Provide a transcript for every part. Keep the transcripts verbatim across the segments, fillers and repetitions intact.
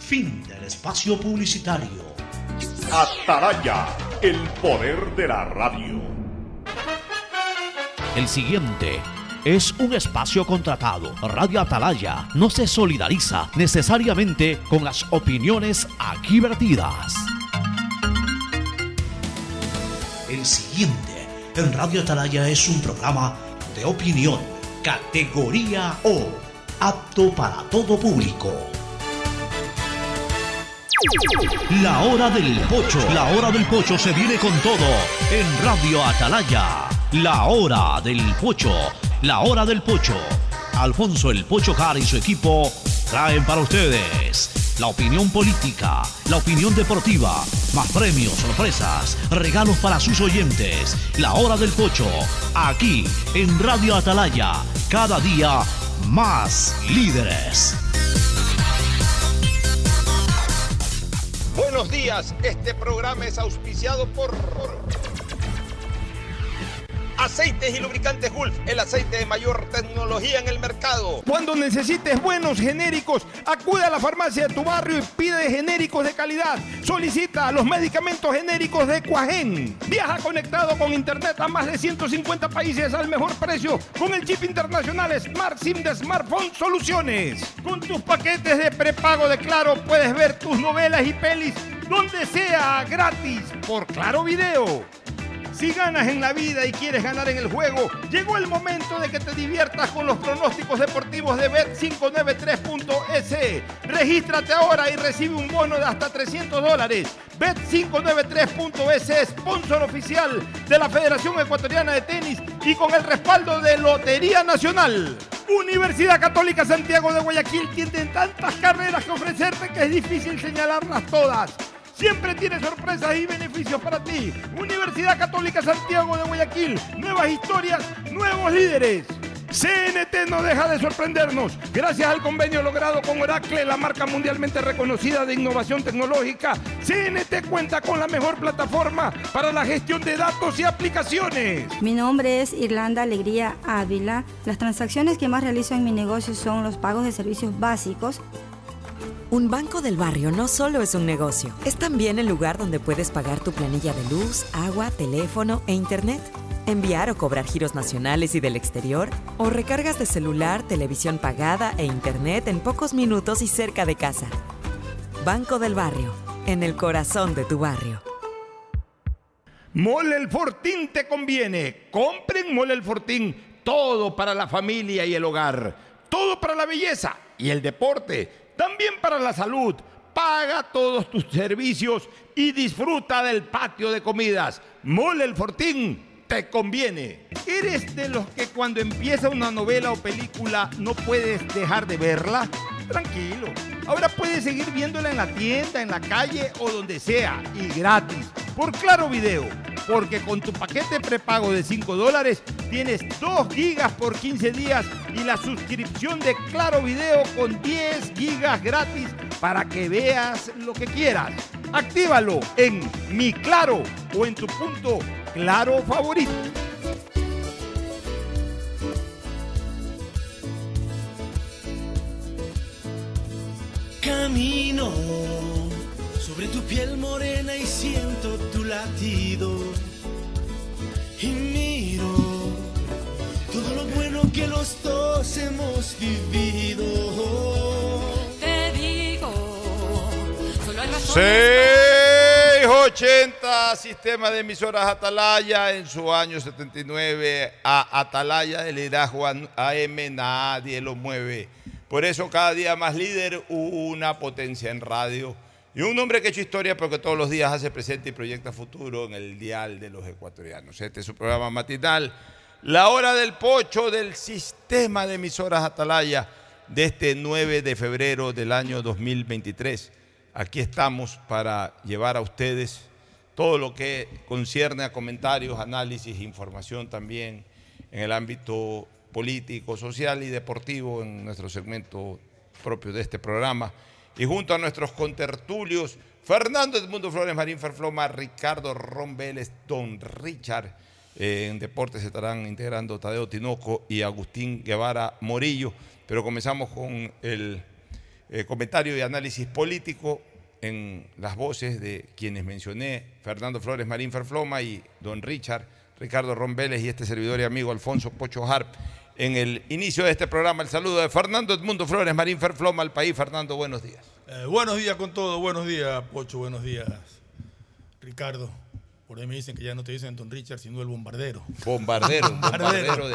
Fin del espacio publicitario. Atalaya, el poder de la radio. El siguiente es un espacio contratado. Radio Atalaya no se solidariza necesariamente con las opiniones aquí vertidas. El siguiente en Radio Atalaya es un programa de opinión, categoría O, apto para todo público. La hora del pocho. La hora del pocho se viene con todo en Radio Atalaya. La hora del pocho. La hora del pocho. Alfonso el Pocho Jara y su equipo traen para ustedes la opinión política, la opinión deportiva, más premios, sorpresas, regalos para sus oyentes. La hora del pocho, aquí en Radio Atalaya, cada día más líderes. Buenos días, este programa es auspiciado por Aceites y Lubricantes Gulf, el aceite de mayor tecnología en el mercado. Cuando necesites buenos genéricos, acude a la farmacia de tu barrio y pide genéricos de calidad. Solicita los medicamentos genéricos de Cuajén. Viaja conectado con internet a más de ciento cincuenta países al mejor precio con el chip internacional Smart SIM de Smartphone Soluciones. Con tus paquetes de prepago de Claro puedes ver tus novelas y pelis donde sea gratis por Claro Video. Si ganas en la vida y quieres ganar en el juego, llegó el momento de que te diviertas con los pronósticos deportivos de Bet cinco nueve tres punto es. Regístrate ahora y recibe un bono de hasta trescientos dólares. Bet cinco nueve tres punto es, sponsor oficial de la Federación Ecuatoriana de Tenis y con el respaldo de Lotería Nacional. Universidad Católica Santiago de Guayaquil tiene tantas carreras que ofrecerte que es difícil señalarlas todas. Siempre tiene sorpresas y beneficios para ti. Universidad Católica Santiago de Guayaquil. Nuevas historias, nuevos líderes. C N T no deja de sorprendernos. Gracias al convenio logrado con Oracle, la marca mundialmente reconocida de innovación tecnológica, C N T cuenta con la mejor plataforma para la gestión de datos y aplicaciones. Mi nombre es Irlanda Alegría Ávila. Las transacciones que más realizo en mi negocio son los pagos de servicios básicos. Un banco del barrio no solo es un negocio, es también el lugar donde puedes pagar tu planilla de luz, agua, teléfono e internet, enviar o cobrar giros nacionales y del exterior, o recargas de celular, televisión pagada e internet en pocos minutos y cerca de casa. Banco del Barrio, en el corazón de tu barrio. Mole El Fortín te conviene. Compren Mole El Fortín, todo para la familia y el hogar, todo para la belleza y el deporte. También para la salud. Paga todos tus servicios y disfruta del patio de comidas. Mole El Fortín te conviene. ¿Eres de los que cuando empieza una novela o película no puedes dejar de verla? Tranquilo. Ahora puedes seguir viéndola en la tienda, en la calle o donde sea y gratis. Por Claro Video. Porque con tu paquete prepago de cinco dólares tienes dos gigas por quince días y la suscripción de Claro Video con diez gigas gratis para que veas lo que quieras. Actívalo en Mi Claro o en tu punto Claro favorito. Camino sobre tu piel morena y siento tu latido y miro todo lo bueno que los dos hemos vivido. Te digo, solo hay razones. seiscientos ochenta, sistema de emisoras Atalaya en su año setenta y nueve. A Atalaya del liderazgo A M nadie lo mueve. Por eso cada día más líder, una potencia en radio y un hombre que ha hecho historia porque todos los días hace presente y proyecta futuro en el dial de los ecuatorianos. Este es su programa matinal, La Hora del Pocho, del sistema de emisoras Atalaya de este nueve de febrero del año dos mil veintitrés. Aquí estamos para llevar a ustedes todo lo que concierne a comentarios, análisis, información también en el ámbito político, social y deportivo en nuestro segmento propio de este programa. Y junto a nuestros contertulios, Fernando Edmundo Flores Marín Ferfloma, Ricardo Ron Vélez, Don Richard, eh, en deportes se estarán integrando Tadeo Tinoco y Agustín Guevara Morillo. Pero comenzamos con el eh, comentario y análisis político en las voces de quienes mencioné, Fernando Flores Marín Ferfloma y don Richard, Ricardo Ron Vélez y este servidor y amigo Alfonso Pocho Harp. En el inicio de este programa, el saludo de Fernando Edmundo Flores Marín Ferfloma al país. Fernando, buenos días. Eh, buenos días con todo, buenos días, Pocho, buenos días, Ricardo. Por ahí me dicen que ya no te dicen don Richard, sino el bombardero. Bombardero, un bombardero de...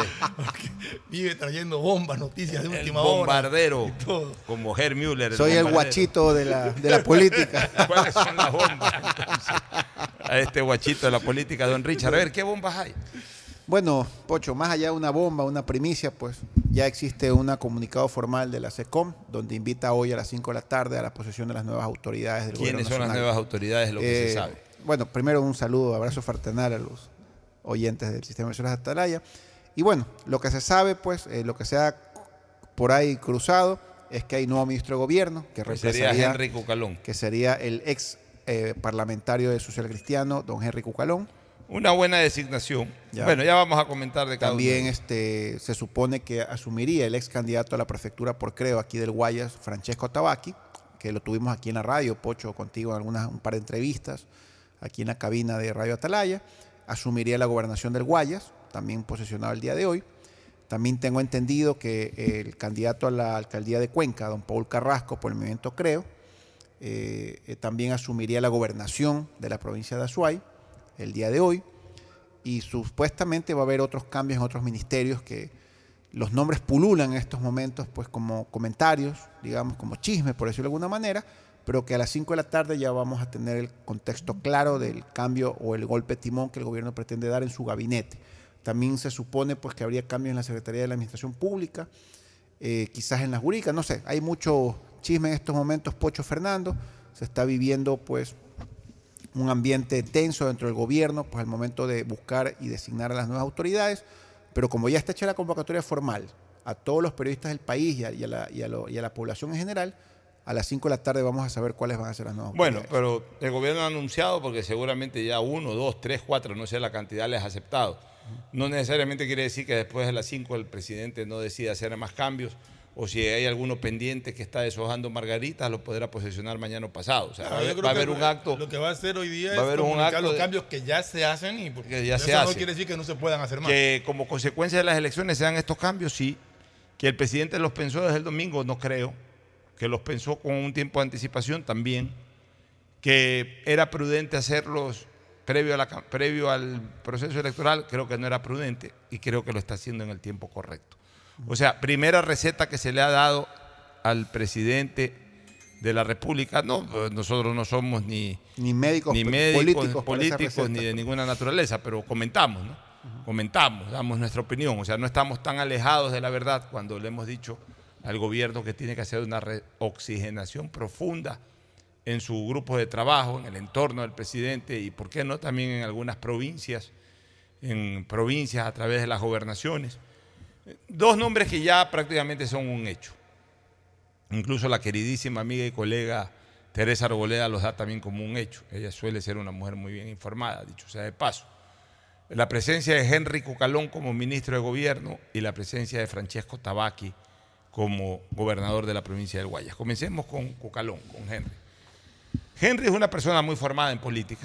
Vive trayendo bombas, noticias de el última hora. Bombardero, como Herr Müller. Soy el guachito de la, de la política. ¿Cuáles son las bombas, entonces? A este guachito de la política, don Richard. A ver, ¿qué bombas hay? Bueno, Pocho, más allá de una bomba, una primicia, pues ya existe un comunicado formal de la SECOM, donde invita hoy a las cinco de la tarde a la posesión de las nuevas autoridades del gobierno nacional. ¿Quiénes son las nuevas autoridades? Lo que eh, se sabe. Bueno, primero un saludo, abrazo fraternal a los oyentes del Sistema de Emisoras Atalaya. Y bueno, lo que se sabe, pues, eh, lo que se ha por ahí cruzado, es que hay nuevo ministro de gobierno, que pues reemplazaría, sería Henry Cucalón. Que sería el ex eh, parlamentario de Social Cristiano, don Henry Cucalón. Una buena designación. Ya. Bueno, ya vamos a comentar de cada También uno. este, se supone que asumiría el ex candidato a la prefectura por Creo, aquí del Guayas, Francesco Tabaqui, que lo tuvimos aquí en la radio, Pocho, contigo en algunas, un par de entrevistas, aquí en la cabina de Radio Atalaya. Asumiría la gobernación del Guayas, también posesionado el día de hoy. También tengo entendido que el candidato a la alcaldía de Cuenca, don Paul Carrasco, por el movimiento Creo, eh, eh, también asumiría la gobernación de la provincia de Azuay el día de hoy. Y supuestamente va a haber otros cambios en otros ministerios que los nombres pululan en estos momentos, pues como comentarios, digamos, como chisme, por decirlo de alguna manera, pero que a las cinco de la tarde ya vamos a tener el contexto claro del cambio o el golpe de timón que el gobierno pretende dar en su gabinete. También se supone pues que habría cambios en la Secretaría de la Administración Pública, eh, quizás en las jurídicas, no sé, hay mucho chisme en estos momentos, Pocho Fernando, se está viviendo pues un ambiente tenso dentro del gobierno, pues al momento de buscar y designar a las nuevas autoridades, pero como ya está hecha la convocatoria formal a todos los periodistas del país y a, y a, la, y a, lo, y a la población en general, a las cinco de la tarde vamos a saber cuáles van a ser las nuevas Bueno, autoridades. pero el gobierno ha anunciado, porque seguramente ya uno, dos, tres, cuatro, no sé la cantidad, les ha aceptado. No necesariamente quiere decir que después de las cinco el presidente no decida hacer más cambios, o si hay alguno pendiente que está deshojando margaritas, lo podrá posesionar mañana o pasado. O sea, Claro, va, a yo haber- creo va a que haber un acto. Lo que va a hacer hoy día va a es haber un comunicar acto los de- cambios que ya se hacen y porque Que ya eso se no hace. quiere decir que no se puedan hacer más. Que como consecuencia de las elecciones se dan estos cambios, sí. Que el presidente los pensó desde el domingo, no creo. Que los pensó con un tiempo de anticipación también. Que era prudente hacerlos previo, a la, previo al proceso electoral, creo que no era prudente y creo que lo está haciendo en el tiempo correcto. O sea, primera receta que se le ha dado al presidente de la República. No, nosotros no somos ni, ni médicos, ni médicos políticos, políticos ni de ninguna naturaleza, pero comentamos, ¿no? Uh-huh. Comentamos, damos nuestra opinión. O sea, no estamos tan alejados de la verdad cuando le hemos dicho al gobierno que tiene que hacer una reoxigenación profunda en su grupo de trabajo, en el entorno del presidente y, ¿por qué no?, también en algunas provincias, en provincias a través de las gobernaciones. Dos nombres que ya prácticamente son un hecho. Incluso la queridísima amiga y colega Teresa Arboleda los da también como un hecho. Ella suele ser una mujer muy bien informada, dicho sea de paso. La presencia de Henry Cucalón como ministro de gobierno y la presencia de Francesco Tabaqui como gobernador de la provincia del Guayas. Comencemos con Cucalón, con Henry. Henry es una persona muy formada en política,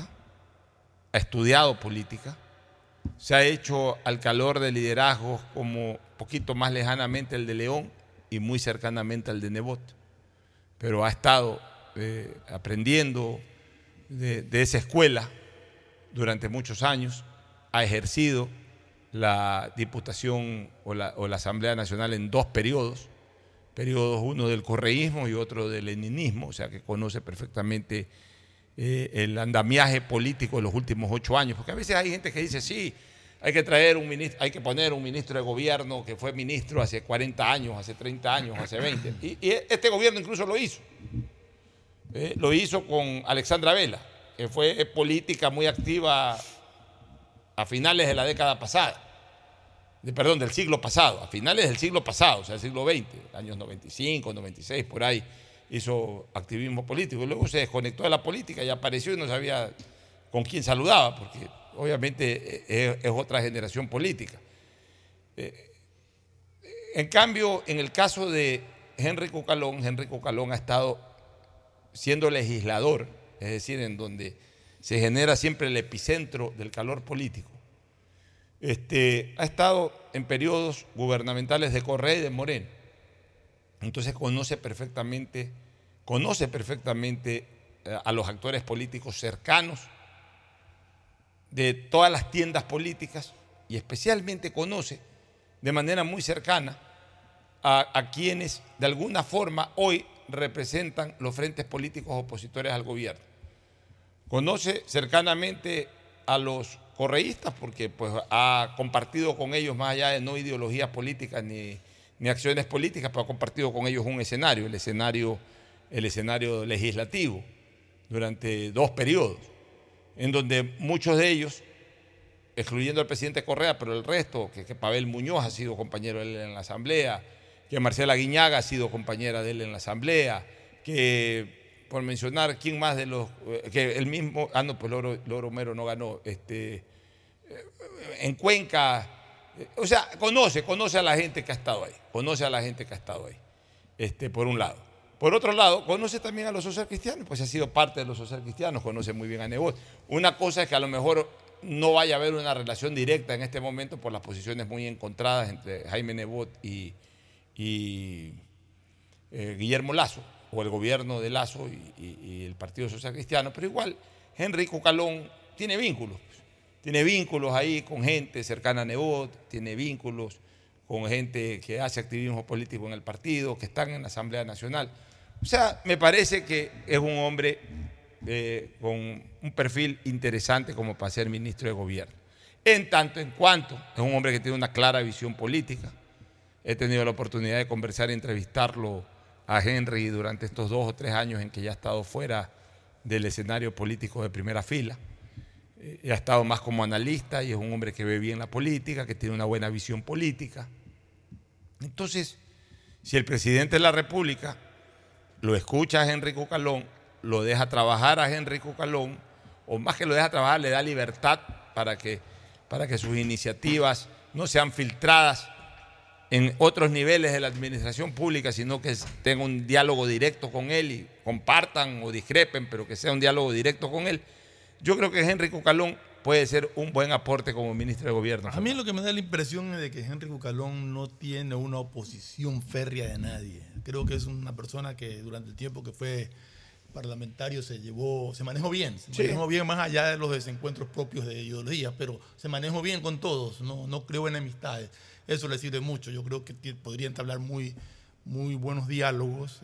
ha estudiado política, se ha hecho al calor de liderazgos como poquito más lejanamente el de León y muy cercanamente al de Nebot, pero ha estado eh, aprendiendo de, de esa escuela durante muchos años, ha ejercido la Diputación o la, o la Asamblea Nacional en dos periodos, periodos uno del correísmo y otro del leninismo, o sea que conoce perfectamente eh, el andamiaje político de los últimos ocho años, porque a veces hay gente que dice, sí, hay que traer un ministro, hay que poner un ministro de gobierno que fue ministro hace cuarenta años, hace treinta años, hace veinte. Y, y este gobierno incluso lo hizo. Eh, lo hizo con Alexandra Vela, que fue política muy activa a finales de la década pasada, de, perdón, del siglo pasado, a finales del siglo pasado, o sea, del siglo veinte, años noventa y cinco, noventa y seis, por ahí, hizo activismo político. Y luego se desconectó de la política y apareció y no sabía con quién saludaba, porque obviamente es, es otra generación política. Eh, en cambio, en el caso de Henry Cucalón, Henry Cucalón ha estado siendo legislador, es decir, en donde se genera siempre el epicentro del calor político. Este, ha estado en periodos gubernamentales de Correa y de Moreno. Entonces conoce perfectamente, conoce perfectamente a los actores políticos cercanos de todas las tiendas políticas y especialmente conoce de manera muy cercana a, a quienes de alguna forma hoy representan los frentes políticos opositores al gobierno. Conoce cercanamente a los correístas porque pues, ha compartido con ellos, más allá de no ideologías políticas ni, ni acciones políticas, pero ha compartido con ellos un escenario, el escenario, el escenario legislativo, durante dos periodos, en donde muchos de ellos, excluyendo al presidente Correa, pero el resto, que, que Pavel Muñoz ha sido compañero de él en la Asamblea, que Marcela Guiñaga ha sido compañera de él en la Asamblea, que por mencionar quién más de los, que el mismo, ah no, pues Loro, Loro Mero no ganó, este, en Cuenca, o sea, conoce, conoce a la gente que ha estado ahí, conoce a la gente que ha estado ahí, este, por un lado. Por otro lado, conoce también a los socialcristianos, pues ha sido parte de los socialcristianos, conoce muy bien a Nebot. Una cosa es que a lo mejor no vaya a haber una relación directa en este momento por las posiciones muy encontradas entre Jaime Nebot y, y eh, Guillermo Lasso, o el gobierno de Lasso y, y, y el Partido Social Cristiano, pero igual Henry Cucalón tiene vínculos, pues. Tiene vínculos ahí con gente cercana a Nebot, tiene vínculos con gente que hace activismo político en el partido, que están en la Asamblea Nacional. O sea, me parece que es un hombre eh, con un perfil interesante como para ser ministro de gobierno. En tanto en cuanto es un hombre que tiene una clara visión política. He tenido la oportunidad de conversar y entrevistarlo a Henry durante estos dos o tres años en que ya ha estado fuera del escenario político de primera fila. Eh, ha estado más como analista y es un hombre que ve bien la política, que tiene una buena visión política. Entonces, si el presidente de la República lo escucha a Henry Cucalón, lo deja trabajar a Henry Cucalón, o más que lo deja trabajar, le da libertad para que, para que sus iniciativas no sean filtradas en otros niveles de la administración pública, sino que tenga un diálogo directo con él y compartan o discrepen, pero que sea un diálogo directo con él. Yo creo que Henry Cucalón puede ser un buen aporte como ministro de gobierno. A mí lo que me da la impresión es de que Henry Cucalón no tiene una oposición férrea de nadie. Creo que es una persona que durante el tiempo que fue parlamentario se llevó, se manejó bien, se sí. manejó bien más allá de los desencuentros propios de ideología, pero se manejó bien con todos, no, no creo en enemistades. Eso le sirve mucho. Yo creo que podría entablar muy, muy buenos diálogos.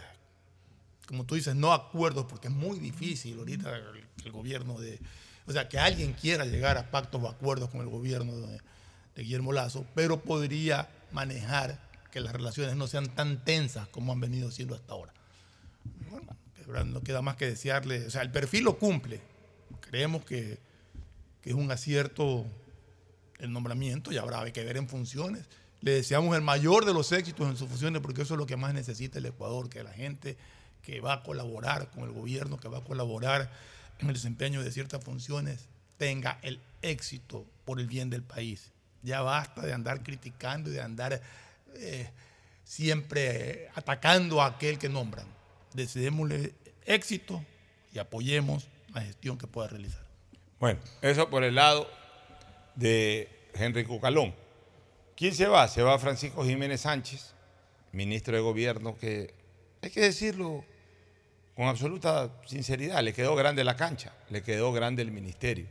Como tú dices, no acuerdos, porque es muy difícil ahorita el, el gobierno de... O sea, que alguien quiera llegar a pactos o acuerdos con el gobierno de, de Guillermo Lasso, pero podría manejar que las relaciones no sean tan tensas como han venido siendo hasta ahora. Bueno, no queda más que desearle... O sea, el perfil lo cumple. Creemos que, que es un acierto el nombramiento y habrá que ver en funciones. Le deseamos el mayor de los éxitos en sus funciones porque eso es lo que más necesita el Ecuador, que la gente que va a colaborar con el gobierno, que va a colaborar en el desempeño de ciertas funciones, tenga el éxito por el bien del país. Ya basta de andar criticando y de andar eh, siempre atacando a aquel que nombran. Deseémosle éxito y apoyemos la gestión que pueda realizar. Bueno, eso por el lado de Henry Cucalón. ¿Quién se va? Se va Francisco Jiménez Sánchez, ministro de Gobierno, que hay que decirlo con absoluta sinceridad, le quedó grande la cancha, le quedó grande el ministerio.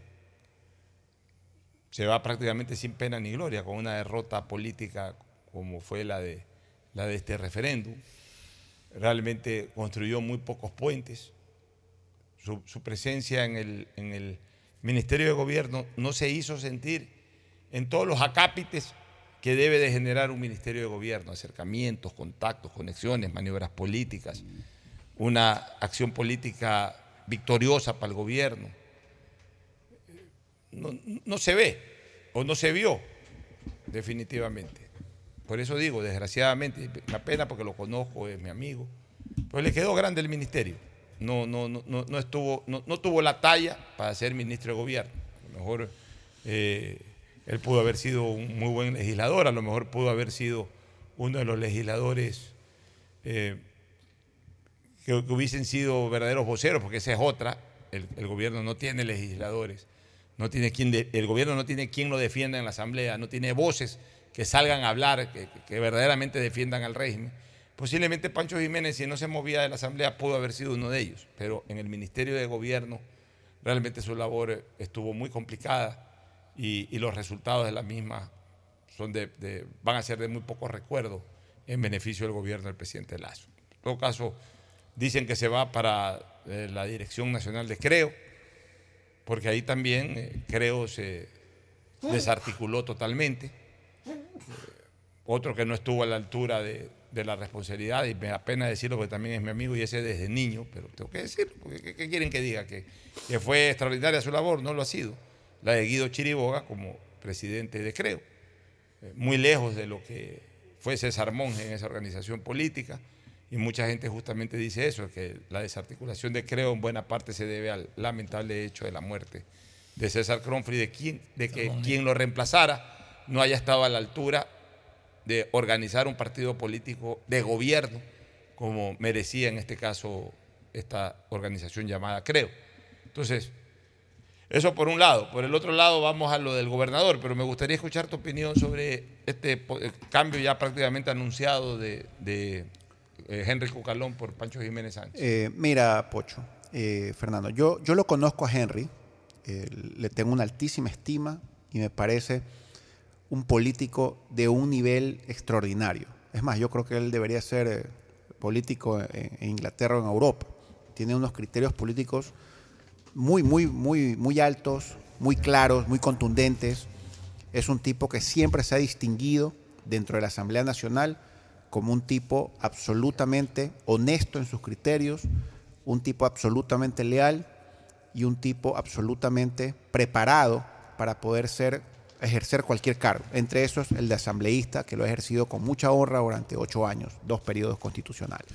Se va prácticamente sin pena ni gloria, con una derrota política como fue la de, la de este referéndum. Realmente construyó muy pocos puentes. Su, su presencia en el, en el Ministerio de Gobierno no se hizo sentir en todos los acápites que debe de generar un Ministerio de Gobierno: acercamientos, contactos, conexiones, maniobras políticas, una acción política victoriosa para el gobierno. No, no se ve o no se vio definitivamente. Por eso digo, desgraciadamente, me apena porque lo conozco, es mi amigo, pero le quedó grande el ministerio. No, no, no, no, no, estuvo, no, no tuvo la talla para ser ministro de gobierno. A lo mejor eh, él pudo haber sido un muy buen legislador, a lo mejor pudo haber sido uno de los legisladores eh, que, que hubiesen sido verdaderos voceros, porque esa es otra. El, el gobierno no tiene legisladores, no tiene quien de, el gobierno no tiene quien lo defienda en la Asamblea, no tiene voces que salgan a hablar, que, que verdaderamente defiendan al régimen. Posiblemente Pancho Jiménez, si no se movía de la Asamblea, pudo haber sido uno de ellos, pero en el Ministerio de Gobierno realmente su labor estuvo muy complicada y, y los resultados de la misma son de, de, van a ser de muy poco recuerdo en beneficio del gobierno del presidente Lasso. En todo caso, dicen que se va para eh, la Dirección Nacional de Creo, porque ahí también eh, Creo se desarticuló totalmente. Eh, otro que no estuvo a la altura de, de la responsabilidad, y me da pena decirlo porque también es mi amigo y ese desde niño, pero tengo que decirlo, porque ¿qué, qué quieren que diga? Que, que fue extraordinaria su labor, no lo ha sido. La de Guido Chiriboga como presidente de Creo, eh, muy lejos de lo que fue César Monge en esa organización política, y mucha gente justamente dice eso, que la desarticulación de Creo en buena parte se debe al lamentable hecho de la muerte de César Cronfrey, de, quien, de que quien lo reemplazara no haya estado a la altura de organizar un partido político de gobierno como merecía en este caso esta organización llamada Creo. Entonces, eso por un lado. Por el otro lado vamos a lo del gobernador, pero me gustaría escuchar tu opinión sobre este cambio ya prácticamente anunciado de, de eh, Henry Cucalón por Pancho Jiménez Sánchez. Eh, mira, Pocho, eh, Fernando, yo, yo lo conozco a Henry, eh, le tengo una altísima estima y me parece un político de un nivel extraordinario. Es más, yo creo que él debería ser eh, político en, en Inglaterra o en Europa. Tiene unos criterios políticos muy, muy, muy, muy altos, muy claros, muy contundentes. Es un tipo que siempre se ha distinguido dentro de la Asamblea Nacional como un tipo absolutamente honesto en sus criterios, un tipo absolutamente leal y un tipo absolutamente preparado para poder ser ejercer cualquier cargo, entre esos el de asambleísta, que lo ha ejercido con mucha honra durante ocho años, dos periodos constitucionales.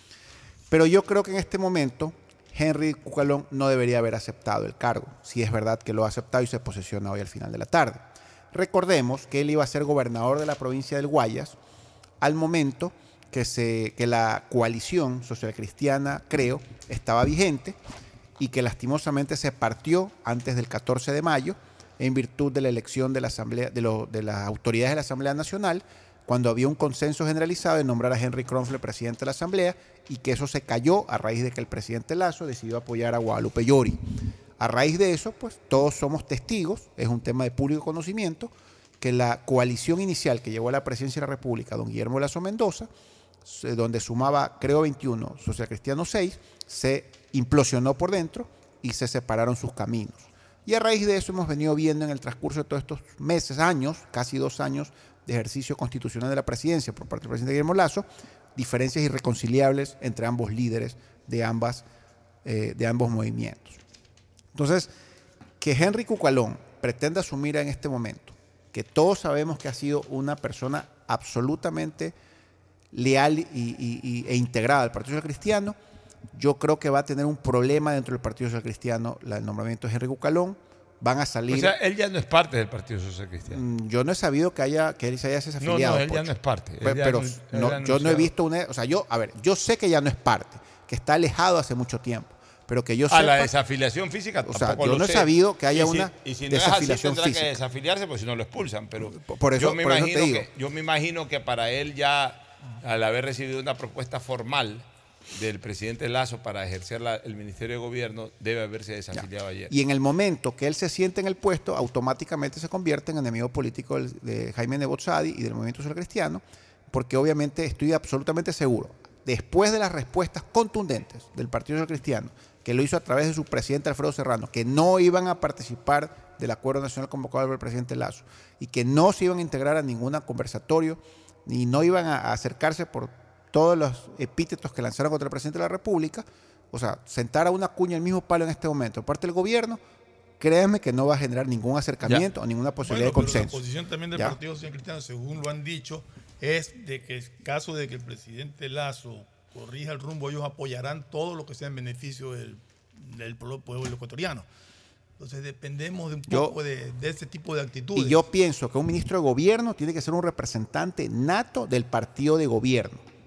Pero yo creo que en este momento Henry Cucalón no debería haber aceptado el cargo, si es verdad que lo ha aceptado y se posesiona hoy al final de la tarde. Recordemos que él iba a ser gobernador de la provincia del Guayas al momento que, se, que la coalición socialcristiana, creo, estaba vigente y que lastimosamente se partió antes del catorce de mayo, en virtud de la elección de, la asamblea, de, lo, de las autoridades de la Asamblea Nacional, cuando había un consenso generalizado de nombrar a Henry Cronfrey presidente de la Asamblea, y que eso se cayó a raíz de que el presidente Lasso decidió apoyar a Guadalupe Llori. A raíz de eso, pues todos somos testigos, es un tema de público conocimiento, que la coalición inicial que llegó a la presidencia de la República, don Guillermo Lasso Mendoza, donde sumaba, creo, veintiuno, Social Cristiano seis, se implosionó por dentro y se separaron sus caminos. Y a raíz de eso hemos venido viendo en el transcurso de todos estos meses, años, casi dos años de ejercicio constitucional de la presidencia por parte del presidente Guillermo Lasso, diferencias irreconciliables entre ambos líderes de, ambas, eh, de ambos movimientos. Entonces, que Henry Cucalón pretenda asumir en este momento, que todos sabemos que ha sido una persona absolutamente leal y, y, y, e integrada al Partido Social Cristiano, yo creo que va a tener un problema dentro del Partido Social Cristiano el nombramiento de Henry Cucalón. Van a salir... O sea, él ya no es parte del Partido Social Cristiano. Yo no he sabido que, haya, que él se haya desafiliado. No, no, él Pocho. ya no es parte. Pero, pero no, no yo no he visto una... O sea, yo, a ver, yo sé que ya no es parte, que está alejado hace mucho tiempo, pero que yo A sepa... la desafiliación física O tampoco sea, yo lo no he sé. sabido que haya y si, una y si no desafiliación es así, tendrá física. que desafiliarse, porque si no lo expulsan. Pero por eso, yo, me por eso imagino te digo. Que, yo me imagino que para él ya, al haber recibido una propuesta formal del presidente Lasso para ejercer la, el Ministerio de Gobierno, debe haberse desafiliado Ya. ayer. Y en el momento que él se siente en el puesto, automáticamente se convierte en enemigo político del, de Jaime Nebot Sadi y del Movimiento Social Cristiano, porque obviamente estoy absolutamente seguro, después de las respuestas contundentes del Partido Social Cristiano, que lo hizo a través de su presidente Alfredo Serrano, que no iban a participar del acuerdo nacional convocado por el presidente Lasso y que no se iban a integrar a ningún conversatorio, ni no iban a acercarse por todos los epítetos que lanzaron contra el presidente de la República. O sea, sentar a una cuña el mismo palo en este momento por parte del gobierno, créanme que no va a generar ningún acercamiento Ya. o ninguna posibilidad bueno, de consenso. Pero la posición también del ¿Ya? Partido Social Cristiano, según lo han dicho, es de que en caso de que el presidente Lasso corrija el rumbo, ellos apoyarán todo lo que sea en beneficio del, del pueblo ecuatoriano. Entonces dependemos de un Yo- poco de, de ese tipo de actitudes. Y yo pienso que un ministro de gobierno tiene que ser un representante nato del partido de gobierno.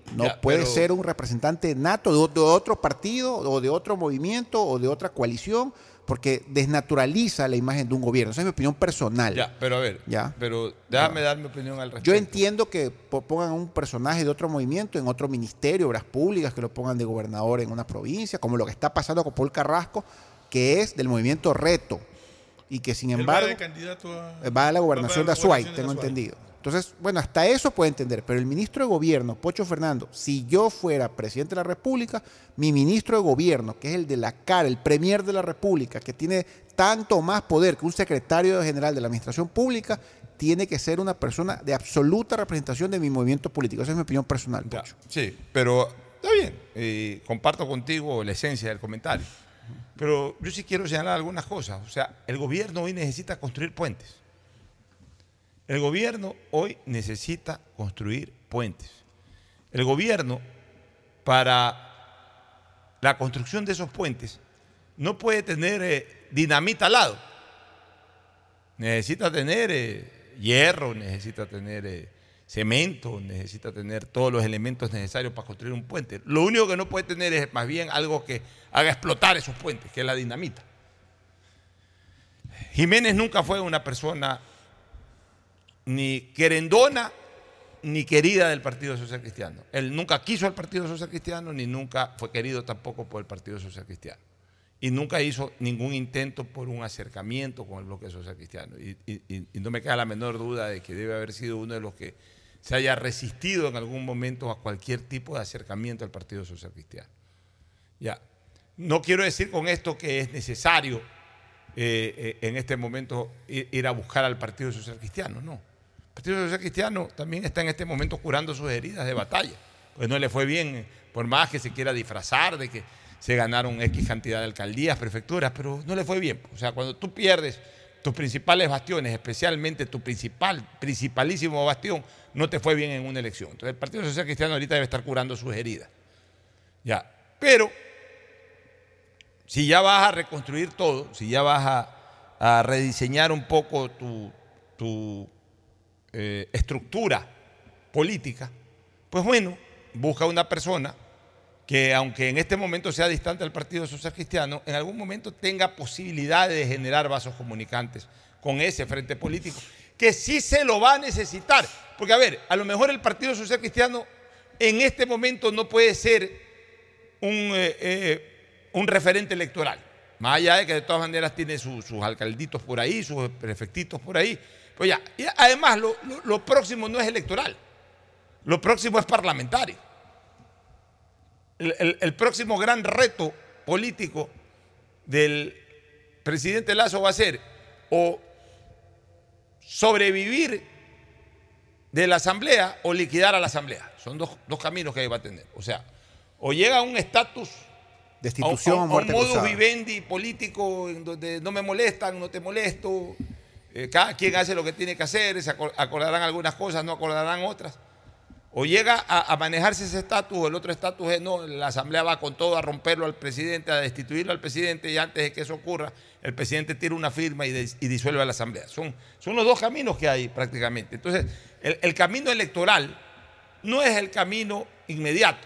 No Ya, puede pero- ser un representante nato de, de otro partido o de otro movimiento o de otra coalición, porque desnaturaliza la imagen de un gobierno. Esa es mi opinión personal. Ya, pero a ver, Ya. pero déjame dar mi opinión al respecto. Yo entiendo que po- pongan un personaje de otro movimiento en otro ministerio, obras públicas, que lo pongan de gobernador en una provincia, como lo que está pasando con Paul Carrasco, que es del movimiento Reto, y que sin Él va embargo de candidato a, va a la gobernación de va a la Azuay, gobernación de tengo Azuay. entendido. Entonces, bueno, hasta eso puedo entender, pero el ministro de Gobierno, Pocho Fernando, si yo fuera presidente de la República, mi ministro de Gobierno, que es el de la cara, el premier de la República, que tiene tanto más poder que un secretario general de la Administración Pública, tiene que ser una persona de absoluta representación de mi movimiento político. Esa es mi opinión personal, Ya, Pocho. sí, pero está bien. eh, comparto contigo la esencia del comentario. Pero yo sí quiero señalar algunas cosas. O sea, el gobierno hoy necesita construir puentes. El gobierno hoy necesita construir puentes. El gobierno, para la construcción de esos puentes, no puede tener eh, dinamita al lado. Necesita tener eh, hierro, necesita tener eh, cemento, necesita tener todos los elementos necesarios para construir un puente. Lo único que no puede tener es más bien algo que haga explotar esos puentes, que es la dinamita. Jiménez nunca fue una persona ni querendona ni querida del Partido Social Cristiano. Él nunca quiso al Partido Social Cristiano ni nunca fue querido tampoco por el Partido Social Cristiano. Y nunca hizo ningún intento por un acercamiento con el bloque social cristiano. Y, y, y no me queda la menor duda de que debe haber sido uno de los que se haya resistido en algún momento a cualquier tipo de acercamiento al Partido Social Cristiano. Ya. No quiero decir con esto que es necesario eh, eh, en este momento ir, ir a buscar al Partido Social Cristiano, no. El Partido Social Cristiano también está en este momento curando sus heridas de batalla. Pues no le fue bien, por más que se quiera disfrazar de que se ganaron X cantidad de alcaldías, prefecturas, pero no le fue bien. O sea, cuando tú pierdes tus principales bastiones, especialmente tu principal, principalísimo bastión, no te fue bien en una elección. Entonces el Partido Social Cristiano ahorita debe estar curando sus heridas. Ya, pero si ya vas a reconstruir todo, si ya vas a, a rediseñar un poco tu, tu eh, estructura política, pues bueno, busca una persona que aunque en este momento sea distante del Partido Social Cristiano, en algún momento tenga posibilidades de generar vasos comunicantes con ese frente político, que sí se lo va a necesitar. Porque a ver, a lo mejor el Partido Social Cristiano en este momento no puede ser un, eh, eh, un referente electoral, más allá de que de todas maneras tiene su, sus alcalditos por ahí, sus prefectitos por ahí. Pues ya, y además lo, lo, lo próximo no es electoral, lo próximo es parlamentario. El, el, el próximo gran reto político del presidente Lasso va a ser o sobrevivir de la asamblea o liquidar a la asamblea. Son dos, dos caminos que va a tener. O sea, o llega a un estatus, destitución a, a, o muerte a un modus cruzada. vivendi político en donde no me molestan, no te molesto, eh, cada quien hace lo que tiene que hacer, se acordarán algunas cosas, no acordarán otras. O llega a, a manejarse ese estatus, o el otro estatus es no, la asamblea va con todo a romperlo al presidente, a destituirlo al presidente, y antes de que eso ocurra, el presidente tira una firma y, de, y disuelve a la asamblea. Son, son los dos caminos que hay prácticamente. Entonces, el, el camino electoral no es el camino inmediato.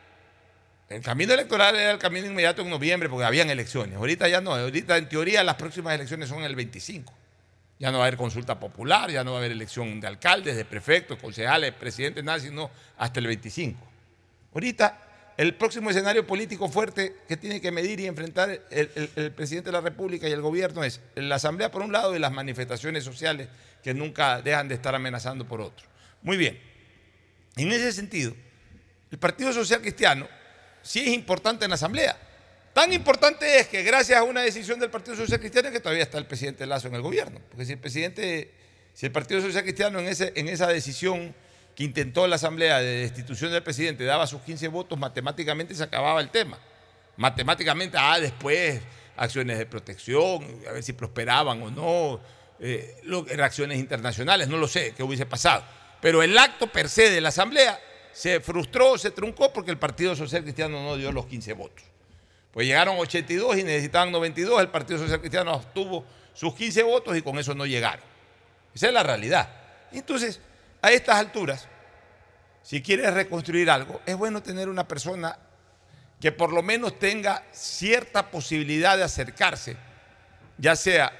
El camino electoral era el camino inmediato en noviembre porque habían elecciones. Ahorita ya no, ahorita en teoría las próximas elecciones son el veinticinco. Ya no va a haber consulta popular, ya no va a haber elección de alcaldes, de prefectos, concejales, presidentes, nada, sino hasta el veinticinco. Ahorita, el próximo escenario político fuerte que tiene que medir y enfrentar el, el, el presidente de la República y el gobierno es la asamblea por un lado y las manifestaciones sociales que nunca dejan de estar amenazando por otro. Muy bien. En ese sentido, el Partido Social Cristiano sí es importante en la asamblea. Tan importante es que gracias a una decisión del Partido Social Cristiano es que todavía está el presidente Lasso en el gobierno. Porque si el presidente, si el Partido Social Cristiano en, ese, en esa decisión que intentó la asamblea de destitución del presidente daba sus quince votos, matemáticamente se acababa el tema. Matemáticamente, ah, después acciones de protección, a ver si prosperaban o no, eh, lo, reacciones internacionales, no lo sé, qué hubiese pasado. Pero el acto per se de la asamblea se frustró, se truncó porque el Partido Social Cristiano no dio los quince votos. Pues llegaron ochenta y dos y necesitaban noventa y dos, el Partido Social Cristiano obtuvo sus quince votos y con eso no llegaron. Esa es la realidad. Entonces, a estas alturas, si quieres reconstruir algo, es bueno tener una persona que por lo menos tenga cierta posibilidad de acercarse, ya sea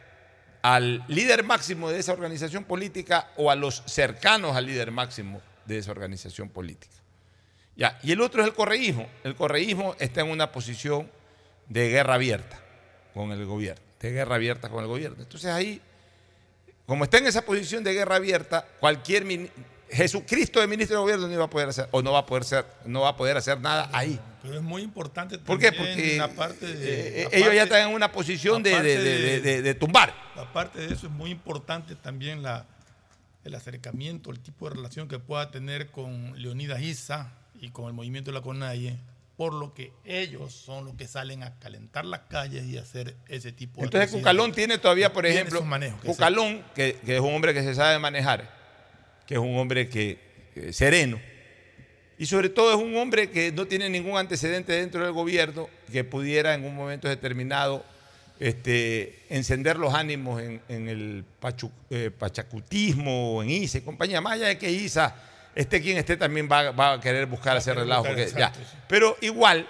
al líder máximo de esa organización política o a los cercanos al líder máximo de esa organización política. Ya, y el otro es el correísmo. El correísmo está en una posición de guerra abierta con el gobierno, de guerra abierta con el gobierno. Entonces ahí, como está en esa posición de guerra abierta, cualquier Jesucristo de ministro de gobierno no iba a poder hacer, o no va a poder ser, no va a poder hacer nada ahí. Pero es muy importante también. ¿Por qué? Porque la parte de, eh, la ellos parte, ya están en una posición de, de, de, de, de tumbar. Aparte de eso, es muy importante también la, el acercamiento, el tipo de relación que pueda tener con Leonidas Issa y con el movimiento de la CONAIE, por lo que ellos son los que salen a calentar las calles y hacer ese tipo de... Entonces Cucalón tiene todavía, por tiene ejemplo, manejo, que Cucalón, que, que es un hombre que se sabe manejar, que es un hombre que, que sereno, y sobre todo es un hombre que no tiene ningún antecedente dentro del gobierno que pudiera en un momento determinado este, encender los ánimos en, en el pachu, eh, pachacutismo, en I S A y compañía. Más allá de que I S A esté quien esté, también va, va a querer buscar hacer relajo. Porque, ya. Pero igual,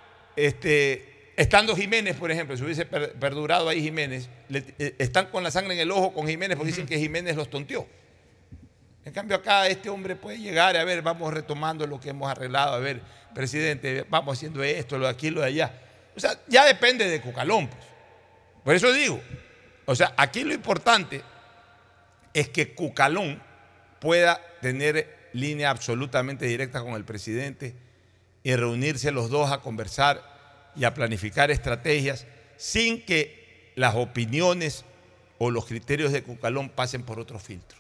este, estando Jiménez, por ejemplo, si hubiese per, perdurado ahí Jiménez, le, eh, están con la sangre en el ojo con Jiménez porque uh-huh. dicen que Jiménez los tonteó. En cambio acá este hombre puede llegar, a ver, vamos retomando lo que hemos arreglado, a ver, presidente, vamos haciendo esto, lo de aquí, lo de allá. O sea, ya depende de Cucalón, pues. Por eso digo, o sea, aquí lo importante es que Cucalón pueda tener línea absolutamente directa con el presidente y reunirse los dos a conversar y a planificar estrategias sin que las opiniones o los criterios de Cucalón pasen por otros filtros.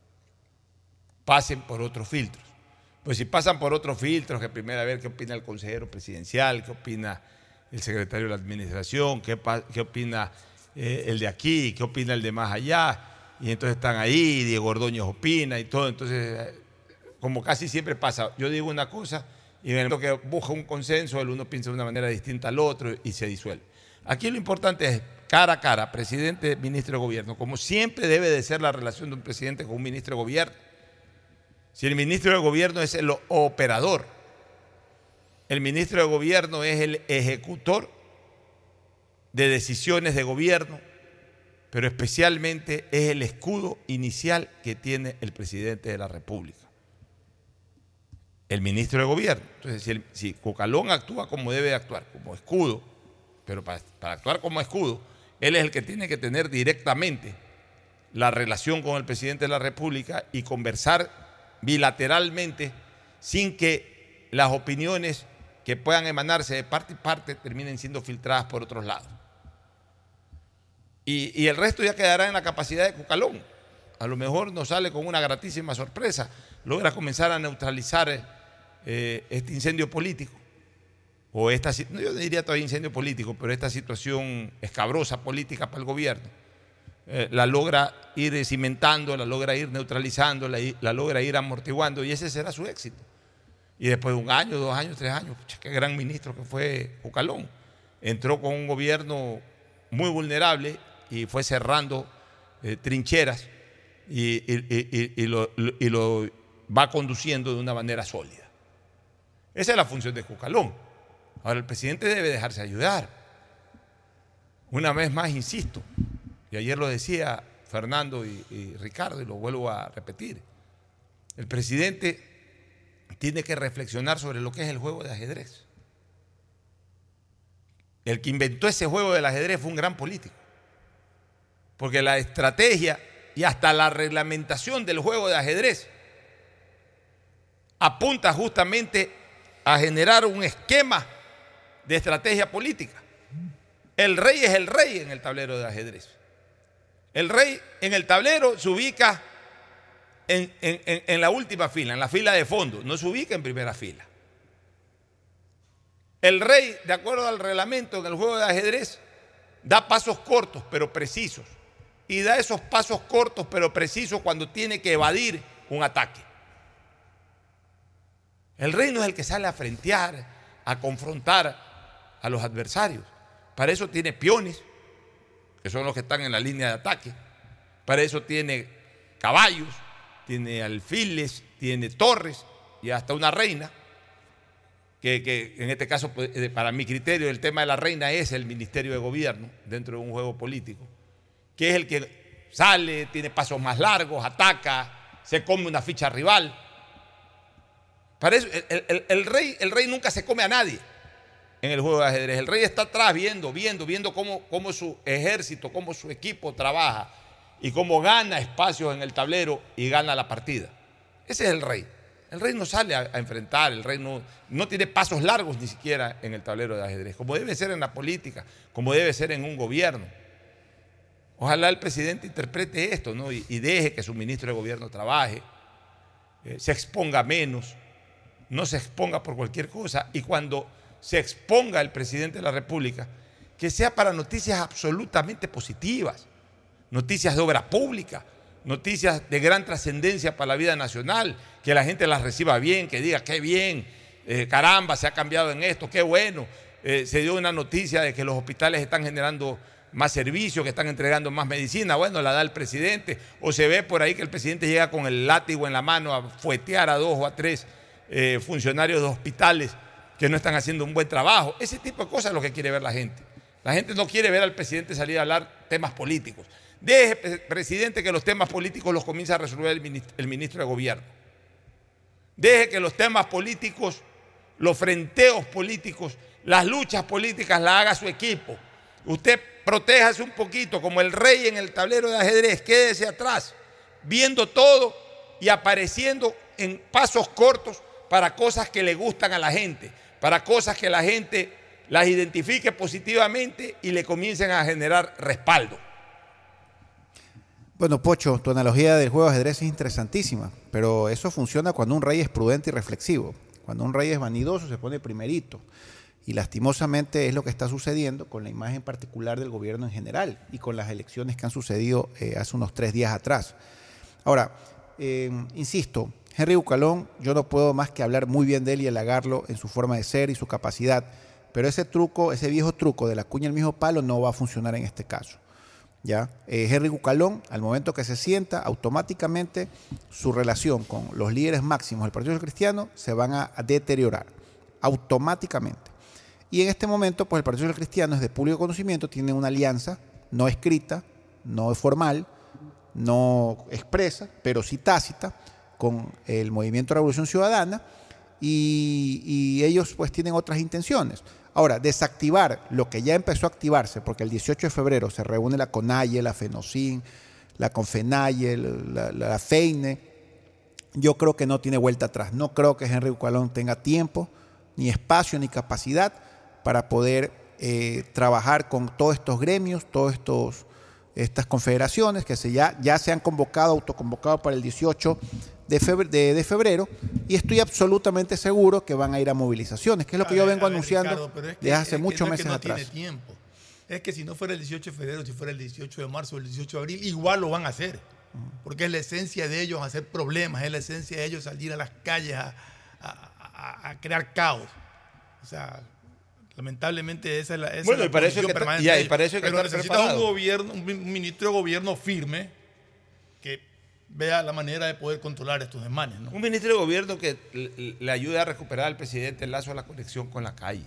pasen por otros filtros. Pues si pasan por otros filtros, que primero a ver qué opina el consejero presidencial, qué opina el secretario de la administración, qué, qué opina eh, el de aquí, qué opina el de más allá, y entonces están ahí, Diego Ordóñez opina y todo, entonces como casi siempre pasa, yo digo una cosa y en el momento que busca un consenso, el uno piensa de una manera distinta al otro y se disuelve. Aquí lo importante es cara a cara, presidente, ministro de gobierno, como siempre debe de ser la relación de un presidente con un ministro de gobierno. Si el ministro de gobierno es el operador, el ministro de gobierno es el ejecutor de decisiones de gobierno, pero especialmente es el escudo inicial que tiene el presidente de la República, el ministro de gobierno. Entonces, si, el, si Cucalón actúa como debe actuar, como escudo, pero para, para actuar como escudo, él es el que tiene que tener directamente la relación con el presidente de la República y conversar bilateralmente sin que las opiniones que puedan emanarse de parte y parte terminen siendo filtradas por otros lados. Y, y el resto ya quedará en la capacidad de Cucalón. A lo mejor nos sale con una gratísima sorpresa, logra comenzar a neutralizar eh, este incendio político, o esta, no, yo no diría todavía incendio político, pero esta situación escabrosa política para el gobierno. Eh, la logra ir cimentando, la logra ir neutralizando, la, la logra ir amortiguando, y ese será su éxito. Y después de un año, dos años, tres años, pucha, qué gran ministro que fue Cucalón. Entró con un gobierno muy vulnerable y fue cerrando eh, trincheras y, y, y, y, lo, y lo va conduciendo de una manera sólida. Esa es la función de Cucalón. Ahora el presidente debe dejarse ayudar. Una vez más, insisto, y ayer lo decía Fernando y, y Ricardo, y lo vuelvo a repetir, el presidente tiene que reflexionar sobre lo que es el juego de ajedrez. El que inventó ese juego del ajedrez fue un gran político, porque la estrategia y hasta la reglamentación del juego de ajedrez apunta justamente a generar un esquema de estrategia política. El rey es el rey en el tablero de ajedrez. El rey en el tablero se ubica en, en, en la última fila, en la fila de fondo, no se ubica en primera fila. El rey, de acuerdo al reglamento en el juego de ajedrez, da pasos cortos pero precisos, y da esos pasos cortos pero precisos cuando tiene que evadir un ataque. El rey no es el que sale a frentear, a confrontar a los adversarios. Para eso tiene peones, que son los que están en la línea de ataque. Para eso tiene caballos, tiene alfiles, tiene torres, y hasta una reina, que, que en este caso, para mi criterio, el tema de la reina es el Ministerio de Gobierno dentro de un juego político, que es el que sale, tiene pasos más largos, ataca, se come una ficha rival. Para eso, el, el, el, rey, el rey nunca se come a nadie en el juego de ajedrez. El rey está atrás viendo, viendo, viendo cómo, cómo su ejército, cómo su equipo trabaja y cómo gana espacios en el tablero y gana la partida. Ese es el rey. El rey no sale a, a enfrentar, el rey no, no tiene pasos largos ni siquiera en el tablero de ajedrez, como debe ser en la política, como debe ser en un gobierno. Ojalá el presidente interprete esto, ¿no? y, y deje que su ministro de gobierno trabaje, eh, se exponga menos, no se exponga por cualquier cosa, y cuando se exponga el presidente de la República, que sea para noticias absolutamente positivas, noticias de obra pública, noticias de gran trascendencia para la vida nacional, que la gente las reciba bien, que diga qué bien, eh, caramba, se ha cambiado en esto, qué bueno, eh, se dio una noticia de que los hospitales están generando más servicios, que están entregando más medicina, bueno, la da el presidente, o se ve por ahí que el presidente llega con el látigo en la mano a fuetear a dos o a tres eh, funcionarios de hospitales que no están haciendo un buen trabajo. Ese tipo de cosas es lo que quiere ver la gente. La gente no quiere ver al presidente salir a hablar temas políticos. Deje, presidente, que los temas políticos los comience a resolver el ministro, el ministro de Gobierno. Deje que los temas políticos, los frenteos políticos, las luchas políticas las haga su equipo. Usted protéjase un poquito, como el rey en el tablero de ajedrez, quédese atrás, viendo todo y apareciendo en pasos cortos para cosas que le gustan a la gente, para cosas que la gente las identifique positivamente y le comiencen a generar respaldo. Bueno, Pocho, tu analogía del juego de ajedrez es interesantísima, pero eso funciona cuando un rey es prudente y reflexivo. Cuando un rey es vanidoso se pone primerito. Y lastimosamente es lo que está sucediendo con la imagen particular del gobierno en general y con las elecciones que han sucedido eh, hace unos tres días atrás. Ahora, eh, insisto, Henry Bucalón, yo no puedo más que hablar muy bien de él y halagarlo en su forma de ser y su capacidad, pero ese truco, ese viejo truco de la cuña al mismo palo no va a funcionar en este caso. ¿Ya? Eh, Henry Bucalón, al momento que se sienta, automáticamente su relación con los líderes máximos del Partido Social Cristiano se van a, a deteriorar, automáticamente. Y en este momento, pues el Partido Social Cristiano es de público conocimiento, tiene una alianza no escrita, no formal, no expresa, pero sí tácita, con el Movimiento de Revolución Ciudadana, y, y ellos pues tienen otras intenciones. Ahora, desactivar lo que ya empezó a activarse, porque el dieciocho de febrero se reúne la CONAIE, la FENOCIN, la CONFENAIE, la, la, la FEINE, yo creo que no tiene vuelta atrás. No creo que Henry Bucalón tenga tiempo, ni espacio, ni capacidad para poder eh, trabajar con todos estos gremios, todas estas confederaciones que se ya, ya se han convocado, autoconvocado para el dieciocho de febrero, de, de febrero, y estoy absolutamente seguro que van a ir a movilizaciones, que es lo que a yo ver, vengo ver, anunciando Ricardo, pero es que, desde hace es muchos que no meses es que no atrás. Tiene tiempo. Es que si no fuera el dieciocho de febrero, si fuera el dieciocho de marzo o el dieciocho de abril, igual lo van a hacer. Porque es la esencia de ellos hacer problemas, es la esencia de ellos salir a las calles a, a, a, a crear caos. O sea, lamentablemente esa es la, esa bueno, es la y para eso posición que permanente. ya, y para eso hay que Pero estar necesitas preparado. un gobierno, un ministro de gobierno firme que vea la manera de poder controlar estos desmanes, ¿no? Un ministro de gobierno que le, le ayude a recuperar al presidente el lazo de la conexión con la calle.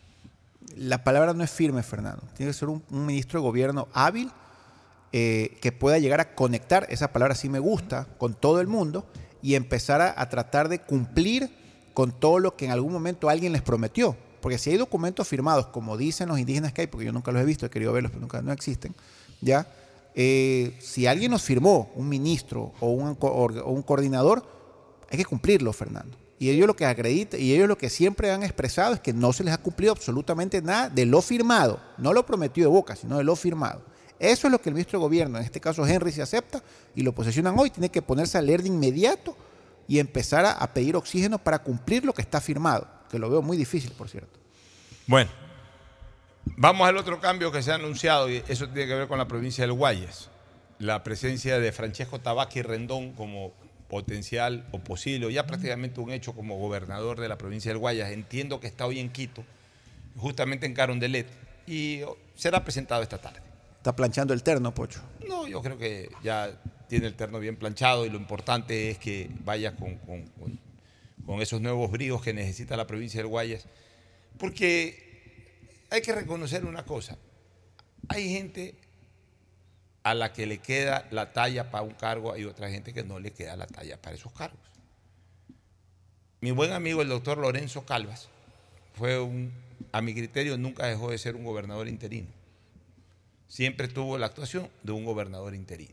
La palabra no es firme, Fernando. Tiene que ser un, un ministro de gobierno hábil, eh, que pueda llegar a conectar, esa palabra sí me gusta, con todo el mundo y empezar a, a tratar de cumplir con todo lo que en algún momento alguien les prometió. Porque si hay documentos firmados, como dicen los indígenas que hay, porque yo nunca los he visto, he querido verlos, pero nunca no existen, ¿ya? Eh, si alguien nos firmó, un ministro o un, o un coordinador, hay que cumplirlo, Fernando. Y ellos lo que acreditan, y ellos lo que siempre han expresado es que no se les ha cumplido absolutamente nada de lo firmado, no lo prometido de boca, sino de lo firmado. Eso es lo que el ministro de gobierno, en este caso Henry, se acepta y lo posesionan hoy, tiene que ponerse a leer de inmediato y empezar a, a pedir oxígeno para cumplir lo que está firmado, que lo veo muy difícil, por cierto. Bueno, vamos al otro cambio que se ha anunciado, y eso tiene que ver con la provincia del Guayas. La presencia de Francesco Tabaqui Rendón como potencial o posible, o ya prácticamente un hecho como gobernador de la provincia del Guayas. Entiendo que está hoy en Quito, justamente en Carondelet, y será presentado esta tarde. Está planchando el terno, Pocho. No, yo creo que ya tiene el terno bien planchado y lo importante es que vaya con, con, con, con esos nuevos bríos que necesita la provincia del Guayas, porque hay que reconocer una cosa, hay gente a la que le queda la talla para un cargo, hay otra gente que no le queda la talla para esos cargos. Mi buen amigo el doctor Lorenzo Calvas fue un, a mi criterio nunca dejó de ser un gobernador interino, siempre tuvo la actuación de un gobernador interino.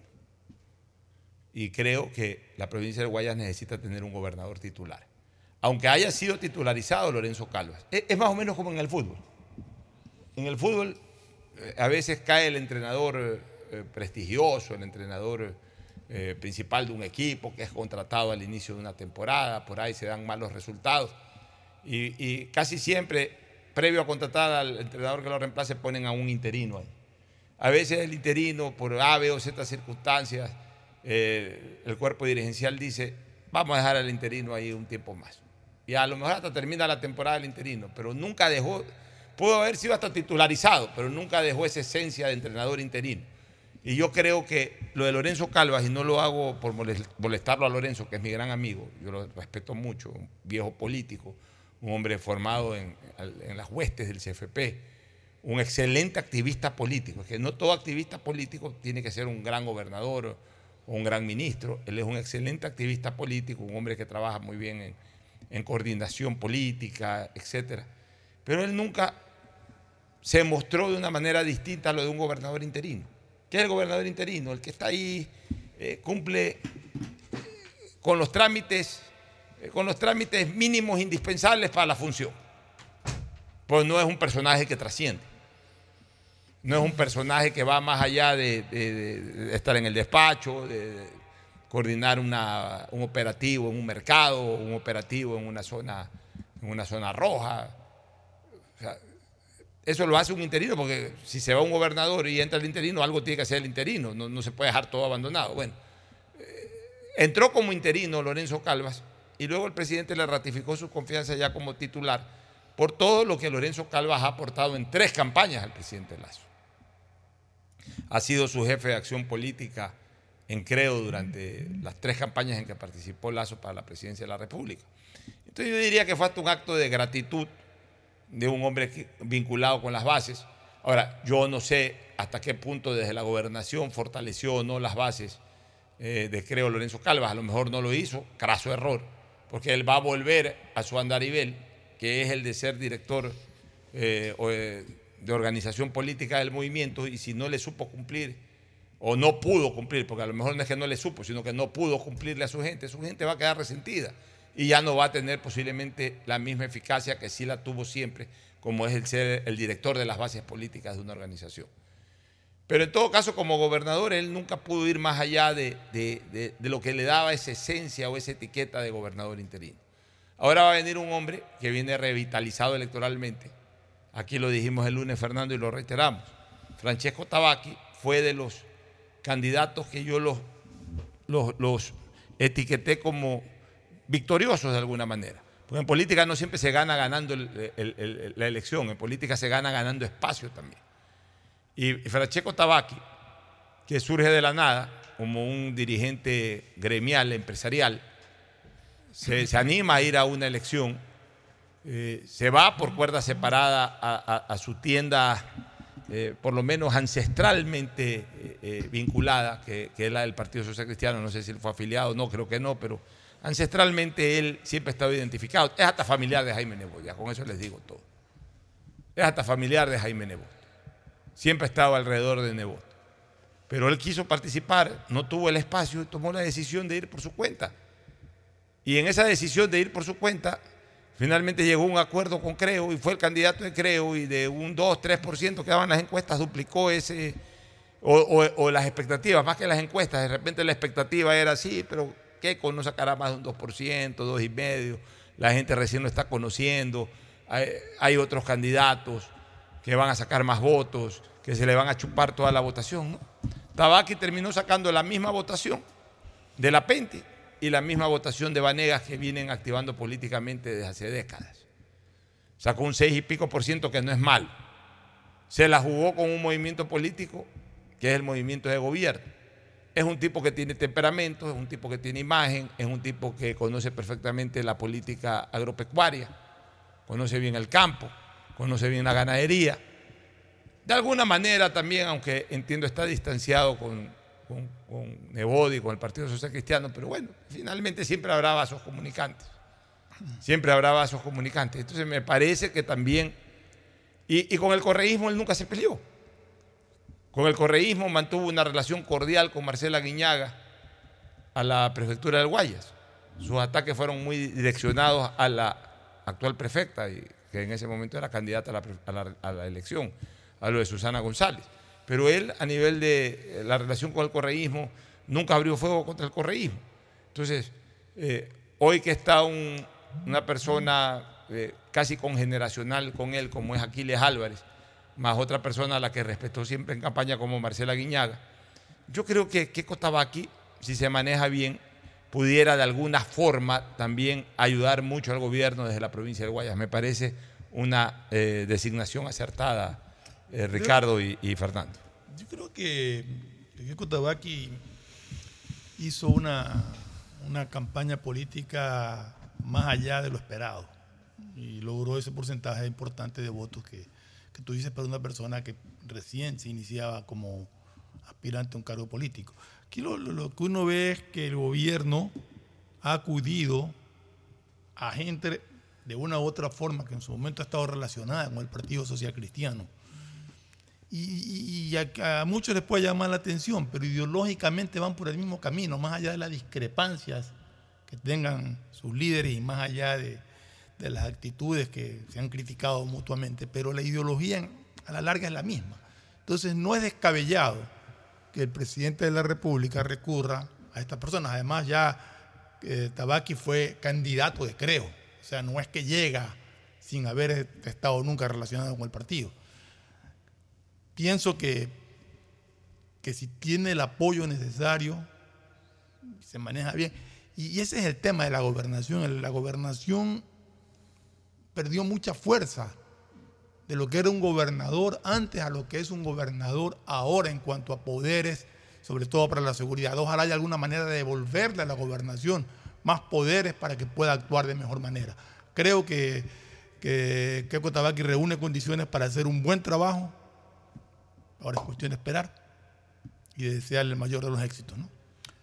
Y creo que la provincia del Guayas necesita tener un gobernador titular. Aunque haya sido titularizado Lorenzo Calvas. Es, es más o menos como en el fútbol. En el fútbol eh, a veces cae el entrenador eh, prestigioso, el entrenador eh, principal de un equipo que es contratado al inicio de una temporada, por ahí se dan malos resultados. Y, y casi siempre, previo a contratar al entrenador que lo reemplace, ponen a un interino ahí. A veces el interino, por A, B o Z circunstancias, Eh, el cuerpo dirigencial dice, vamos a dejar al interino ahí un tiempo más. Y a lo mejor hasta termina la temporada del interino, pero nunca dejó, pudo haber sido hasta titularizado, pero nunca dejó esa esencia de entrenador interino. Y yo creo que lo de Lorenzo Calvas, y no lo hago por molestarlo a Lorenzo, que es mi gran amigo, yo lo respeto mucho, un viejo político, un hombre formado en, en las huestes del C F P, un excelente activista político. Es que no todo activista político tiene que ser un gran gobernador un gran ministro. Él es un excelente activista político, un hombre que trabaja muy bien en, en coordinación política, etcétera. Pero él nunca se mostró de una manera distinta a lo de un gobernador interino. ¿Qué es el gobernador interino? El que está ahí, eh, cumple con los trámites, eh, con los trámites mínimos indispensables para la función. Pues no es un personaje que trasciende. No es un personaje que va más allá de, de, de estar en el despacho, de, de coordinar una, un operativo en un mercado, un operativo en una zona, en una zona roja. O sea, eso lo hace un interino, porque si se va un gobernador y entra el interino, algo tiene que hacer el interino, no, no se puede dejar todo abandonado. Bueno, eh, entró como interino Lorenzo Calvas y luego el presidente le ratificó su confianza ya como titular por todo lo que Lorenzo Calvas ha aportado en tres campañas al presidente Lasso. Ha sido su jefe de acción política en Creo durante las tres campañas en que participó Lasso para la presidencia de la República. Entonces yo diría que fue hasta un acto de gratitud de un hombre vinculado con las bases. Ahora, yo no sé hasta qué punto desde la gobernación fortaleció o no las bases eh, de Creo Lorenzo Calvas. A lo mejor no lo hizo, craso error, porque él va a volver a su andarivel, que es el de ser director eh, o, eh, de organización política del movimiento, y si no le supo cumplir o no pudo cumplir, porque a lo mejor no es que no le supo, sino que no pudo cumplirle a su gente, su gente va a quedar resentida y ya no va a tener posiblemente la misma eficacia que sí la tuvo siempre, como es el ser el director de las bases políticas de una organización. Pero en todo caso, como gobernador, él nunca pudo ir más allá de, de, de, de lo que le daba esa esencia o esa etiqueta de gobernador interino. Ahora va a venir un hombre que viene revitalizado electoralmente. Aquí lo dijimos el lunes, Fernando, y lo reiteramos. Francesco Tabaqui fue de los candidatos que yo los, los, los etiqueté como victoriosos de alguna manera. Porque en política no siempre se gana ganando el, el, el, la elección, en política se gana ganando espacio también. Y Francesco Tabaqui, que surge de la nada como un dirigente gremial, empresarial, se, se anima a ir a una elección. Eh, se va por cuerda separada a, a, a su tienda, eh, por lo menos ancestralmente eh, eh, vinculada, que, que es la del Partido Social Cristiano. No sé si él fue afiliado, no, creo que no, pero ancestralmente él siempre ha estado identificado. Es hasta familiar de Jaime Nebot, ya con eso les digo todo. Es hasta familiar de Jaime Nebot. Siempre ha estado alrededor de Nebot. Pero él quiso participar, no tuvo el espacio y tomó la decisión de ir por su cuenta. Y en esa decisión de ir por su cuenta, finalmente llegó a un acuerdo con Creo y fue el candidato de Creo, y de un dos, tres por ciento que daban las encuestas duplicó ese, o, o, o las expectativas, más que las encuestas. De repente la expectativa era así, pero Keiko no sacará más de un dos por ciento, dos y medio, la gente recién lo está conociendo, hay, hay otros candidatos que van a sacar más votos, que se le van a chupar toda la votación, ¿no? Tabaqui terminó sacando la misma votación de la Penti y la misma votación de Vanegas, que vienen activando políticamente desde hace décadas. Sacó un seis y pico por ciento, que no es mal. Se la jugó con un movimiento político que es el movimiento de gobierno. es un tipo que tiene temperamento, es un tipo que tiene imagen, es un tipo que conoce perfectamente la política agropecuaria, conoce bien el campo, conoce bien la ganadería. De alguna manera también, aunque entiendo está distanciado con, con, con Nebot y con el Partido Social Cristiano, pero bueno, finalmente siempre habrá vasos comunicantes. Siempre habrá vasos comunicantes. Entonces me parece que también, y, y con el correísmo él nunca se peleó. Con el correísmo mantuvo una relación cordial con Marcela Guiñaga a la prefectura del Guayas. Sus ataques fueron muy direccionados a la actual prefecta, y que en ese momento era candidata a la, a la, a la elección, a lo de Susana González. Pero él, a nivel de la relación con el correísmo, nunca abrió fuego contra el correísmo. Entonces, eh, hoy que está un, una persona eh, casi congeneracional con él, como es Aquiles Álvarez, más otra persona a la que respetó siempre en campaña como Marcela Guiñaga, yo creo que Keko Tabaqui, si se maneja bien, pudiera de alguna forma también ayudar mucho al gobierno desde la provincia del Guayas. Me parece una eh, designación acertada, eh, Ricardo y, y Fernando. Yo creo que Keko Tabaqui hizo una, una campaña política más allá de lo esperado y logró ese porcentaje importante de votos que, que tú dices para una persona que recién se iniciaba como aspirante a un cargo político. Aquí lo, lo, lo que uno ve es que el gobierno ha acudido a gente de una u otra forma que en su momento ha estado relacionada con el Partido Social Cristiano. Y, y, y a, a muchos les puede llamar la atención, pero ideológicamente van por el mismo camino, más allá de las discrepancias que tengan sus líderes y más allá de, de las actitudes que se han criticado mutuamente, pero la ideología a la larga es la misma. Entonces no es descabellado que el presidente de la República recurra a estas personas. Además ya eh, Tabaqui fue candidato de Creo, o sea, no es que llega sin haber estado nunca relacionado con el partido. Pienso que, que si tiene el apoyo necesario, se maneja bien. Y, y ese es el tema de la gobernación. La gobernación perdió mucha fuerza de lo que era un gobernador antes a lo que es un gobernador ahora en cuanto a poderes, sobre todo para la seguridad. Ojalá haya alguna manera de devolverle a la gobernación más poderes para que pueda actuar de mejor manera. Creo que, que Keko Tabaqui reúne condiciones para hacer un buen trabajo. Ahora es cuestión de esperar y de desearle el mayor de los éxitos, ¿no?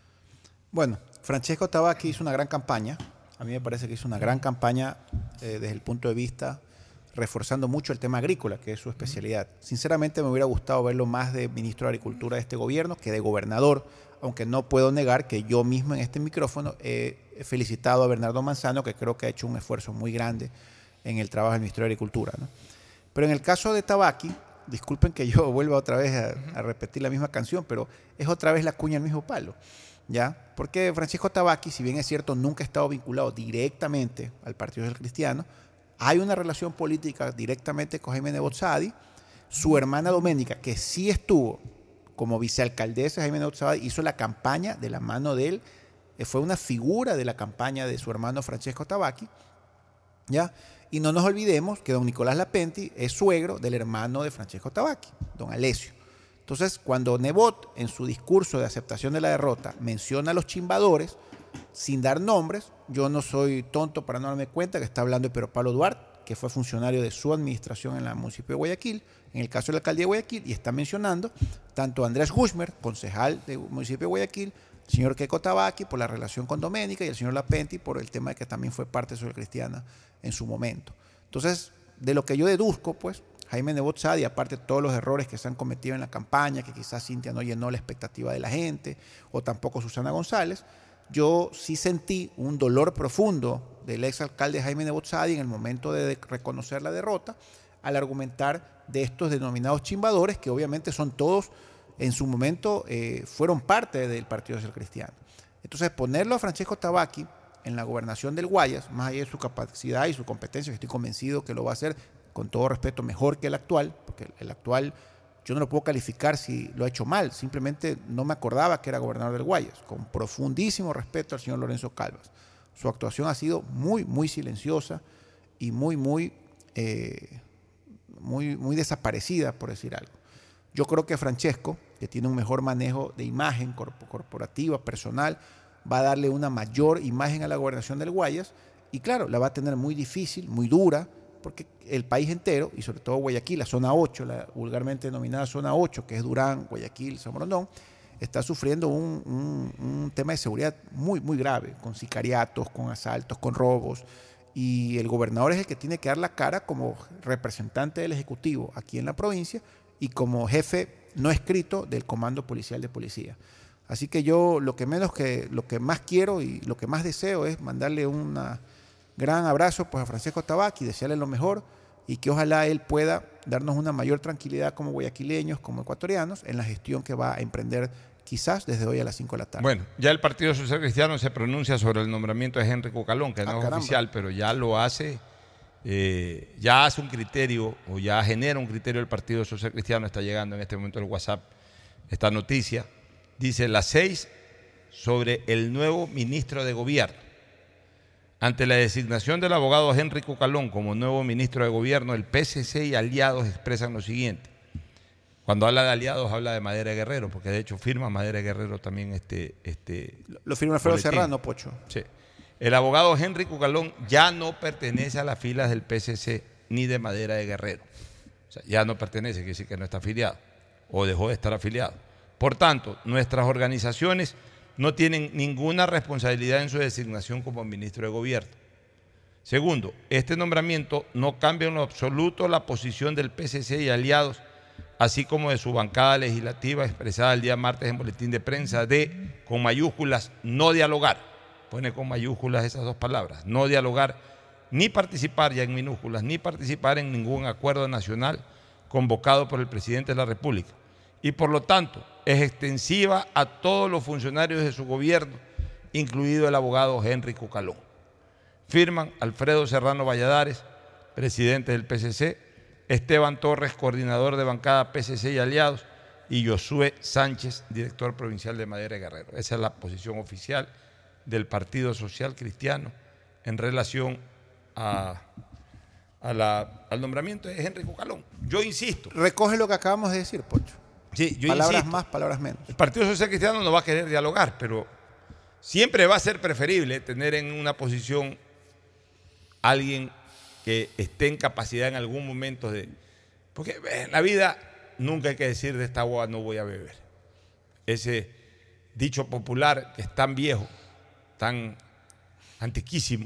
Bueno, Francesco Tabaqui hizo una gran campaña. A mí me parece que hizo una gran campaña eh, desde el punto de vista reforzando mucho el tema agrícola, que es su especialidad. Sinceramente me hubiera gustado verlo más de ministro de Agricultura de este gobierno que de gobernador, aunque no puedo negar que yo mismo en este micrófono he felicitado a Bernardo Manzano, que creo que ha hecho un esfuerzo muy grande en el trabajo del Ministerio de Agricultura, ¿no? Pero en el caso de Tabaqui, disculpen que yo vuelva otra vez a, a repetir la misma canción, pero es otra vez la cuña al mismo palo, ¿ya? Porque Francisco Tabaqui, si bien es cierto, nunca ha estado vinculado directamente al Partido Social Cristiano, hay una relación política directamente con Jaime Nebot Saadi. Su hermana Doménica, que sí estuvo como vicealcaldesa de Jaime Nebot Saadi, hizo la campaña de la mano de él, fue una figura de la campaña de su hermano Francesco Tabaqui, ¿ya? Y no nos olvidemos que don Nicolás Lapenti es suegro del hermano de Francesco Tabaqui, don Alessio. Entonces, cuando Nebot, en su discurso de aceptación de la derrota, menciona a los chimbadores, sin dar nombres, yo no soy tonto para no darme cuenta que está hablando de Pedro Pablo Duarte, que fue funcionario de su administración en el municipio de Guayaquil, en el caso de la alcaldía de Guayaquil, y está mencionando tanto a Andrés Guzmer, concejal del municipio de Guayaquil, el señor Keko Tabaqui por la relación con Doménica y el señor Lapenti por el tema de que también fue parte social cristiana en su momento. Entonces, de lo que yo deduzco, pues, Jaime Nebot Saadi, aparte de todos los errores que se han cometido en la campaña, que quizás Cintia no llenó la expectativa de la gente, o tampoco Susana González, yo sí sentí un dolor profundo del exalcalde Jaime Nebot Saadi en el momento de reconocer la derrota, al argumentar de estos denominados chimbadores, que obviamente son todos, en su momento, eh, fueron parte del Partido Social Cristiano. Entonces, ponerlo a Francesco Tabaqui en la gobernación del Guayas, más allá de su capacidad y su competencia, que estoy convencido que lo va a hacer, con todo respeto, mejor que el actual, porque el actual yo no lo puedo calificar si lo ha hecho mal, simplemente no me acordaba que era gobernador del Guayas, con profundísimo respeto al señor Lorenzo Calvas. Su actuación ha sido muy, muy silenciosa y muy, muy, eh, muy, muy desaparecida, por decir algo. Yo creo que Francesco, que tiene un mejor manejo de imagen corp- corporativa, personal, va a darle una mayor imagen a la gobernación del Guayas y claro, la va a tener muy difícil, muy dura, porque el país entero, y sobre todo Guayaquil, la zona ocho, la vulgarmente denominada zona ocho, que es Durán, Guayaquil, San Borondón, está sufriendo un, un, un tema de seguridad muy, muy grave, con sicariatos, con asaltos, con robos, y el gobernador es el que tiene que dar la cara como representante del Ejecutivo aquí en la provincia y como jefe no escrito del Comando Policial de Policía. Así que yo lo que menos que, lo que más quiero y lo que más deseo es mandarle un gran abrazo pues, a Francesco Tabaqui, desearle lo mejor y que ojalá él pueda darnos una mayor tranquilidad como guayaquileños, como ecuatorianos, en la gestión que va a emprender quizás desde hoy a las cinco de la tarde. Bueno, ya el Partido Social Cristiano se pronuncia sobre el nombramiento de Henry Cucalón, que no Ah, es caramba. oficial, pero ya lo hace, eh, ya hace un criterio o ya genera un criterio el Partido Social Cristiano. Está llegando en este momento el WhatsApp esta noticia. Dice las seis sobre el nuevo ministro de Gobierno. Ante la designación del abogado Henry Cucalón como nuevo ministro de Gobierno, el P C C y aliados expresan lo siguiente. Cuando habla de aliados, habla de Madera Guerrero, porque de hecho firma Madera Guerrero también este... este Lo firma Alfredo boletín. Serrano, Pocho. Sí. El abogado Henry Cucalón ya no pertenece a las filas del P C C ni de Madera de Guerrero. O sea, ya no pertenece, quiere decir que no está afiliado o dejó de estar afiliado. Por tanto, nuestras organizaciones no tienen ninguna responsabilidad en su designación como ministro de Gobierno. Segundo, este nombramiento no cambia en lo absoluto la posición del P C C y aliados, así como de su bancada legislativa expresada el día martes en boletín de prensa de, con mayúsculas, no dialogar. Pone con mayúsculas esas dos palabras, no dialogar, ni participar ya en minúsculas, ni participar en ningún acuerdo nacional convocado por el presidente de la República. Y por lo tanto, es extensiva a todos los funcionarios de su gobierno, incluido el abogado Henry Cucalón. Firman Alfredo Serrano Valladares, presidente del P C C, Esteban Torres, coordinador de bancada P C C y aliados, y Josué Sánchez, director provincial de Madera Guerrero. Esa es la posición oficial del Partido Social Cristiano en relación a, a la, al nombramiento de Henry Cucalón. Yo insisto. Recoge lo que acabamos de decir, Pocho. Sí, yo palabras insisto, más, palabras menos. El Partido Social Cristiano no va a querer dialogar, pero siempre va a ser preferible tener en una posición alguien que esté en capacidad en algún momento de... Porque en la vida nunca hay que decir de esta agua no voy a beber. Ese dicho popular que es tan viejo, tan antiquísimo,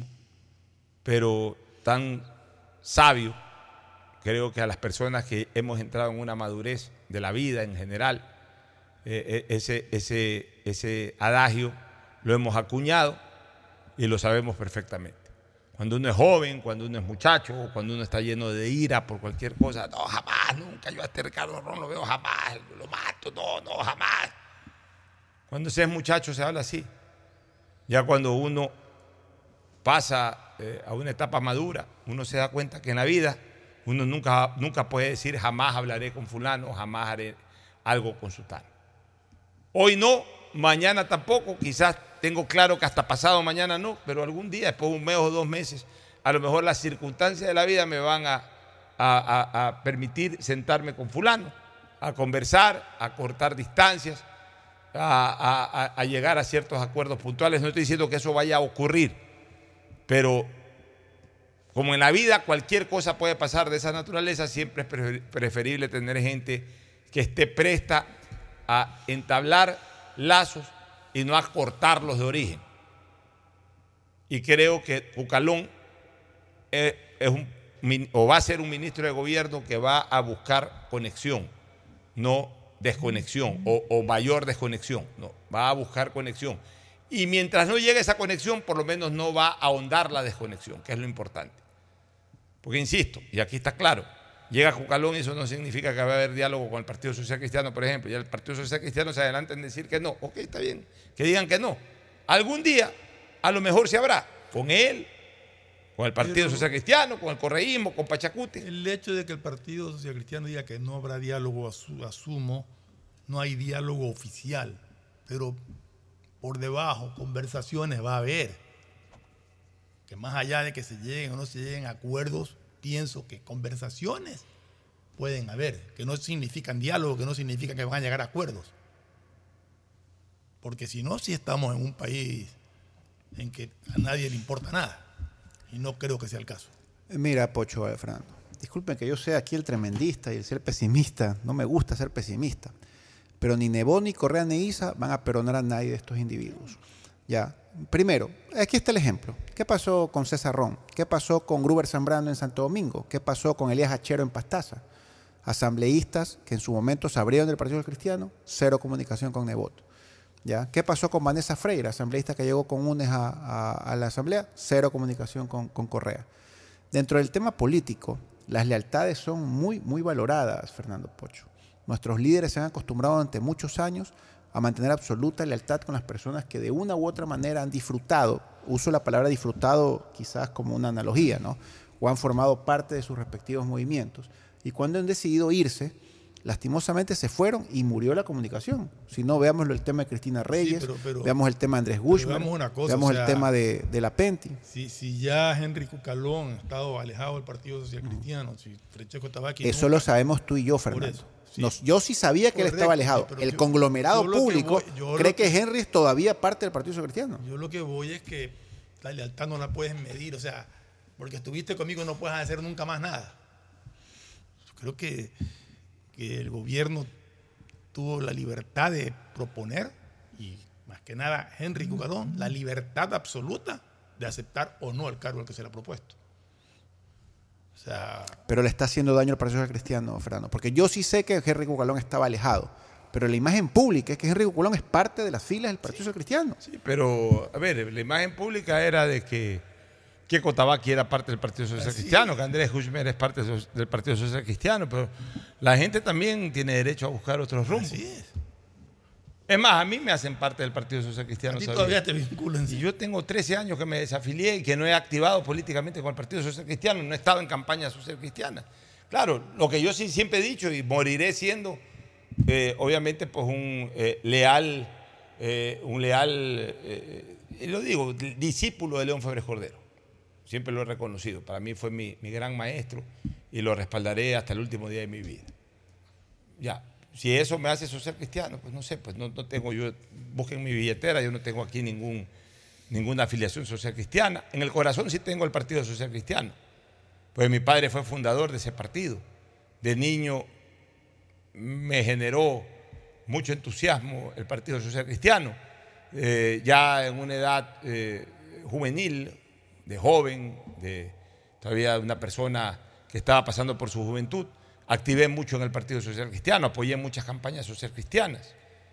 pero tan sabio, creo que a las personas que hemos entrado en una madurez de la vida en general, eh, ese, ese, ese adagio lo hemos acuñado y lo sabemos perfectamente. Cuando uno es joven, cuando uno es muchacho, cuando uno está lleno de ira por cualquier cosa, no, jamás, nunca, yo a este Ricardo Ron lo veo jamás, lo mato, no, no, jamás. Cuando se es muchacho se habla así. Ya cuando uno pasa eh, a una etapa madura, uno se da cuenta que en la vida uno nunca, nunca puede decir jamás hablaré con fulano, jamás haré algo con sutano. Hoy no, mañana tampoco, quizás tengo claro que hasta pasado mañana no, pero algún día, después de un mes o dos meses, a lo mejor las circunstancias de la vida me van a, a, a, a permitir sentarme con fulano, a conversar, a cortar distancias, a, a, a llegar a ciertos acuerdos puntuales. No estoy diciendo que eso vaya a ocurrir, pero como en la vida cualquier cosa puede pasar de esa naturaleza, siempre es preferible tener gente que esté presta a entablar lazos y no a cortarlos de origen. Y creo que Cucalón es, es un, o va a ser un ministro de gobierno que va a buscar conexión, no desconexión o, o mayor desconexión, no, va a buscar conexión. Y mientras no llegue esa conexión, por lo menos no va a ahondar la desconexión, que es lo importante. Porque insisto, y aquí está claro, llega Cucalón y eso no significa que va a haber diálogo con el Partido Social Cristiano, por ejemplo, y el Partido Social Cristiano se adelanta en decir que no. Ok, está bien, que digan que no. Algún día, a lo mejor se habrá, con él, con el Partido Pero, Social Cristiano, con el correísmo, con Pachacuti. El hecho de que el Partido Social Cristiano diga que no habrá diálogo, asumo, no hay diálogo oficial, pero por debajo, conversaciones va a haber. Que más allá de que se lleguen o no se lleguen a acuerdos, pienso que conversaciones pueden haber, que no significan diálogo, que no significa que van a llegar a acuerdos. Porque si no, sí estamos en un país en que a nadie le importa nada. Y no creo que sea el caso. Mira, Pocho, eh, Fernando, disculpen que yo sea aquí el tremendista y el ser pesimista. No me gusta ser pesimista. Pero ni Nebot, ni Correa, ni Isa van a perdonar a nadie de estos individuos. Ya. Primero, aquí está el ejemplo. ¿Qué pasó con César Ron? ¿Qué pasó con Gruber Zambrano en Santo Domingo? ¿Qué pasó con Elías Hachero en Pastaza? Asambleístas que en su momento se abrieron del Partido Cristiano, cero comunicación con Nebot. ¿Ya? ¿Qué pasó con Vanessa Freire, asambleísta que llegó con UNES a, a, a la asamblea? Cero comunicación con, con Correa. Dentro del tema político, las lealtades son muy, muy valoradas, Fernando Pocho. Nuestros líderes se han acostumbrado durante muchos años a mantener absoluta lealtad con las personas que de una u otra manera han disfrutado, uso la palabra disfrutado quizás como una analogía, ¿no? O han formado parte de sus respectivos movimientos. Y cuando han decidido irse, lastimosamente se fueron y murió la comunicación. Si no, veámoslo el tema de Cristina Reyes, sí, pero, pero, veamos el tema de Andrés Guzmán, veamos, una cosa, veamos o sea, el tema de, de la Penti. Si, si ya Henry Cucalón ha estado alejado del Partido Social Cristiano, uh-huh. si Francesco Tabaqui... Eso nunca, lo sabemos tú y yo, Fernando. Sí. Nos, yo sí sabía que Correcto, él estaba alejado. El yo, conglomerado yo público que voy, cree que, que Henry es todavía parte del Partido Social Cristiano. Yo lo que voy es que la lealtad no la puedes medir, o sea, porque estuviste conmigo no puedes hacer nunca más nada. Yo creo que, que el gobierno tuvo la libertad de proponer, y más que nada Henry Cucalón, la libertad absoluta de aceptar o no el cargo al que se le ha propuesto. O sea, pero le está haciendo daño al Partido Social Cristiano, Fernando, porque yo sí sé que Henry Cucalón estaba alejado, pero la imagen pública es que Henry Cucalón es parte de las filas del Partido Social Cristiano. Sí, pero, a ver, la imagen pública era de que Keko Tabaqui era parte del Partido Social Así Cristiano, es. que Andrés Guzmán es parte del Partido Social Cristiano, pero la gente también tiene derecho a buscar otros rumbos. Así es. Es más, a mí me hacen parte del Partido Social Cristiano. A ti todavía te vinculan. Y yo tengo trece años que me desafilié y que no he activado políticamente con el Partido Social Cristiano, no he estado en campaña social cristiana. Claro, lo que yo sí siempre he dicho y moriré siendo, eh, obviamente, pues un eh, leal, eh, un leal, eh, y lo digo, discípulo de León Febres Cordero. Siempre lo he reconocido. Para mí fue mi, mi gran maestro y lo respaldaré hasta el último día de mi vida. Ya. Si eso me hace social cristiano, pues no sé, pues no, no tengo yo, busquen mi billetera, yo no tengo aquí ningún, ninguna afiliación social cristiana. En el corazón sí tengo el Partido Social Cristiano, pues mi padre fue fundador de ese partido. De niño me generó mucho entusiasmo el Partido Social Cristiano. Eh, ya en una edad eh, juvenil, de joven, de todavía una persona que estaba pasando por su juventud, activé mucho en el Partido Social Cristiano, apoyé muchas campañas social cristianas.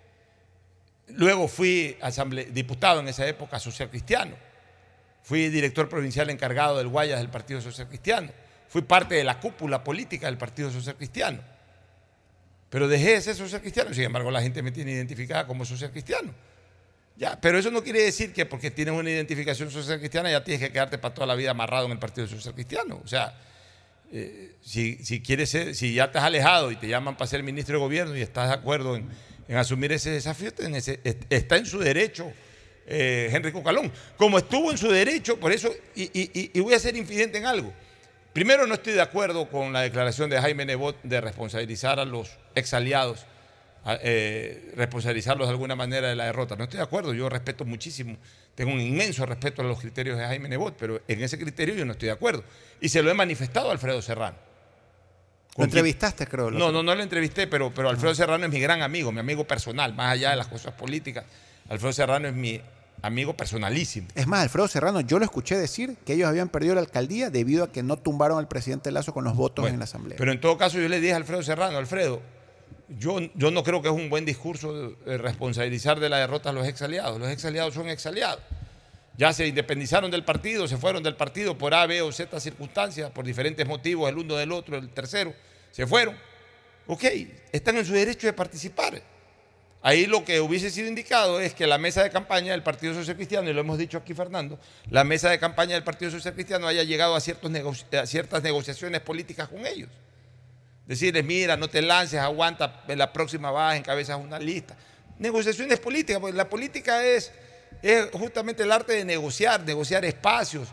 Luego fui asamble- diputado en esa época social cristiano. Fui director provincial encargado del Guayas del Partido Social Cristiano. Fui parte de la cúpula política del Partido Social Cristiano. Pero dejé de ser social cristiano, sin embargo la gente me tiene identificada como social cristiano. Ya, pero eso no quiere decir que porque tienes una identificación social cristiana ya tienes que quedarte para toda la vida amarrado en el Partido Social Cristiano. O sea, Eh, si, si quieres ser, si ya te has alejado y te llaman para ser ministro de gobierno y estás de acuerdo en, en asumir ese desafío, en ese, está en su derecho eh, Henry Cucalón, como estuvo en su derecho, por eso, y, y, y voy a ser infidente en algo. Primero, no estoy de acuerdo con la declaración de Jaime Nebot de responsabilizar a los exaliados, a, eh, responsabilizarlos de alguna manera de la derrota. No estoy de acuerdo, yo respeto muchísimo, tengo un inmenso respeto a los criterios de Jaime Nebot, pero en ese criterio yo no estoy de acuerdo. Y se lo he manifestado a Alfredo Serrano. ¿Lo entrevistaste, creo? No, no, no lo entrevisté, pero, pero Alfredo Serrano es mi gran amigo, mi amigo personal, más allá de las cosas políticas. Alfredo Serrano es mi amigo personalísimo. Es más, Alfredo Serrano, yo lo escuché decir que ellos habían perdido la alcaldía debido a que no tumbaron al presidente Lazo con los votos bueno, en la asamblea. Pero en todo caso yo le dije a Alfredo Serrano, Alfredo, yo, yo no creo que es un buen discurso de responsabilizar de la derrota a los exaliados. Los exaliados son exaliados. Ya se independizaron del partido, se fueron del partido por A, B o Z circunstancias, por diferentes motivos, el uno del otro, el tercero, se fueron. Ok, están en su derecho de participar. Ahí lo que hubiese sido indicado es que la mesa de campaña del Partido Social Cristiano, y lo hemos dicho aquí, Fernando, la mesa de campaña del Partido Social Cristiano haya llegado a, ciertos negoci- a ciertas negociaciones políticas con ellos. Decirles, mira, no te lances, aguanta, en la próxima vas, encabezas una lista. Negociaciones políticas, porque la política es... es justamente el arte de negociar, negociar espacios,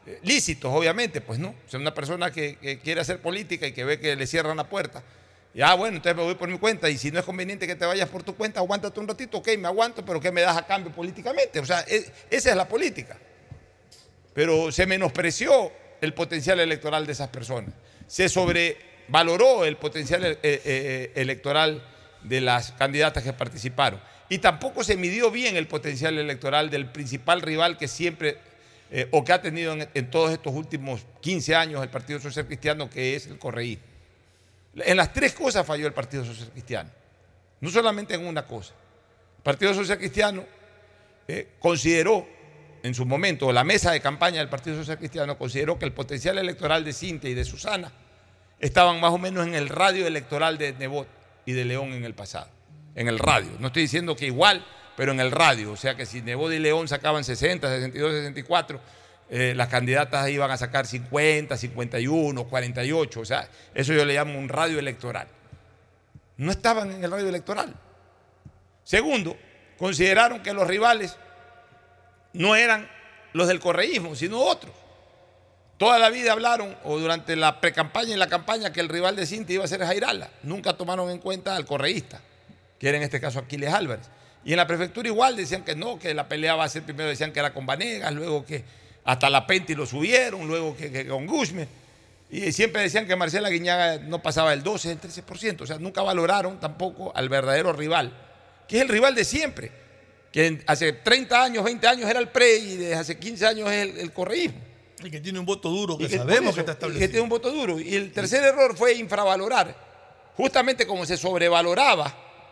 eh, lícitos, obviamente, pues no. O sea, una persona que, que quiere hacer política y que ve que le cierran la puerta. Ya, bueno, entonces me voy por mi cuenta y si no es conveniente que te vayas por tu cuenta, aguántate un ratito, ok, me aguanto, pero ¿qué me das a cambio políticamente? O sea, es, esa es la política. Pero se menospreció el potencial electoral de esas personas. Se sobrevaloró el potencial eh, eh, electoral de las candidatas que participaron. Y tampoco se midió bien el potencial electoral del principal rival que siempre, eh, o que ha tenido en, en todos estos últimos quince años el Partido Social Cristiano, que es el correísmo. En las tres cosas falló el Partido Social Cristiano, no solamente en una cosa. El Partido Social Cristiano eh, consideró en su momento, la mesa de campaña del Partido Social Cristiano consideró que el potencial electoral de Cintia y de Susana estaban más o menos en el radio electoral de Nebot y de León en el pasado, en el radio. No estoy diciendo que igual, pero en el radio. O sea que si Nebot y León sacaban sesenta, sesenta y dos, sesenta y cuatro, eh, las candidatas iban a sacar cincuenta, cincuenta y uno, cuarenta y ocho. O sea, eso yo le llamo un radio electoral. No estaban en el radio electoral. Segundo, consideraron que los rivales no eran los del correísmo, sino otros. Toda la vida hablaron, o durante la precampaña y la campaña, que el rival de Cintia iba a ser Jairala. Nunca tomaron en cuenta al correísta, que era en este caso Aquiles Álvarez. Y en la prefectura igual decían que no, que la pelea va a ser, primero decían que era con Vanegas, luego que hasta la Penti lo subieron, luego que, que con Guzmán. Y siempre decían que Marcela Guiñaga no pasaba el doce, el trece por ciento. O sea, nunca valoraron tampoco al verdadero rival, que es el rival de siempre, que hace treinta años, veinte años era el P R E y desde hace quince años es el, el correísmo. Y que tiene un voto duro, que, que sabemos eso, que está establecido. Y que tiene un voto duro. Y el tercer error fue infravalorar. Justamente como se sobrevaloraba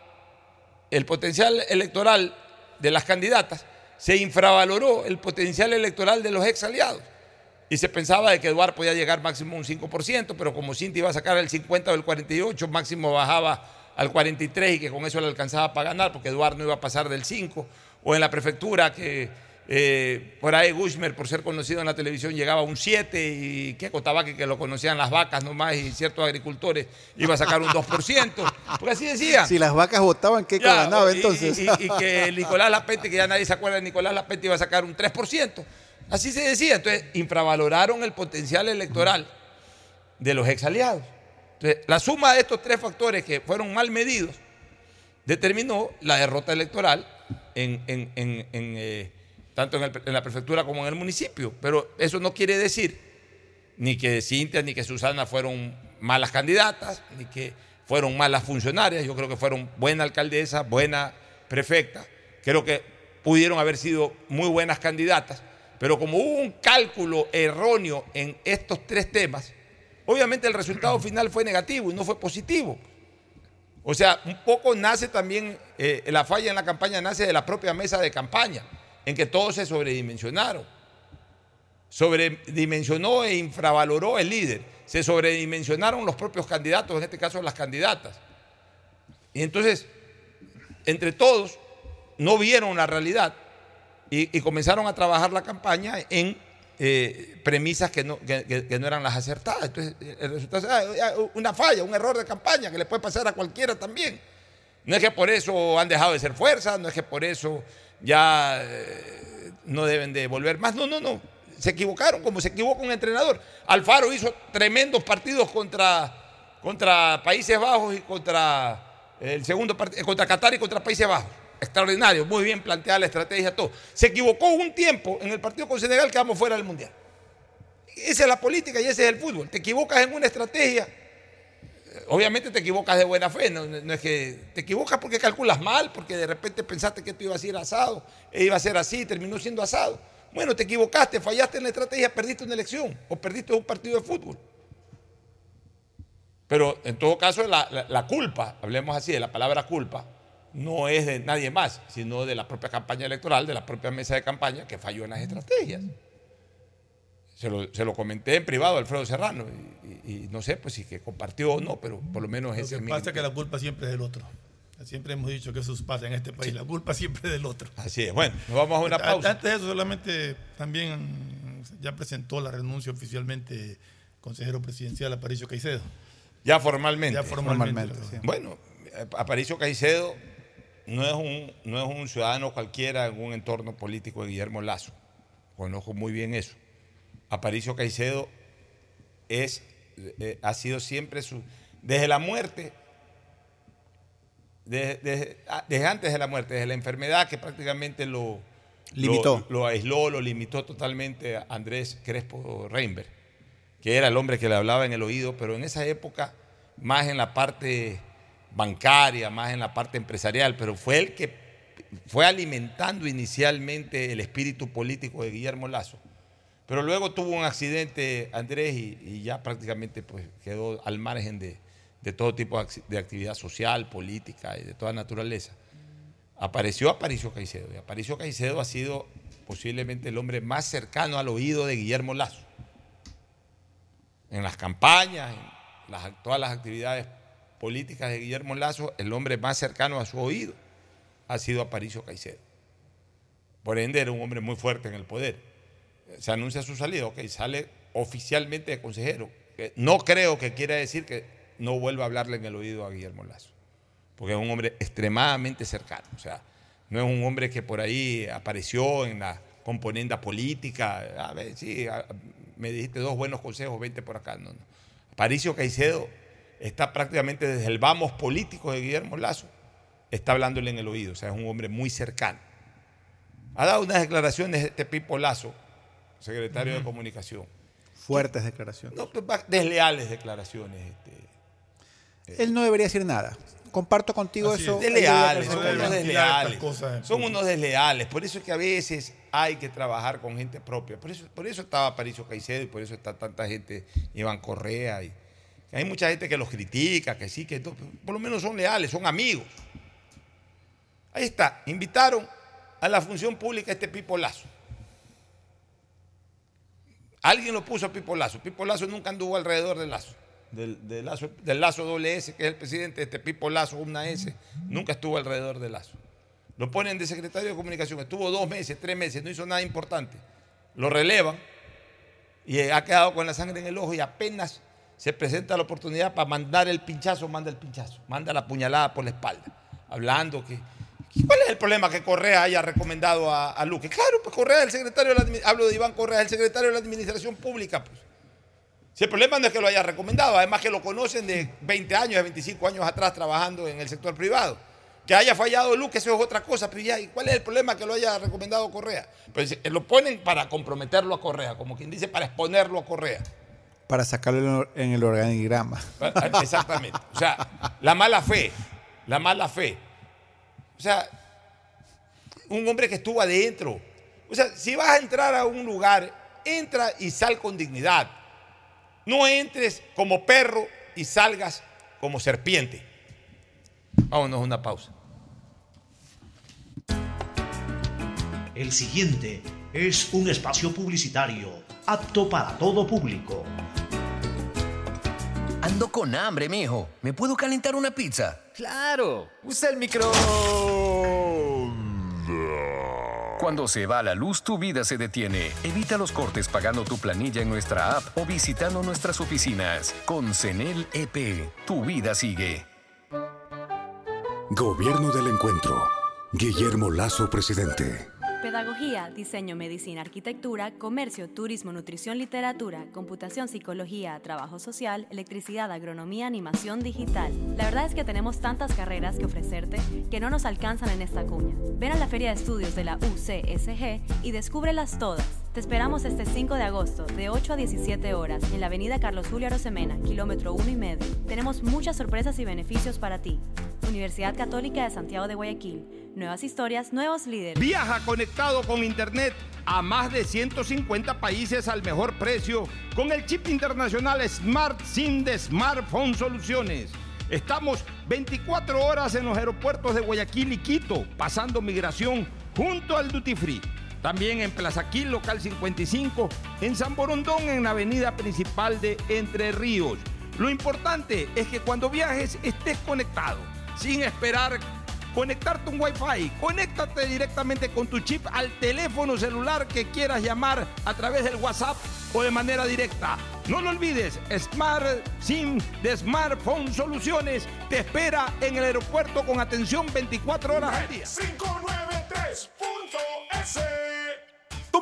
el potencial electoral de las candidatas, se infravaloró el potencial electoral de los ex aliados. Y se pensaba de que Eduardo podía llegar máximo a un cinco por ciento, pero como Cintia iba a sacar el cincuenta o el cuarenta y ocho, máximo bajaba al cuarenta y tres y que con eso le alcanzaba para ganar, porque Eduardo no iba a pasar del cinco. O en la prefectura que eh, por ahí Guzmán, por ser conocido en la televisión, llegaba a un siete y que Cotabaque, que lo conocían las vacas nomás y ciertos agricultores, iba a sacar un dos por ciento. Porque así decían. Si las vacas votaban, ¿qué ganaba y, entonces? Y, y, y que Nicolás Lapente, que ya nadie se acuerda de Nicolás Lapente, iba a sacar un tres por ciento. Así se decía. Entonces, infravaloraron el potencial electoral de los ex aliados. Entonces, la suma de estos tres factores que fueron mal medidos determinó la derrota electoral en, en, en, en, eh, tanto en, el, en la prefectura como en el municipio. Pero eso no quiere decir ni que Cintia ni que Susana fueron malas candidatas, ni que fueron malas funcionarias. Yo creo que fueron buena alcaldesa, buena prefecta. Creo que pudieron haber sido muy buenas candidatas, pero como hubo un cálculo erróneo en estos tres temas, obviamente el resultado final fue negativo y no fue positivo. O sea, un poco nace también, eh, la falla en la campaña nace de la propia mesa de campaña, en que todos se sobredimensionaron. Sobredimensionó e infravaloró el líder. Se sobredimensionaron los propios candidatos, en este caso las candidatas. Y entonces, entre todos, no vieron la realidad y, y comenzaron a trabajar la campaña en eh, premisas que no, que, que no eran las acertadas. Entonces, el resultado es una falla, un error de campaña que le puede pasar a cualquiera también. No es que por eso han dejado de ser fuerza, no es que por eso ya eh, no deben de volver más. No, no, no. Se equivocaron como se equivoca un entrenador. Alfaro hizo tremendos partidos contra, contra Países Bajos y contra el segundo partido, contra Qatar y contra Países Bajos. Extraordinario, muy bien planteada la estrategia, todo. Se equivocó un tiempo en el partido con Senegal, quedamos fuera del Mundial. Esa es la política y ese es el fútbol. Te equivocas en una estrategia, obviamente te equivocas de buena fe, no, no es que te equivocas porque calculas mal, porque de repente pensaste que esto iba a ser asado, e iba a ser así, terminó siendo asado. Bueno, te equivocaste, fallaste en la estrategia, perdiste una elección o perdiste un partido de fútbol. Pero en todo caso la, la, la culpa, hablemos así de la palabra culpa, no es de nadie más, sino de la propia campaña electoral, de la propia mesa de campaña que falló en las estrategias. Se lo, se lo comenté en privado a Alfredo Serrano y, y, y no sé pues si que compartió o no, pero por lo menos ese es mi... Lo que pasa es que la culpa siempre es del otro. Siempre hemos dicho que eso pasa en este país, sí. La culpa siempre es del otro. Así es. Bueno, nos vamos a una pausa. Antes de eso, solamente también ya presentó la renuncia oficialmente el consejero presidencial Aparicio Caicedo. Ya formalmente. Ya formalmente. formalmente sí. Bueno, Aparicio Caicedo no es, un, no es un ciudadano cualquiera en un entorno político de Guillermo Lazo. Conozco muy bien eso. Aparicio Caicedo es, eh, ha sido siempre su... Desde la muerte, desde, desde, desde antes de la muerte, desde la enfermedad que prácticamente lo... Limitó. Lo, lo aisló, lo limitó totalmente a Andrés Crespo Reinberg, que era el hombre que le hablaba en el oído, pero en esa época más en la parte bancaria, más en la parte empresarial, pero fue el que fue alimentando inicialmente el espíritu político de Guillermo Lasso. Pero luego tuvo un accidente Andrés y, y ya prácticamente pues, quedó al margen de, de todo tipo de actividad social, política y de toda naturaleza. Apareció Aparicio Caicedo, y Aparicio Caicedo ha sido posiblemente el hombre más cercano al oído de Guillermo Lasso. En las campañas, en las, todas las actividades políticas de Guillermo Lasso, el hombre más cercano a su oído ha sido Aparicio Caicedo. Por ende, era un hombre muy fuerte en el poder. Se anuncia su salida, ok, sale oficialmente de consejero. No creo que quiera decir que no vuelva a hablarle en el oído a Guillermo Lasso, porque es un hombre extremadamente cercano. O sea, no es un hombre que por ahí apareció en la componenda política. A ver, sí, a, me dijiste dos buenos consejos, vente por acá. No, no. Aparicio Caicedo está prácticamente desde el vamos político de Guillermo Lasso, está hablándole en el oído. O sea, es un hombre muy cercano. Ha dado unas declaraciones este Pipo Lasso, secretario uh-huh. de Comunicación. Fuertes declaraciones. No, pues, desleales declaraciones. Este, Él no debería decir nada. Comparto contigo Así eso. Es. Desleales, son unos desleales. Son unos desleales. Por eso es que a veces hay que trabajar con gente propia. Por eso, por eso estaba Aparicio Caicedo y por eso está tanta gente, Iván Correa. Y, hay mucha gente que los critica, que sí, que todo, por lo menos son leales, son amigos. Ahí está. Invitaron a la función pública a este Pipo Lasso. Alguien lo puso a Pipo Lasso. Pipo Lasso nunca anduvo alrededor del Lasso. Del, del, Lazo, del Lazo doble S, que es el presidente de este Pipo Lasso, una S, nunca estuvo alrededor del Lazo. Lo ponen de secretario de Comunicación, estuvo dos meses, tres meses, no hizo nada importante. Lo relevan y ha quedado con la sangre en el ojo y apenas se presenta la oportunidad para mandar el pinchazo, manda el pinchazo, manda la puñalada por la espalda, hablando que... ¿Cuál es el problema que Correa haya recomendado a, a Luque? Claro, pues Correa es el secretario de la, hablo de Iván Correa, es el secretario de la Administración Pública, pues. Si el problema no es que lo haya recomendado, además que lo conocen de veinte años, de veinticinco años atrás trabajando en el sector privado. Que haya fallado Luque, eso es otra cosa, pero ya, ¿y cuál es el problema que lo haya recomendado Correa? Pues lo ponen para comprometerlo a Correa, como quien dice, para exponerlo a Correa. Para sacarlo en el organigrama. Exactamente. O sea, la mala fe, la mala fe. O sea, un hombre que estuvo adentro. O sea, si vas a entrar a un lugar, entra y sal con dignidad. No entres como perro y salgas como serpiente. Vámonos a una pausa. El siguiente es un espacio publicitario apto para todo público. Ando con hambre, mijo. ¿Me puedo calentar una pizza? ¡Claro! ¡Usa el micro! Cuando se va la luz, tu vida se detiene. Evita los cortes pagando tu planilla en nuestra app o visitando nuestras oficinas. Con CENEL E P, tu vida sigue. Gobierno del Encuentro. Guillermo Lasso, presidente. Pedagogía, diseño, medicina, arquitectura, comercio, turismo, nutrición, literatura, computación, psicología, trabajo social, electricidad, agronomía, animación digital. La verdad es que tenemos tantas carreras que ofrecerte que no nos alcanzan en esta cuña. Ven a la Feria de Estudios de la U C S G y descúbrelas todas. Te esperamos este cinco de agosto, de ocho a diecisiete horas, en la avenida Carlos Julio Arosemena, kilómetro uno y medio. Tenemos muchas sorpresas y beneficios para ti. Universidad Católica de Santiago de Guayaquil. Nuevas historias, nuevos líderes. Viaja conectado con Internet a más de ciento cincuenta países al mejor precio con el chip internacional Smart SIM de Smartphone Soluciones. Estamos veinticuatro horas en los aeropuertos de Guayaquil y Quito, pasando migración junto al Duty Free. También en Plaza Quil, local cincuenta y cinco, en San Borondón, en la avenida principal de Entre Ríos. Lo importante es que cuando viajes estés conectado, sin esperar conectarte a un Wi-Fi. Conéctate directamente con tu chip al teléfono celular que quieras llamar a través del WhatsApp o de manera directa. No lo olvides, Smart SIM de Smartphone Soluciones te espera en el aeropuerto con atención veinticuatro horas al día. cinco nueve tres punto es.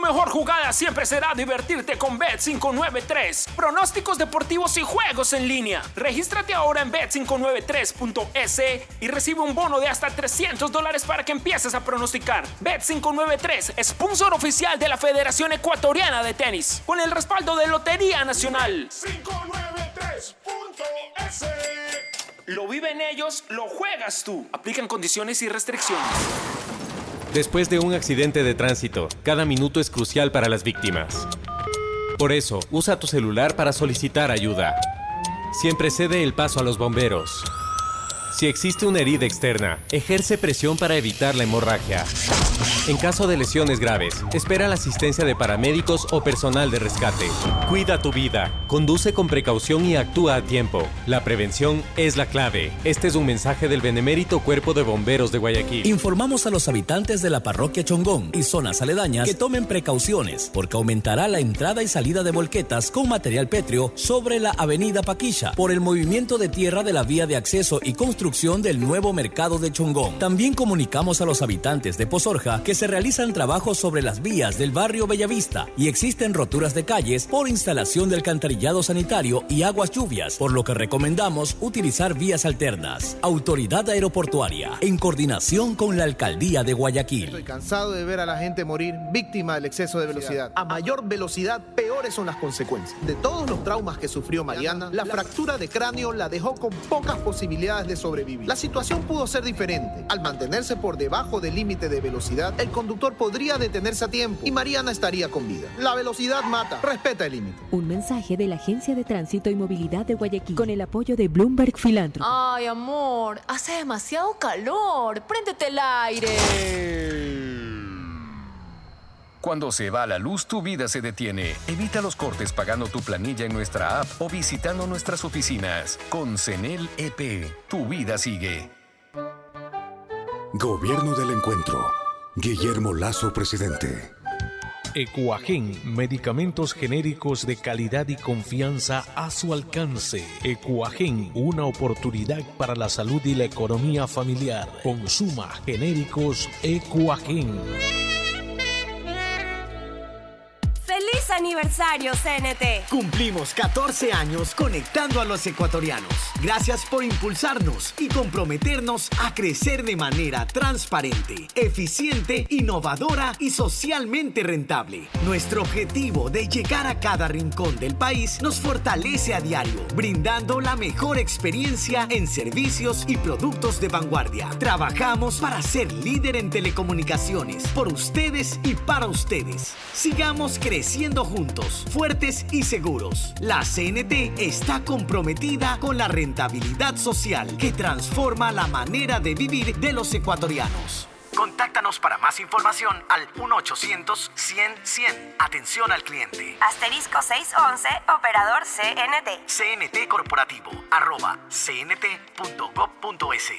mejor jugada siempre será divertirte con Bet cinco nueve tres. Pronósticos deportivos y juegos en línea. Regístrate ahora en bet cinco nueve tres punto es y recibe un bono de hasta trescientos dólares para que empieces a pronosticar. Bet cinco nueve tres, sponsor oficial de la Federación Ecuatoriana de Tenis, con el respaldo de Lotería Nacional. cinco nueve tres punto es. Lo viven ellos, lo juegas tú. Aplican condiciones y restricciones. Después de un accidente de tránsito, cada minuto es crucial para las víctimas. Por eso, usa tu celular para solicitar ayuda. Siempre cede el paso a los bomberos. Si existe una herida externa, ejerce presión para evitar la hemorragia. En caso de lesiones graves, espera la asistencia de paramédicos o personal de rescate. Cuida tu vida, conduce con precaución y actúa a tiempo. La prevención es la clave. Este es un mensaje del Benemérito Cuerpo de Bomberos de Guayaquil. Informamos a los habitantes de la parroquia Chongón y zonas aledañas que tomen precauciones, porque aumentará la entrada y salida de volquetas con material pétreo sobre la avenida Paquilla por el movimiento de tierra de la vía de acceso y construcción del nuevo mercado de Chongón. También comunicamos a los habitantes de Pozorja que se realizan trabajos sobre las vías del barrio Bellavista y existen roturas de calles por instalación del alcantarillado sanitario y aguas lluvias, por lo que recomendamos utilizar vías alternas. Autoridad Aeroportuaria, en coordinación con la Alcaldía de Guayaquil. Estoy cansado de ver a la gente morir víctima del exceso de velocidad. A mayor velocidad, peores son las consecuencias. De todos los traumas que sufrió Mariana, la fractura de cráneo la dejó con pocas posibilidades de sobrevivir. La situación pudo ser diferente. Al mantenerse por debajo del límite de velocidad, el conductor podría detenerse a tiempo y Mariana estaría con vida. La velocidad mata. Respeta el límite. Un mensaje de la Agencia de Tránsito y Movilidad de Guayaquil con el apoyo de Bloomberg Philanthropy. Ay, amor, hace demasiado calor. Préndete el aire. Cuando se va la luz, tu vida se detiene. Evita los cortes pagando tu planilla en nuestra app o visitando nuestras oficinas. Con CENEL E P, tu vida sigue. Gobierno del Encuentro. Guillermo Lasso, presidente. Ecuagen, medicamentos genéricos de calidad y confianza a su alcance. Ecuagen, una oportunidad para la salud y la economía familiar. Consuma genéricos Ecuagen. ¡Feliz aniversario, C N T! Cumplimos catorce años conectando a los ecuatorianos. Gracias por impulsarnos y comprometernos a crecer de manera transparente, eficiente, innovadora y socialmente rentable. Nuestro objetivo de llegar a cada rincón del país nos fortalece a diario, brindando la mejor experiencia en servicios y productos de vanguardia. Trabajamos para ser líder en telecomunicaciones, por ustedes y para ustedes. Sigamos creciendo juntos, fuertes y seguros. La C N T está comprometida con la rentabilidad social que transforma la manera de vivir de los ecuatorianos. Contáctanos para más información al uno ochocientos cien cien. Atención al cliente. Asterisco seiscientos once, operador C N T. C N T Corporativo, arroba cnt punto gov punto es.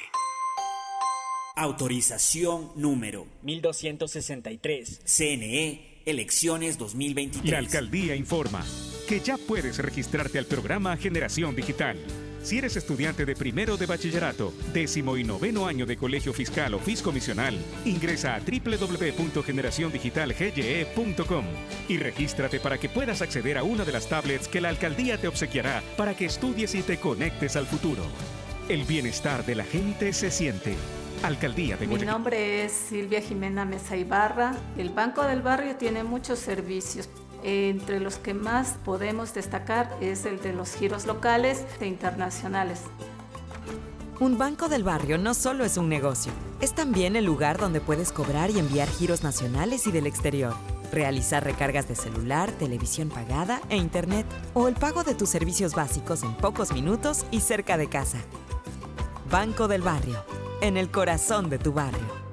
Autorización número mil doscientos sesenta y tres. C N E. Elecciones dos mil veintitrés. La alcaldía informa que ya puedes registrarte al programa Generación Digital. Si eres estudiante de primero de bachillerato, décimo y noveno año de colegio fiscal o fiscomisional, ingresa a doble u doble u doble u punto generación digital g y e punto com y regístrate para que puedas acceder a una de las tablets que la alcaldía te obsequiará para que estudies y te conectes al futuro. El bienestar de la gente se siente. Alcaldía de Guayaquil. Mi nombre es Silvia Jimena Mesa Ibarra. El Banco del Barrio tiene muchos servicios. Entre los que más podemos destacar es el de los giros locales e internacionales. Un Banco del Barrio no solo es un negocio, es también el lugar donde puedes cobrar y enviar giros nacionales y del exterior, realizar recargas de celular, televisión pagada e internet, o el pago de tus servicios básicos en pocos minutos y cerca de casa. Banco del Barrio, en el corazón de tu barrio.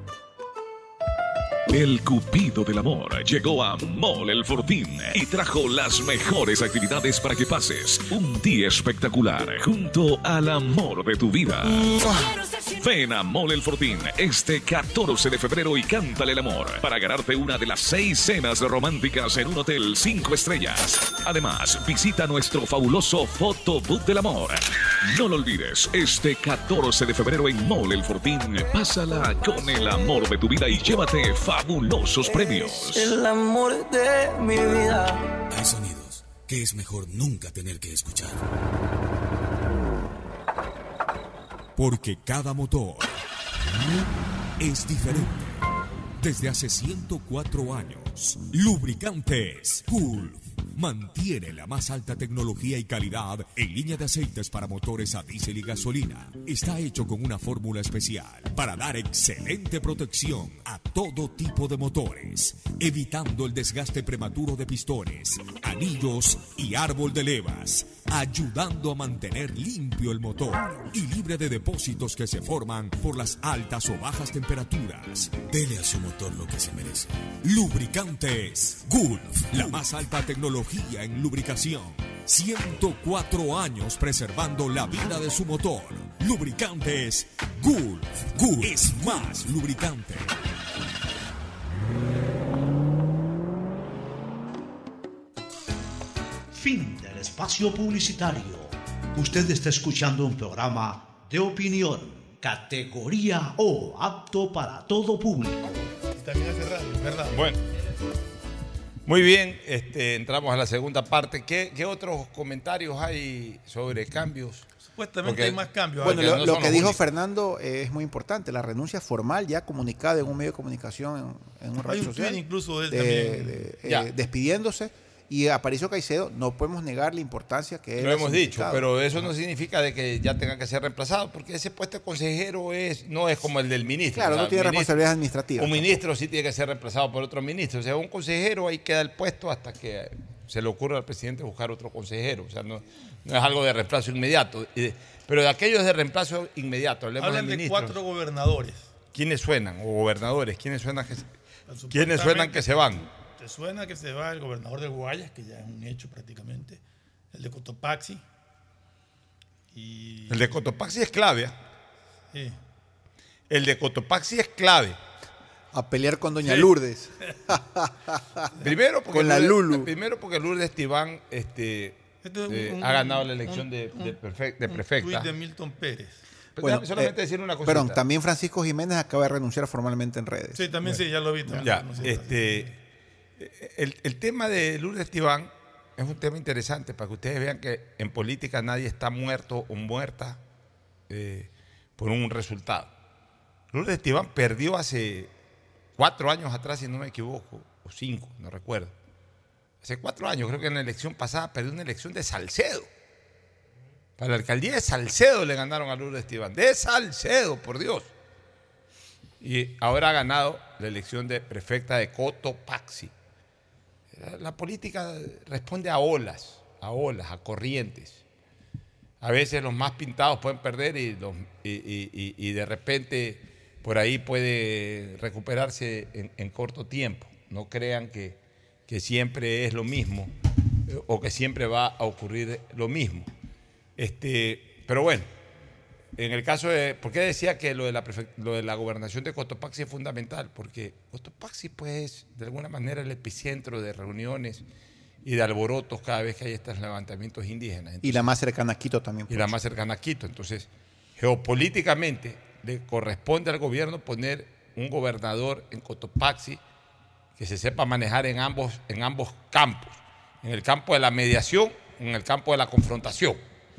El Cupido del Amor llegó a Mall El Fortín y trajo las mejores actividades para que pases un día espectacular junto al amor de tu vida. Quiero ser Ven a Mall El Fortín este catorce de febrero y cántale el amor para ganarte una de las seis cenas románticas en un hotel cinco estrellas. Además, visita nuestro fabuloso Photobooth del amor. No lo olvides, este catorce de febrero en Mall El Fortín, pásala con el amor de tu vida y llévate fabulosos premios. El amor de mi vida. Hay sonidos que es mejor nunca tener que escuchar. Porque cada motor es diferente. Desde hace ciento cuatro años, Lubricantes Gulf mantiene la más alta tecnología y calidad en línea de aceites para motores a diésel y gasolina. Está hecho con una fórmula especial para dar excelente protección a todo tipo de motores, evitando el desgaste prematuro de pistones, anillos y árbol de levas, ayudando a mantener limpio el motor y libre de depósitos que se forman por las altas o bajas temperaturas. Dele a su motor lo que se merece. Lubricantes Gulf, la más alta tecnología en lubricación. ciento cuatro años preservando la vida de su motor. Lubricantes Gulf. Gulf es más lubricante. Fin del espacio publicitario. Usted está escuchando un programa de opinión, categoría O, apto para todo público. También hace radio, ¿verdad? Bueno. Muy bien, este, entramos a la segunda parte. ¿Qué, qué otros comentarios hay sobre cambios? Supuestamente Porque, hay más cambios. Bueno, lo, no lo son que los dijo únicos. Fernando es muy importante. La renuncia formal ya comunicada en un medio de comunicación, en, en un red Hay un social. tweet incluso de él de- también. de- eh, Ya. despidiéndose. Y Aparicio Caicedo, no podemos negar la importancia que él Lo ha hemos dicho, significado. pero eso no significa de que ya tenga que ser reemplazado, porque ese puesto de consejero es, no es como el del ministro. Claro, O sea, no tiene ministro- responsabilidades administrativas. Un ministro sí tiene que ser reemplazado por otro ministro. O sea, un consejero ahí queda el puesto hasta que se le ocurra al presidente buscar otro consejero. O sea, no, no es algo de reemplazo inmediato. Y- Pero de aquellos de reemplazo inmediato, hablemos Hablan del de ministro. cuatro gobernadores. ¿Quiénes suenan? O gobernadores, ¿quiénes suenan que se, Supuestamente, ¿quiénes suenan que se van? ¿Te suena que se va el gobernador de Guayas, que ya es un hecho prácticamente? El de Cotopaxi. Y... El de Cotopaxi es clave. ¿eh? Sí. El de Cotopaxi es clave. A pelear con Doña Sí. Lourdes. Primero porque Con la Lourdes- Lulu. Primero porque Lourdes Tibán este, Este es un- eh, un- ha ganado la elección un- de, un- de perfe- de un prefecta. tuit de Milton Pérez. Pero Bueno, déjame solamente eh, decir una cosita. Perdón, también Francisco Jiménez acaba de renunciar formalmente en redes. Sí, también sí, ya lo vi. también. Ya, No sé. este, el, el tema de Lourdes Tibán es un tema interesante para que ustedes vean que en política nadie está muerto o muerta eh, por un resultado. Lourdes Tibán perdió hace cuatro años atrás, si no me equivoco, o cinco, no recuerdo. Hace cuatro años, creo que en la elección pasada perdió una elección de Salcedo. Para la alcaldía de Salcedo le ganaron a Lourdes Tibán. De Salcedo, por Dios. Y ahora ha ganado la elección de prefecta de Cotopaxi. La, la política responde a olas, a olas, a corrientes. A veces los más pintados pueden perder y, los, y, y- y- y de repente por ahí puede recuperarse en, en corto tiempo. No crean que, que siempre es lo mismo eh, o que siempre va a ocurrir lo mismo. Este, pero bueno, en el caso de... ¿Por qué decía que lo de la, prefect- lo de la gobernación de Cotopaxi es fundamental? Porque Cotopaxi pues es de alguna manera el epicentro de reuniones y de alborotos cada vez que hay estos levantamientos indígenas. Y la más cercana a Quito también. Y la más cercana a Quito. Entonces, geopolíticamente le corresponde al gobierno poner un gobernador en Cotopaxi que se sepa manejar en ambos, en ambos campos, en el campo de la mediación, en el campo de la confrontación.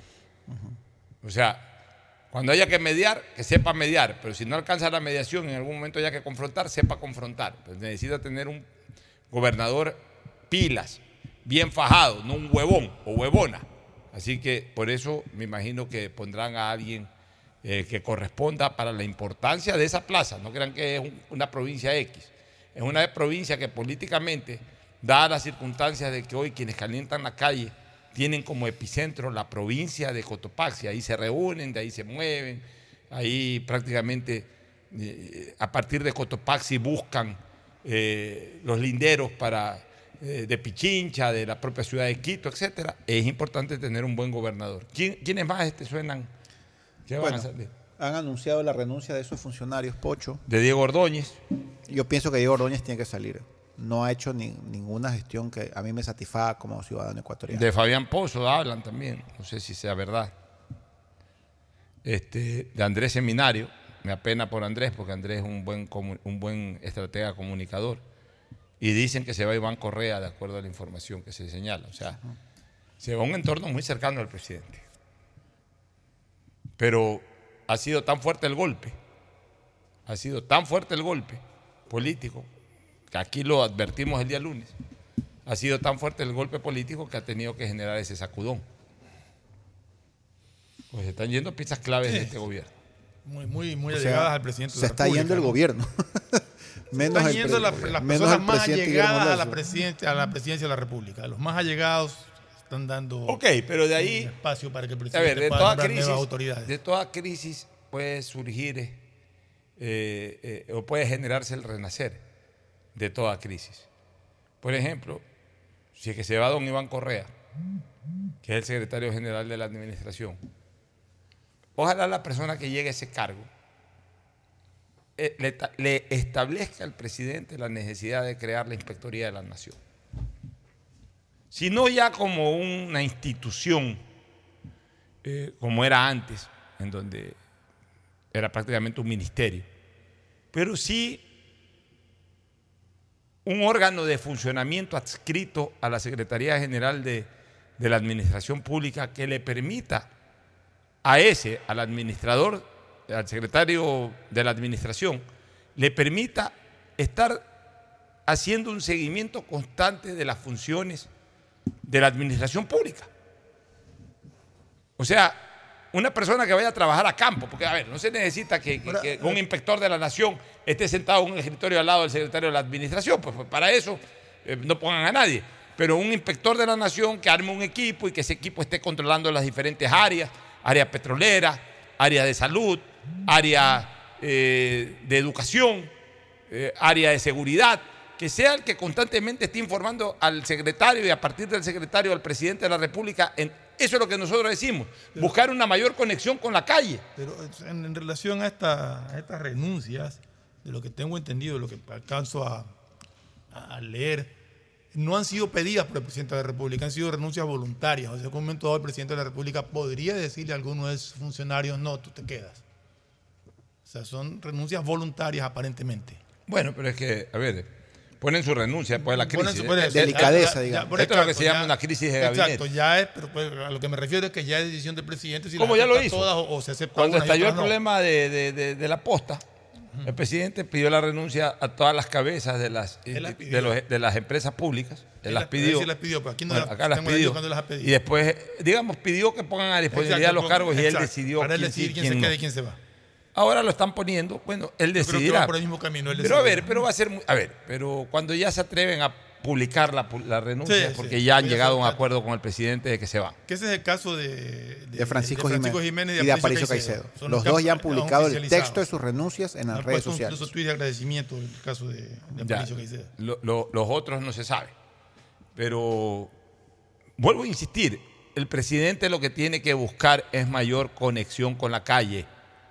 O sea, cuando haya que mediar, que sepa mediar, pero si no alcanza la mediación, en algún momento haya que confrontar, sepa confrontar. Pues necesita tener un gobernador pilas, bien fajado, no un huevón o huevona. Así que por eso me imagino que pondrán a alguien eh, que corresponda para la importancia de esa plaza. No crean que es un- una provincia X. Es una provincia que políticamente, dadas las circunstancias de que hoy quienes calientan la calle tienen como epicentro la provincia de Cotopaxi. Ahí se reúnen, de ahí se mueven, ahí prácticamente eh, a partir de Cotopaxi buscan eh, los linderos para, eh, de Pichincha, de la propia ciudad de Quito, etcétera. Es importante tener un buen gobernador. ¿Quién, ¿Quiénes más este suenan? ¿Qué van Bueno, a hacer? Han anunciado la renuncia de esos funcionarios, Pocho. De Diego Ordóñez. Yo pienso que Diego Ordóñez tiene que salir. No ha hecho ni, ninguna gestión que a mí me satisfaga como ciudadano ecuatoriano. De Fabián Pozo hablan también, no sé si sea verdad. Este, de Andrés Seminario, me apena por Andrés, porque Andrés es un buen, un buen estratega comunicador. Y dicen que se va Iván Correa, de acuerdo a la información que se señala. O sea, se va a un entorno muy cercano al presidente. Pero ha sido tan fuerte el golpe, ha sido tan fuerte el golpe político, que aquí lo advertimos el día lunes, ha sido tan fuerte el golpe político que ha tenido que generar ese sacudón. Pues se están yendo piezas claves sí. de este gobierno. Muy, muy, muy allegadas sea, al presidente de la República. Se está yendo el gobierno. menos se están yendo el, la, las menos personas más allegadas a la, a la presidencia de la República. Los más allegados están dando okay, pero de ahí, espacio para que el presidente a ver, de pueda toda nombrar crisis, nuevas autoridades. De toda crisis puede surgir eh, eh, o puede generarse el renacer de toda crisis. Por ejemplo, si es que se va don Iván Correa, que es el secretario general de la administración, ojalá la persona que llegue a ese cargo eh, le, le establezca al presidente la necesidad de crear la Inspectoría de la Nación. Si no ya como una institución, eh, como era antes, en donde era prácticamente un ministerio, pero sí un órgano de funcionamiento adscrito a la Secretaría General de, de la Administración Pública que le permita a ese, al administrador, al secretario de la Administración, le permita estar haciendo un seguimiento constante de las funciones de la administración pública. O sea, una persona que vaya a trabajar a campo, porque a ver, no se necesita que, que, que un inspector de la Nación esté sentado en un escritorio al lado del secretario de la Administración, pues, pues para eso eh, no pongan a nadie, pero un inspector de la Nación que arme un equipo y que ese equipo esté controlando las diferentes áreas, área petrolera, área de salud, área eh, de educación, eh, área de seguridad, que sea el que constantemente esté informando al secretario y a partir del secretario al presidente de la República. En, eso es lo que nosotros decimos, pero, buscar una mayor conexión con la calle. Pero en, en relación a, esta, a estas renuncias, de lo que tengo entendido, de lo que alcanzo a, a leer, no han sido pedidas por el presidente de la República, han sido renuncias voluntarias. O sea, en un momento dado el presidente de la República podría decirle a alguno de sus funcionarios, no, tú te quedas. O sea, son renuncias voluntarias aparentemente. Bueno, pero es que, a ver, ponen su renuncia después de la crisis. Su, pues, delicadeza, ya, digamos. Ya, esto es lo que se ya, llama una crisis de gabinete. Exacto, ya es, pero pues, a lo que me refiero es que ya es decisión del presidente si ¿Cómo ya lo hizo? Todas, o, o se acepta Cuando estalló el no. problema de, de, de, de la posta, uh-huh. el presidente pidió la renuncia a todas las cabezas de las, de los, de las empresas públicas. Él las pidió. Sí las pidió, pero aquí no bueno, las, acá las pidió. Las ha pedido. Y después, digamos, pidió que pongan a disponibilidad exacto, los cargos exacto, y él decidió para él quién, decidir quién, quién se queda no. y quién se va. Ahora lo están poniendo, bueno, él decidirá. Yo creo que va por el mismo camino, él pero a ver, pero va a ser muy, a ver, pero cuando ya se atreven a publicar la, la renuncia, sí, porque sí, ya han llegado a un acuerdo con el presidente de que se va. Que ese es el caso de, de, de Francisco, de Francisco Jiménez, Jiménez y de Aparicio Caicedo. Caicedo. Los, los dos ya han publicado el texto de sus renuncias en las han redes sociales. Incluso tweet de agradecimiento en el caso de, de Aparicio ya, Caicedo. Lo, lo, los otros no se sabe. Pero vuelvo a insistir, el presidente lo que tiene que buscar es mayor conexión con la calle.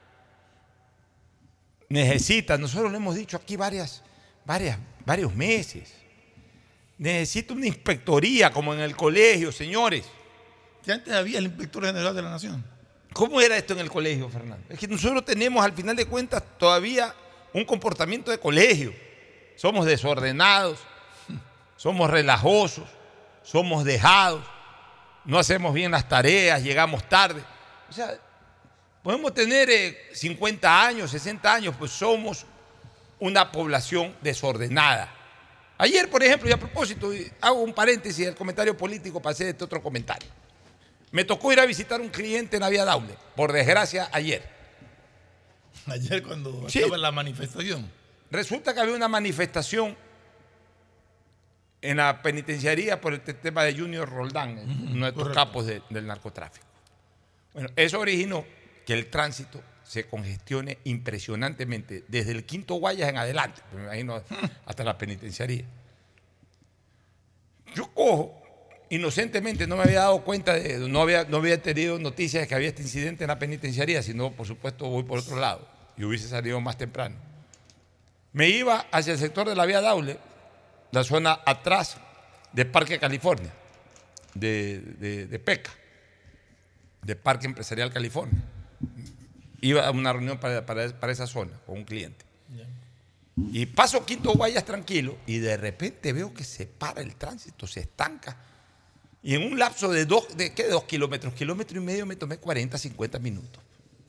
Necesita, nosotros lo hemos dicho aquí varias, varias, varios meses, necesita una inspectoría como en el colegio, señores. Que antes había el inspector general de la Nación. ¿Cómo era esto en el colegio, Fernando? Es que nosotros tenemos al final de cuentas todavía un comportamiento de colegio. Somos desordenados, somos relajosos, somos dejados, no hacemos bien las tareas, llegamos tarde. O sea, podemos tener eh, cincuenta años, sesenta años, pues somos una población desordenada. Ayer, por ejemplo, y a propósito, hago un paréntesis del comentario político para hacer este otro comentario. Me tocó ir a visitar un cliente en la Vía Daule, por desgracia, ayer. Ayer cuando sí. estaba la manifestación. Resulta que había una manifestación en la penitenciaría por el tema de Junior Roldán, uh-huh, uno de estos capos de, del narcotráfico. Bueno, eso originó que el tránsito se congestione impresionantemente desde el Quinto Guayas en adelante, me imagino hasta la penitenciaría. Yo cojo inocentemente no me había dado cuenta, de, no había, no había tenido noticias de que había este incidente en la penitenciaría, sino por supuesto voy por otro lado y hubiese salido más temprano. Me iba hacia el sector de la vía Daule, la zona atrás de Parque California, de, de, de PECA, de Parque Empresarial California. Iba a una reunión para, para, para esa zona con un cliente. Y paso Quinto Guayas tranquilo y de repente veo que se para el tránsito, se estanca. Y en un lapso de dos, de, ¿qué? dos kilómetros, kilómetro y medio me tomé cuarenta, cincuenta minutos.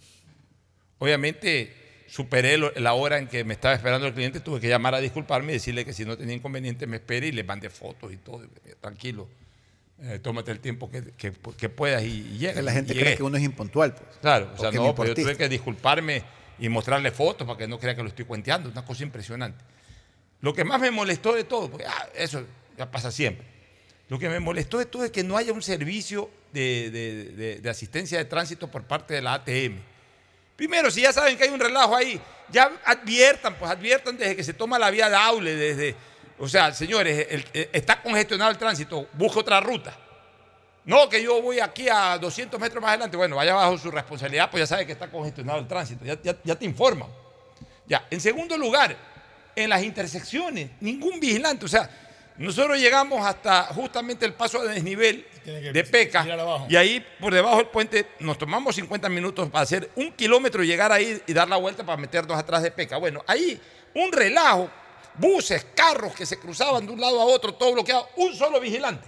Obviamente superé lo, la hora en que me estaba esperando el cliente, tuve que llamar a disculparme y decirle que si no tenía inconveniente me espere y le mandé fotos y todo. Tranquilo, eh, tómate el tiempo que, que, que puedas y, y llega. Que la gente y cree que uno es impuntual. Pues. Claro, o sea, o no, pero yo tuve que disculparme y mostrarle fotos para que no crea que lo estoy cuenteando, una cosa impresionante. Lo que más me molestó de todo, porque ah, eso ya pasa siempre, lo que me molestó de todo es que no haya un servicio de, de, de, de asistencia de tránsito por parte de la A T M. Primero, si ya saben que hay un relajo ahí, ya adviertan, pues adviertan desde que se toma la vía Daule, desde, o sea, señores, el, el, está congestionado el tránsito, busque otra ruta. No, que yo voy aquí a doscientos metros más adelante, bueno, vaya bajo su responsabilidad, pues ya sabe que está congestionado el tránsito, ya, ya, ya te informan. Ya, en segundo lugar, en las intersecciones, ningún vigilante, o sea, nosotros llegamos hasta justamente el paso de desnivel de PECA y ahí por debajo del puente nos tomamos cincuenta minutos para hacer un kilómetro y llegar ahí y dar la vuelta para meternos atrás de PECA. Bueno, ahí un relajo, buses, carros que se cruzaban de un lado a otro, todo bloqueado, un solo vigilante.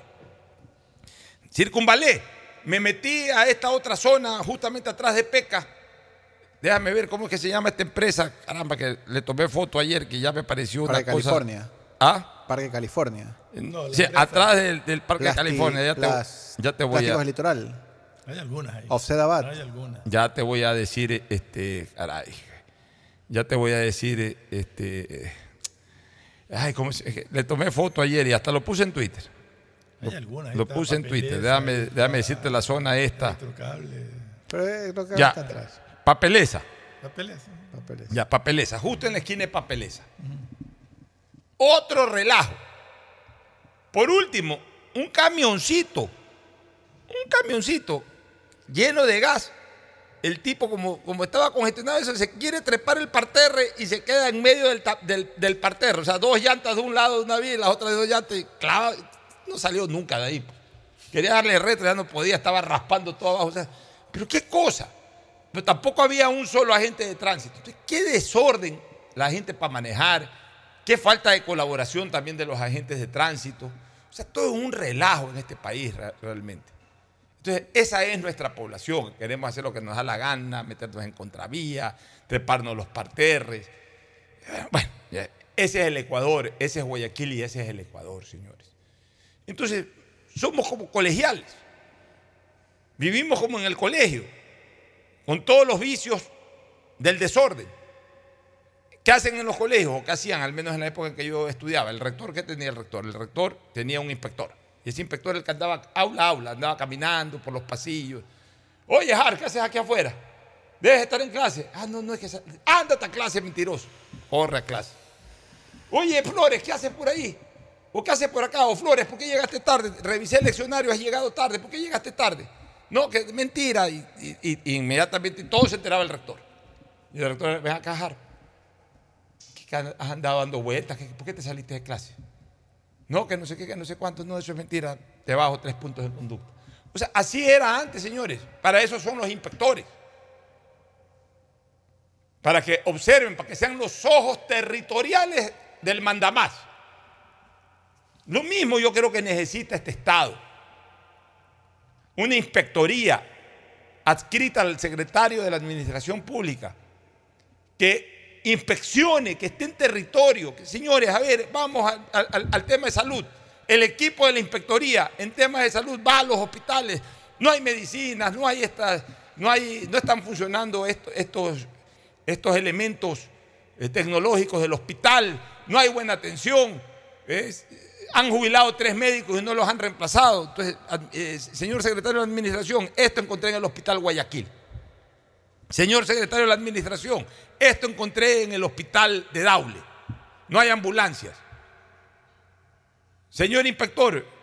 Circunvalé, me metí a esta otra zona justamente atrás de PECA. Déjame ver cómo es que se llama esta empresa. Caramba, que le tomé foto ayer que ya me pareció una Parque cosa. California. ¿Ah? Parque California. No, sí, atrás del, del Parque Plasti, California. Ya te, plas, ya te voy plásticos a. del litoral. Hay algunas ahí. Offset Abad. Hay algunas. Ya te voy a decir, este, caray. Ya te voy a decir, este. Ay, ¿cómo se, le tomé foto ayer y hasta lo puse en Twitter. Hay lo, algunas. Lo puse en Twitter. Déjame, déjame decirte la zona esta. Pero eh, creo que ya. está atrás. Papeleza. Papeleza. Papeleza. Ya, Papeleza. Justo en la esquina de Papeleza. Uh-huh. Otro relajo. Por último, un camioncito. Un camioncito lleno de gas. El tipo, como, como estaba congestionado, eso, se quiere trepar el parterre y se queda en medio del, del, del parterre. O sea, dos llantas de un lado de una vía y las otras de dos llantas. Y clava, no salió nunca de ahí. Quería darle retro, ya no podía, estaba raspando todo abajo. O sea, pero qué cosa. Pero tampoco había un solo agente de tránsito. Entonces, qué desorden la gente para manejar, qué falta de colaboración también de los agentes de tránsito. O sea, todo es un relajo en este país realmente. Entonces, esa es nuestra población. Queremos hacer lo que nos da la gana, meternos en contravía, treparnos los parterres. Bueno, ese es el Ecuador, ese es Guayaquil y ese es el Ecuador, señores. Entonces, somos como colegiales. Vivimos como en el colegio, con todos los vicios del desorden. ¿Qué hacen en los colegios? ¿O qué hacían? Al menos en la época en que yo estudiaba. ¿El rector qué tenía el rector? El rector tenía un inspector. Y ese inspector, el que andaba aula a aula, andaba caminando por los pasillos. Oye, Har, ¿qué haces aquí afuera? ¿Debes estar en clase? Ah, no, no es que... Ándate a clase, mentiroso. Corre a clase. Oye, Flores, ¿qué haces por ahí? ¿O qué haces por acá? O Flores, ¿por qué llegaste tarde? Revisé el leccionario, has llegado tarde. ¿Por qué llegaste tarde? No, que mentira. Y, y, y, y inmediatamente todo se enteraba el rector. Y el rector, ven acá, Har. ¿Qué has andado dando vueltas? ¿Por qué te saliste de clase? No, que no sé qué, que no sé cuánto. No, eso es mentira. Te bajo tres puntos de conducta. O sea, así era antes, señores. Para eso son los inspectores. Para que observen, para que sean los ojos territoriales del mandamás. Lo mismo yo creo que necesita este Estado. Una inspectoría adscrita al secretario de la Administración Pública que inspeccione, que esté en territorio. Que, señores, a ver, vamos al, al, al tema de salud. El equipo de la inspectoría en temas de salud va a los hospitales. No hay medicinas, no hay estas, no hay, no están funcionando estos, estos, estos elementos eh, tecnológicos del hospital. No hay buena atención. ¿Ves? Han jubilado tres médicos y no los han reemplazado. Entonces, eh, señor secretario de la Administración, esto encontré en el Hospital Guayaquil. Señor secretario de la Administración, esto encontré en el Hospital de Daule. No hay ambulancias. Señor inspector,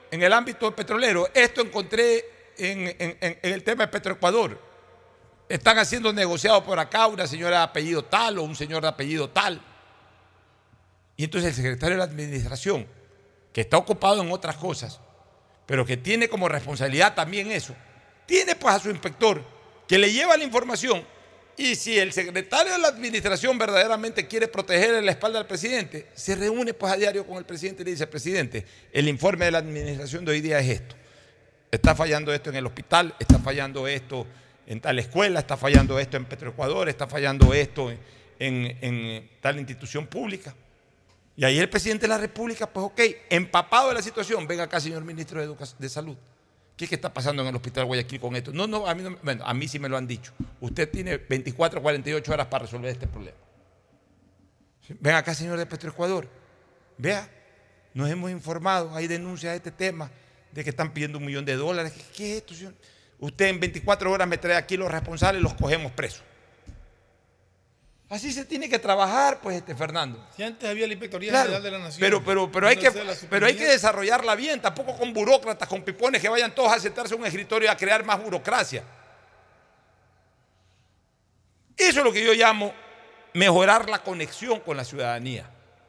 en el ámbito petrolero. Esto encontré en, en, en el tema de Petroecuador. Están haciendo negociado por acá una señora de apellido tal o un señor de apellido tal. Y entonces el secretario de la administración, que está ocupado en otras cosas, pero que tiene como responsabilidad también eso, tiene pues a su inspector que le lleva la información. Y si el secretario de la administración verdaderamente quiere proteger la espalda del presidente, se reúne pues a diario con el presidente y le dice: presidente, el informe de la administración de hoy día es esto. Está fallando esto en el hospital, está fallando esto en tal escuela, está fallando esto en Petroecuador, está fallando esto en, en, en tal institución pública. Y ahí el presidente de la República, pues ok, empapado de la situación, venga acá, señor ministro de, Educación, de Salud. ¿Qué es que está pasando en el hospital Guayaquil con esto? No, no, a mí, no, bueno, a mí sí me lo han dicho. Usted tiene veinticuatro, cuarenta y ocho horas para resolver este problema. Ven acá, señor de Petroecuador. Vea, nos hemos informado, hay denuncias de este tema, de que están pidiendo un millón de dólares. ¿Qué, qué es esto, señor? Usted en veinticuatro horas me trae aquí los responsables y los cogemos presos. Así se tiene que trabajar, pues, este Fernando. Si antes había la Inspectoría Claro, General de la Nación. Pero, pero, pero, hay que, pero hay que desarrollarla bien, tampoco con burócratas, con pipones que vayan todos a sentarse en un escritorio y a crear más burocracia. Eso es lo que yo llamo mejorar la conexión con la ciudadanía,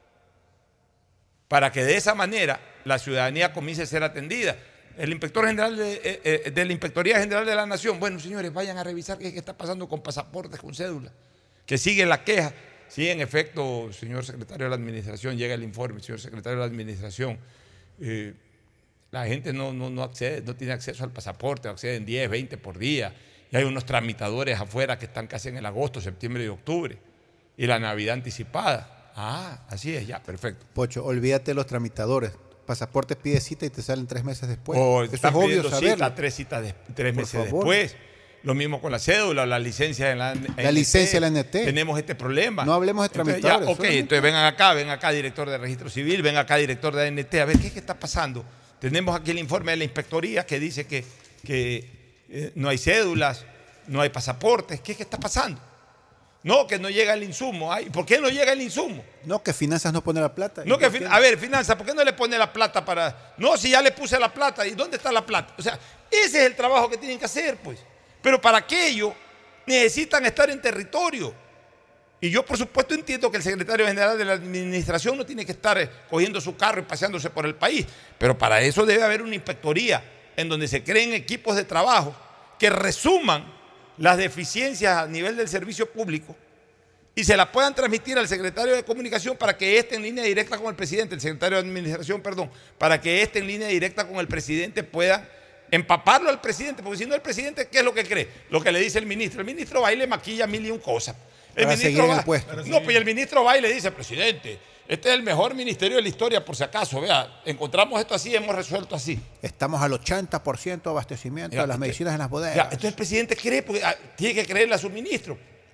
para que de esa manera la ciudadanía comience a ser atendida. El inspector general de, eh, eh, de la Inspectoría General de la Nación: bueno, señores, vayan a revisar qué, qué está pasando con pasaportes, con cédula, que sigue la queja. Sí, en efecto, señor secretario de la Administración, llega el informe, señor secretario de la Administración, eh, la gente no, no, no, accede, no tiene acceso al pasaporte, acceden diez, veinte por día, y hay unos tramitadores afuera que están casi en el agosto, septiembre y octubre, y la Navidad anticipada. Ah, así es, ya, perfecto. Pocho, olvídate de los tramitadores. Pasaportes pide cita y te salen tres meses después. O Eso están es obvio pidiendo saberlo. cita, tres citas de, tres Por meses favor. después. Lo mismo con la cédula, la licencia en la N T. La licencia en la N T. Tenemos este problema. No hablemos de Entonces, tramitadores. ya, ok, solamente. entonces vengan acá, ven acá, director de Registro Civil, ven acá, director de A N T, a ver qué es que está pasando. Tenemos aquí el informe de la inspectoría que dice que, que eh, no hay cédulas, no hay pasaportes. ¿Qué es que está pasando? No, que no llega el insumo. Ay, ¿por qué no llega el insumo? No, que Finanzas no pone la plata. No, que, a ver, Finanzas, ¿por qué no le pone la plata para...? No, si ya le puse la plata, ¿y dónde está la plata? O sea, ese es el trabajo que tienen que hacer, pues. Pero para aquello necesitan estar en territorio. Y yo, por supuesto, entiendo que el secretario general de la Administración no tiene que estar eh, cogiendo su carro y paseándose por el país. Pero para eso debe haber una inspectoría en donde se creen equipos de trabajo que resuman las deficiencias a nivel del servicio público y se las puedan transmitir al secretario de Comunicación para que esté en línea directa con el presidente, el secretario de Administración, perdón, para que esté en línea directa con el presidente, pueda empaparlo al presidente, porque si no el presidente, ¿qué es lo que cree? Lo que le dice el ministro. El ministro va y le maquilla mil y un cosas. El Para ministro seguir en va, el puesto. no, pues el ministro va y le dice: presidente, este es el mejor ministerio de la historia, por si acaso, vea, encontramos esto así, hemos resuelto así. Estamos al ochenta por ciento de abastecimiento Ya, de las es que- medicinas en las bodegas. Ya, entonces el presidente cree, porque ah, tiene que creerle a su ministro.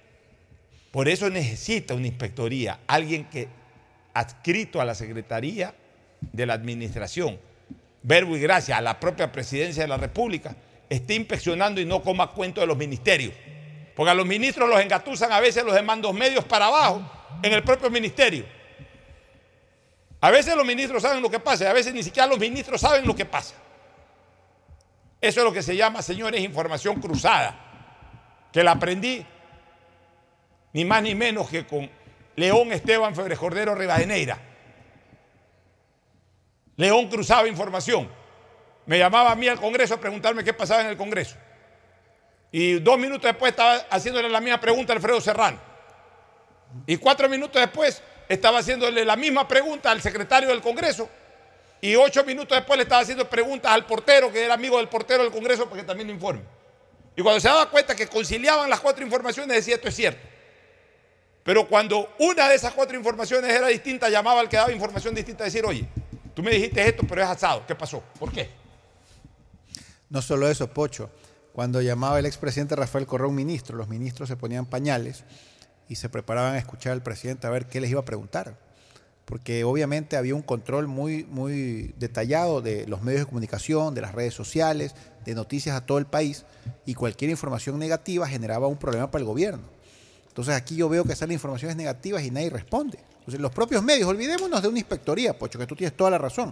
Por eso necesita una inspectoría, alguien que adscrito a la Secretaría de la Administración, verbo y gracia, a la propia Presidencia de la República, esté inspeccionando y no coma cuento de los ministerios. Porque a los ministros los engatusan a veces los de mandos medios para abajo en el propio ministerio. A veces los ministros saben lo que pasa y a veces ni siquiera los ministros saben lo que pasa. Eso es lo que se llama, señores, información cruzada, que la aprendí ni más ni menos que con León Esteban Febres Cordero Rivadeneira. León cruzaba información. Me llamaba a mí al Congreso a preguntarme qué pasaba en el Congreso. Y dos minutos después estaba haciéndole la misma pregunta a Alfredo Serrano. Y cuatro minutos después estaba haciéndole la misma pregunta al secretario del Congreso. Y ocho minutos después le estaba haciendo preguntas al portero, que era amigo del portero del Congreso, para que también lo informe. Y cuando se daba cuenta que conciliaban las cuatro informaciones, decía: esto es cierto. Pero cuando una de esas cuatro informaciones era distinta, llamaba al que daba información distinta a decir: oye, tú me dijiste esto, pero es asado. ¿Qué pasó? ¿Por qué? No solo eso, Pocho. Cuando llamaba el expresidente Rafael Correa un ministro, los ministros se ponían pañales y se preparaban a escuchar al presidente a ver qué les iba a preguntar. Porque obviamente había un control muy, muy detallado de los medios de comunicación, de las redes sociales, de noticias a todo el país, y cualquier información negativa generaba un problema para el gobierno. Entonces aquí yo veo que salen informaciones negativas y nadie responde. Entonces los propios medios, olvidémonos de una inspectoría, Pocho, que tú tienes toda la razón.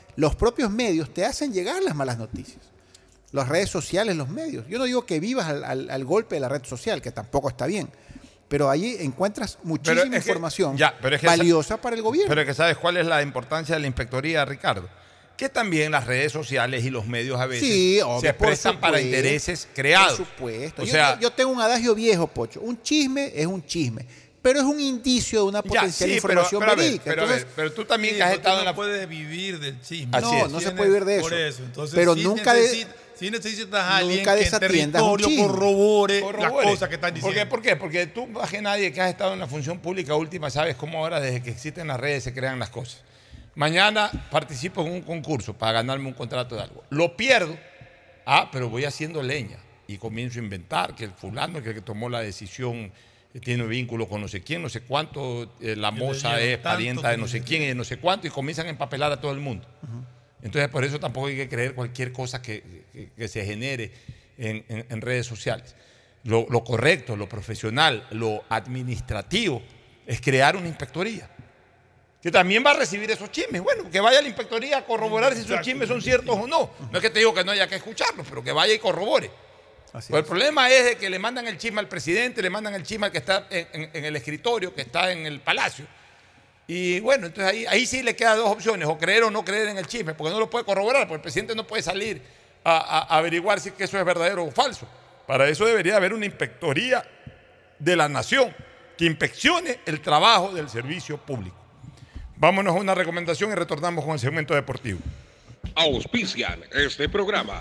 los propios medios te hacen llegar las malas noticias. Las redes sociales, los medios. Yo no digo que vivas al, al, al golpe de la red social, que tampoco está bien, pero allí encuentras muchísima es que, información ya, pero es que valiosa esa, para el gobierno. Pero es que ¿sabes cuál es la importancia de la inspectoría, Ricardo? Que también las redes sociales y los medios a veces sí, obvio, se prestan para intereses creados. Por supuesto. O yo, sea, yo, yo tengo un adagio viejo, Pocho. Un chisme es un chisme, pero es un indicio de una potencial ya, sí, información pero, pero, verídica. Pero, Entonces, ver, pero tú también sí, que has estado no en la... No puedes vivir del chisme. Así no, es. no se puede vivir de eso. Por eso. Entonces, pero sí nunca... Necesita, de, sí necesitas a alguien nunca que en territorio corrobore, corrobore las cosas que están diciendo. ¿Por qué? Porque tú, más que nadie que has estado en la función pública última, sabes cómo ahora desde que existen las redes se crean las cosas. Mañana participo en un concurso para ganarme un contrato de algo. Lo pierdo, ah, pero voy haciendo leña y comienzo a inventar que el fulano, que el que tomó la decisión tiene vínculo con no sé quién, no sé cuánto, eh, la moza es parienta de no sé quién y de no sé cuánto, y comienzan a empapelar a todo el mundo. Uh-huh. Entonces, por eso tampoco hay que creer cualquier cosa que, que, que se genere en, en, en redes sociales. Lo, lo correcto, lo profesional, lo administrativo es crear una inspectoría que también va a recibir esos chismes. Bueno, que vaya a la inspectoría a corroborar si esos chismes son ciertos o no. No es que te digo que no haya que escucharlos, pero que vaya y corrobore. Pues el problema es de que le mandan el chisme al presidente, le mandan el chisme al que está en, en, en el escritorio, que está en el palacio. Y bueno, entonces ahí, ahí sí le quedan dos opciones, o creer o no creer en el chisme, porque no lo puede corroborar, porque el presidente no puede salir a, a, a averiguar si que eso es verdadero o falso. Para eso debería haber una inspectoría de la nación que inspeccione el trabajo del servicio público. Vámonos a una recomendación y retornamos con el segmento deportivo. Auspician este programa.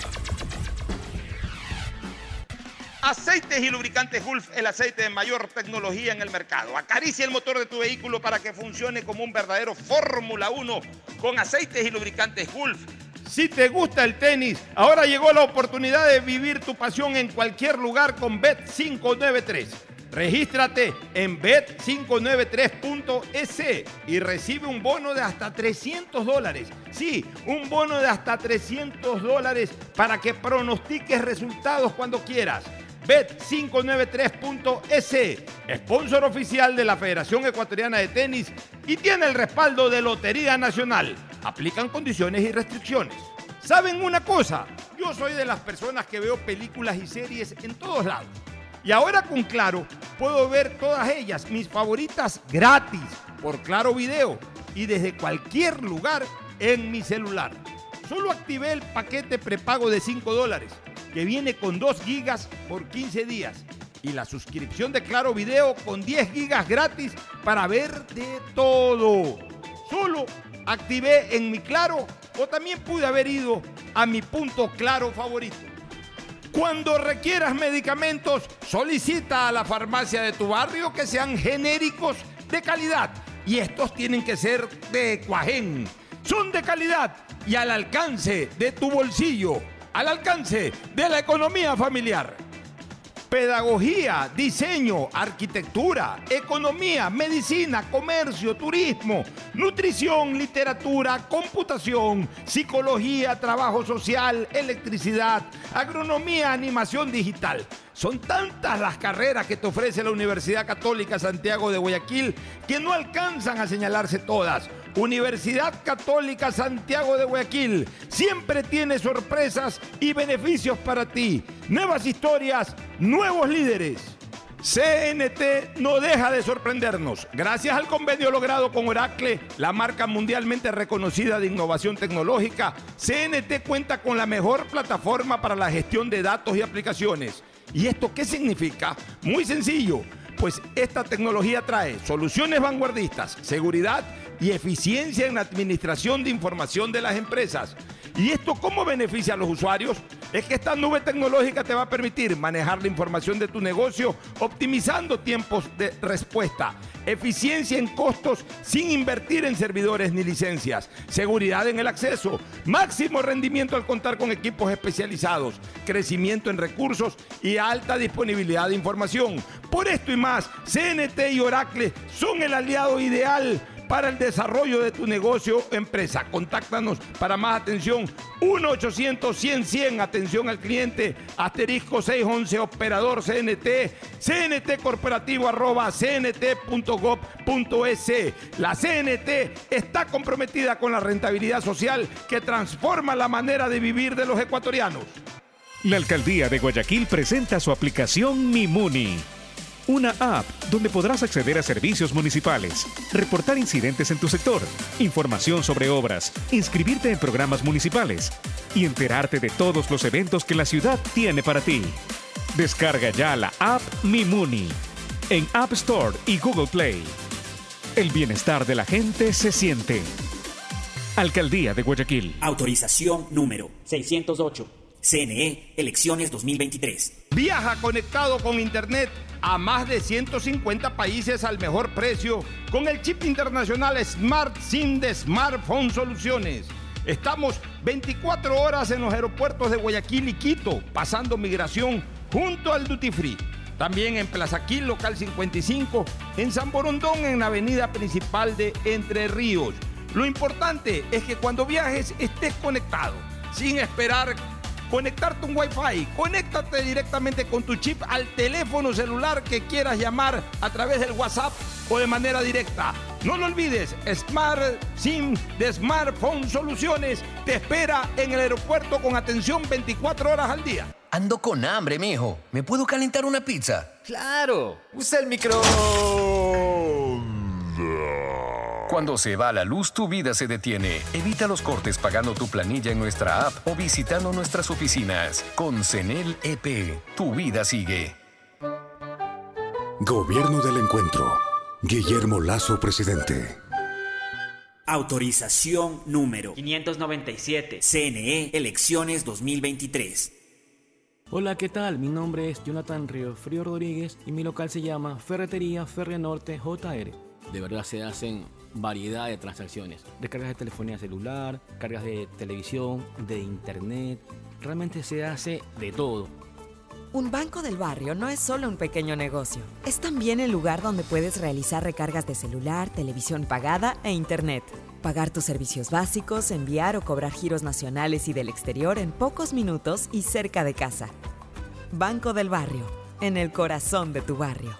Aceites y lubricantes Gulf, el aceite de mayor tecnología en el mercado. Acaricia el motor de tu vehículo para que funcione como un verdadero Fórmula uno con aceites y lubricantes Gulf. Si te gusta el tenis, ahora llegó la oportunidad de vivir tu pasión en cualquier lugar con Bet cinco noventa y tres. Regístrate en bet quinientos noventa y tres punto es y recibe un bono de hasta trescientos dólares. Sí, un bono de hasta trescientos dólares para que pronostiques resultados cuando quieras. bet quinientos noventa y tres punto es, sponsor oficial de la Federación Ecuatoriana de Tenis y tiene el respaldo de Lotería Nacional. Aplican condiciones y restricciones. ¿Saben una cosa? Yo soy de las personas que veo películas y series en todos lados. Y ahora con Claro puedo ver todas ellas, mis favoritas, gratis, por Claro Video y desde cualquier lugar en mi celular. Solo activé el paquete prepago de cinco dólares, que viene con dos gigas por quince días. Y la suscripción de Claro Video con diez gigas gratis para ver de todo. Solo activé en mi Claro o también pude haber ido a mi punto Claro favorito. Cuando requieras medicamentos, solicita a la farmacia de tu barrio que sean genéricos de calidad. Y estos tienen que ser de Cuajén. Son de calidad y al alcance de tu bolsillo, al alcance de la economía familiar. Pedagogía, diseño, arquitectura, economía, medicina, comercio, turismo, nutrición, literatura, computación, psicología, trabajo social, electricidad, agronomía, animación digital. Son tantas las carreras que te ofrece la Universidad Católica Santiago de Guayaquil que no alcanzan a señalarse todas. Universidad Católica Santiago de Guayaquil siempre tiene sorpresas y beneficios para ti. Nuevas historias, nuevos líderes. C N T no deja de sorprendernos. Gracias al convenio logrado con Oracle, la marca mundialmente reconocida de innovación tecnológica, C N T cuenta con la mejor plataforma para la gestión de datos y aplicaciones. ¿Y esto qué significa? Muy sencillo, pues esta tecnología trae soluciones vanguardistas, seguridad y eficiencia en la administración de información de las empresas. ¿Y esto cómo beneficia a los usuarios? Es que esta nube tecnológica te va a permitir manejar la información de tu negocio optimizando tiempos de respuesta, eficiencia en costos sin invertir en servidores ni licencias, seguridad en el acceso, máximo rendimiento al contar con equipos especializados, crecimiento en recursos y alta disponibilidad de información. Por esto y más, C N T y Oracle son el aliado ideal para el desarrollo de tu negocio o empresa. Contáctanos para más atención. uno ochocientos cien cien, atención al cliente, asterisco seiscientos once, operador C N T, cntcorporativo arroba cnt.gov.es. La C N T está comprometida con la rentabilidad social que transforma la manera de vivir de los ecuatorianos. La Alcaldía de Guayaquil presenta su aplicación Mi Muni, una app donde podrás acceder a servicios municipales, reportar incidentes en tu sector, información sobre obras, inscribirte en programas municipales y enterarte de todos los eventos que la ciudad tiene para ti. Descarga ya la app Mi Muni en App Store y Google Play. El bienestar de la gente se siente. Alcaldía de Guayaquil. Autorización número seiscientos ocho. C N E, elecciones dos mil veintitrés. Viaja conectado con Internet a más de ciento cincuenta países al mejor precio con el chip internacional Smart SIM de Smartphone Soluciones. Estamos veinticuatro horas en los aeropuertos de Guayaquil y Quito, pasando migración junto al Duty Free. También en Plaza Quil, local cincuenta y cinco, en San Borondón, en la avenida principal de Entre Ríos. Lo importante es que cuando viajes estés conectado, sin esperar conectarte un Wi-Fi. Conéctate directamente con tu chip al teléfono celular que quieras llamar a través del WhatsApp o de manera directa. No lo olvides, Smart SIM de Smartphone Soluciones te espera en el aeropuerto con atención veinticuatro horas al día. Ando con hambre, mijo. ¿Me puedo calentar una pizza? ¡Claro! ¡Usa el micro! Cuando se va la luz, tu vida se detiene. Evita los cortes pagando tu planilla en nuestra app o visitando nuestras oficinas. Con CENEL E P, tu vida sigue. Gobierno del Encuentro. Guillermo Lasso, presidente. Autorización número quinientos noventa y siete. C N E, elecciones dos mil veintitrés. Hola, ¿qué tal? Mi nombre es Jonathan Río Frío Rodríguez y mi local se llama Ferretería Ferrenorte J R. De verdad se hacen variedad de transacciones, descargas de telefonía celular, cargas de televisión, de internet, realmente se hace de todo. Un banco del barrio no es solo un pequeño negocio, es también el lugar donde puedes realizar recargas de celular, televisión pagada e internet, pagar tus servicios básicos, enviar o cobrar giros nacionales y del exterior en pocos minutos y cerca de casa. Banco del Barrio, en el corazón de tu barrio.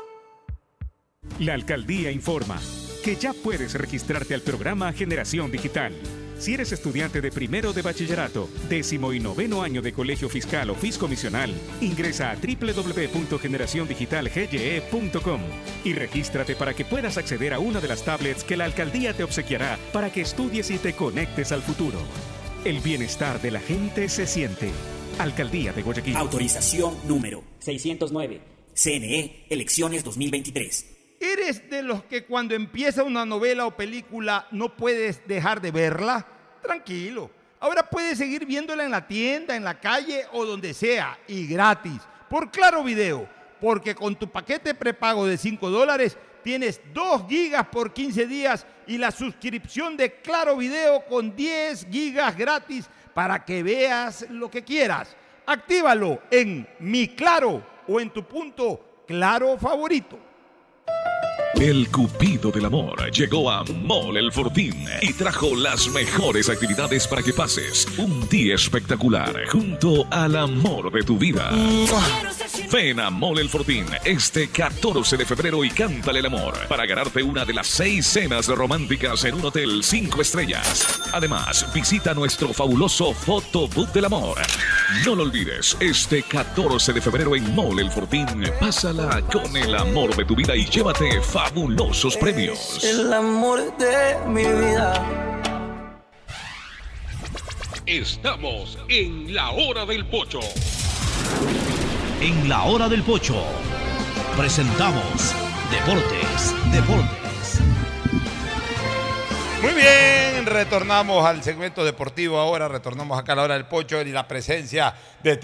La Alcaldía informa que ya puedes registrarte al programa Generación Digital. Si eres estudiante de primero de bachillerato, décimo y noveno año de colegio fiscal o fiscomisional, ingresa a doble u doble u doble u punto generación digital g y e punto com y regístrate para que puedas acceder a una de las tablets que la alcaldía te obsequiará para que estudies y te conectes al futuro. El bienestar de la gente se siente. Alcaldía de Guayaquil. Autorización número seiscientos nueve. C N E, elecciones dos mil veintitrés. ¿Eres de los que cuando empieza una novela o película no puedes dejar de verla? Tranquilo. Ahora puedes seguir viéndola en la tienda, en la calle o donde sea y gratis por Claro Video. Porque con tu paquete prepago de cinco dólares tienes dos gigas por quince días y la suscripción de Claro Video con diez gigas gratis para que veas lo que quieras. Actívalo en Mi Claro o en tu punto Claro favorito. El Cupido del Amor llegó a Mall El Fortín y trajo las mejores actividades para que pases un día espectacular junto al amor de tu vida. Ven a Mall El Fortín este catorce de febrero y cántale el amor para ganarte una de las seis cenas románticas en un hotel cinco estrellas. Además, visita nuestro fabuloso Photobooth del Amor. No lo olvides, este catorce de febrero en Mall El Fortín, pásala con el amor de tu vida y llévate fabulosos premios. El amor de mi vida. Estamos en la hora del pocho. En la hora del pocho presentamos Deportes, Deportes. Muy bien, retornamos al segmento deportivo ahora, retornamos acá a la hora del pocho y la presencia de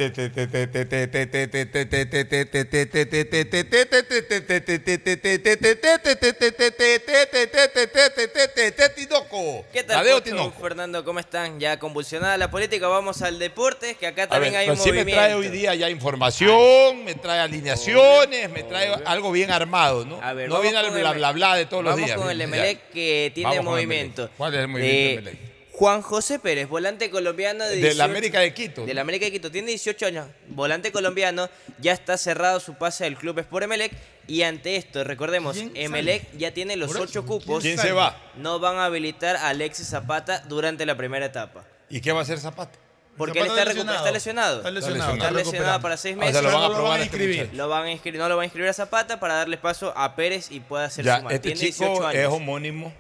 Tinoco. ¿Qué tal, Pocho, Fernando? ¿Cómo están? Ya convulsionada la política, vamos al deporte, que acá también hay un sí movimiento. Me trae hoy día ya información, me trae alineaciones, me trae algo bien armado, ¿no? A ver, no viene al bla bla bla de todos los días. Vamos con el Emelec que tiene movimiento. ¿Cuál es el movimiento de Emelec? Juan José Pérez, volante colombiano de, de la América de Quito. De la América de Quito, tiene dieciocho años, volante colombiano, ya está cerrado su pase del club Sport Emelec y ante esto, recordemos, Emelec sale? ya tiene los ocho cupos. ¿Quién se va? No van a habilitar a Alexis Zapata durante la primera etapa. ¿Y qué va a hacer Zapata? Porque él está lesionado. está lesionado. Está lesionado. Está lesionado para seis meses. O sea, lo van a no probar lo van a inscribir. Lo van a inscribir. No lo van a inscribir a Zapata para darle paso a Pérez y pueda hacer ya, su este Tiene chico dieciocho años. es homónimo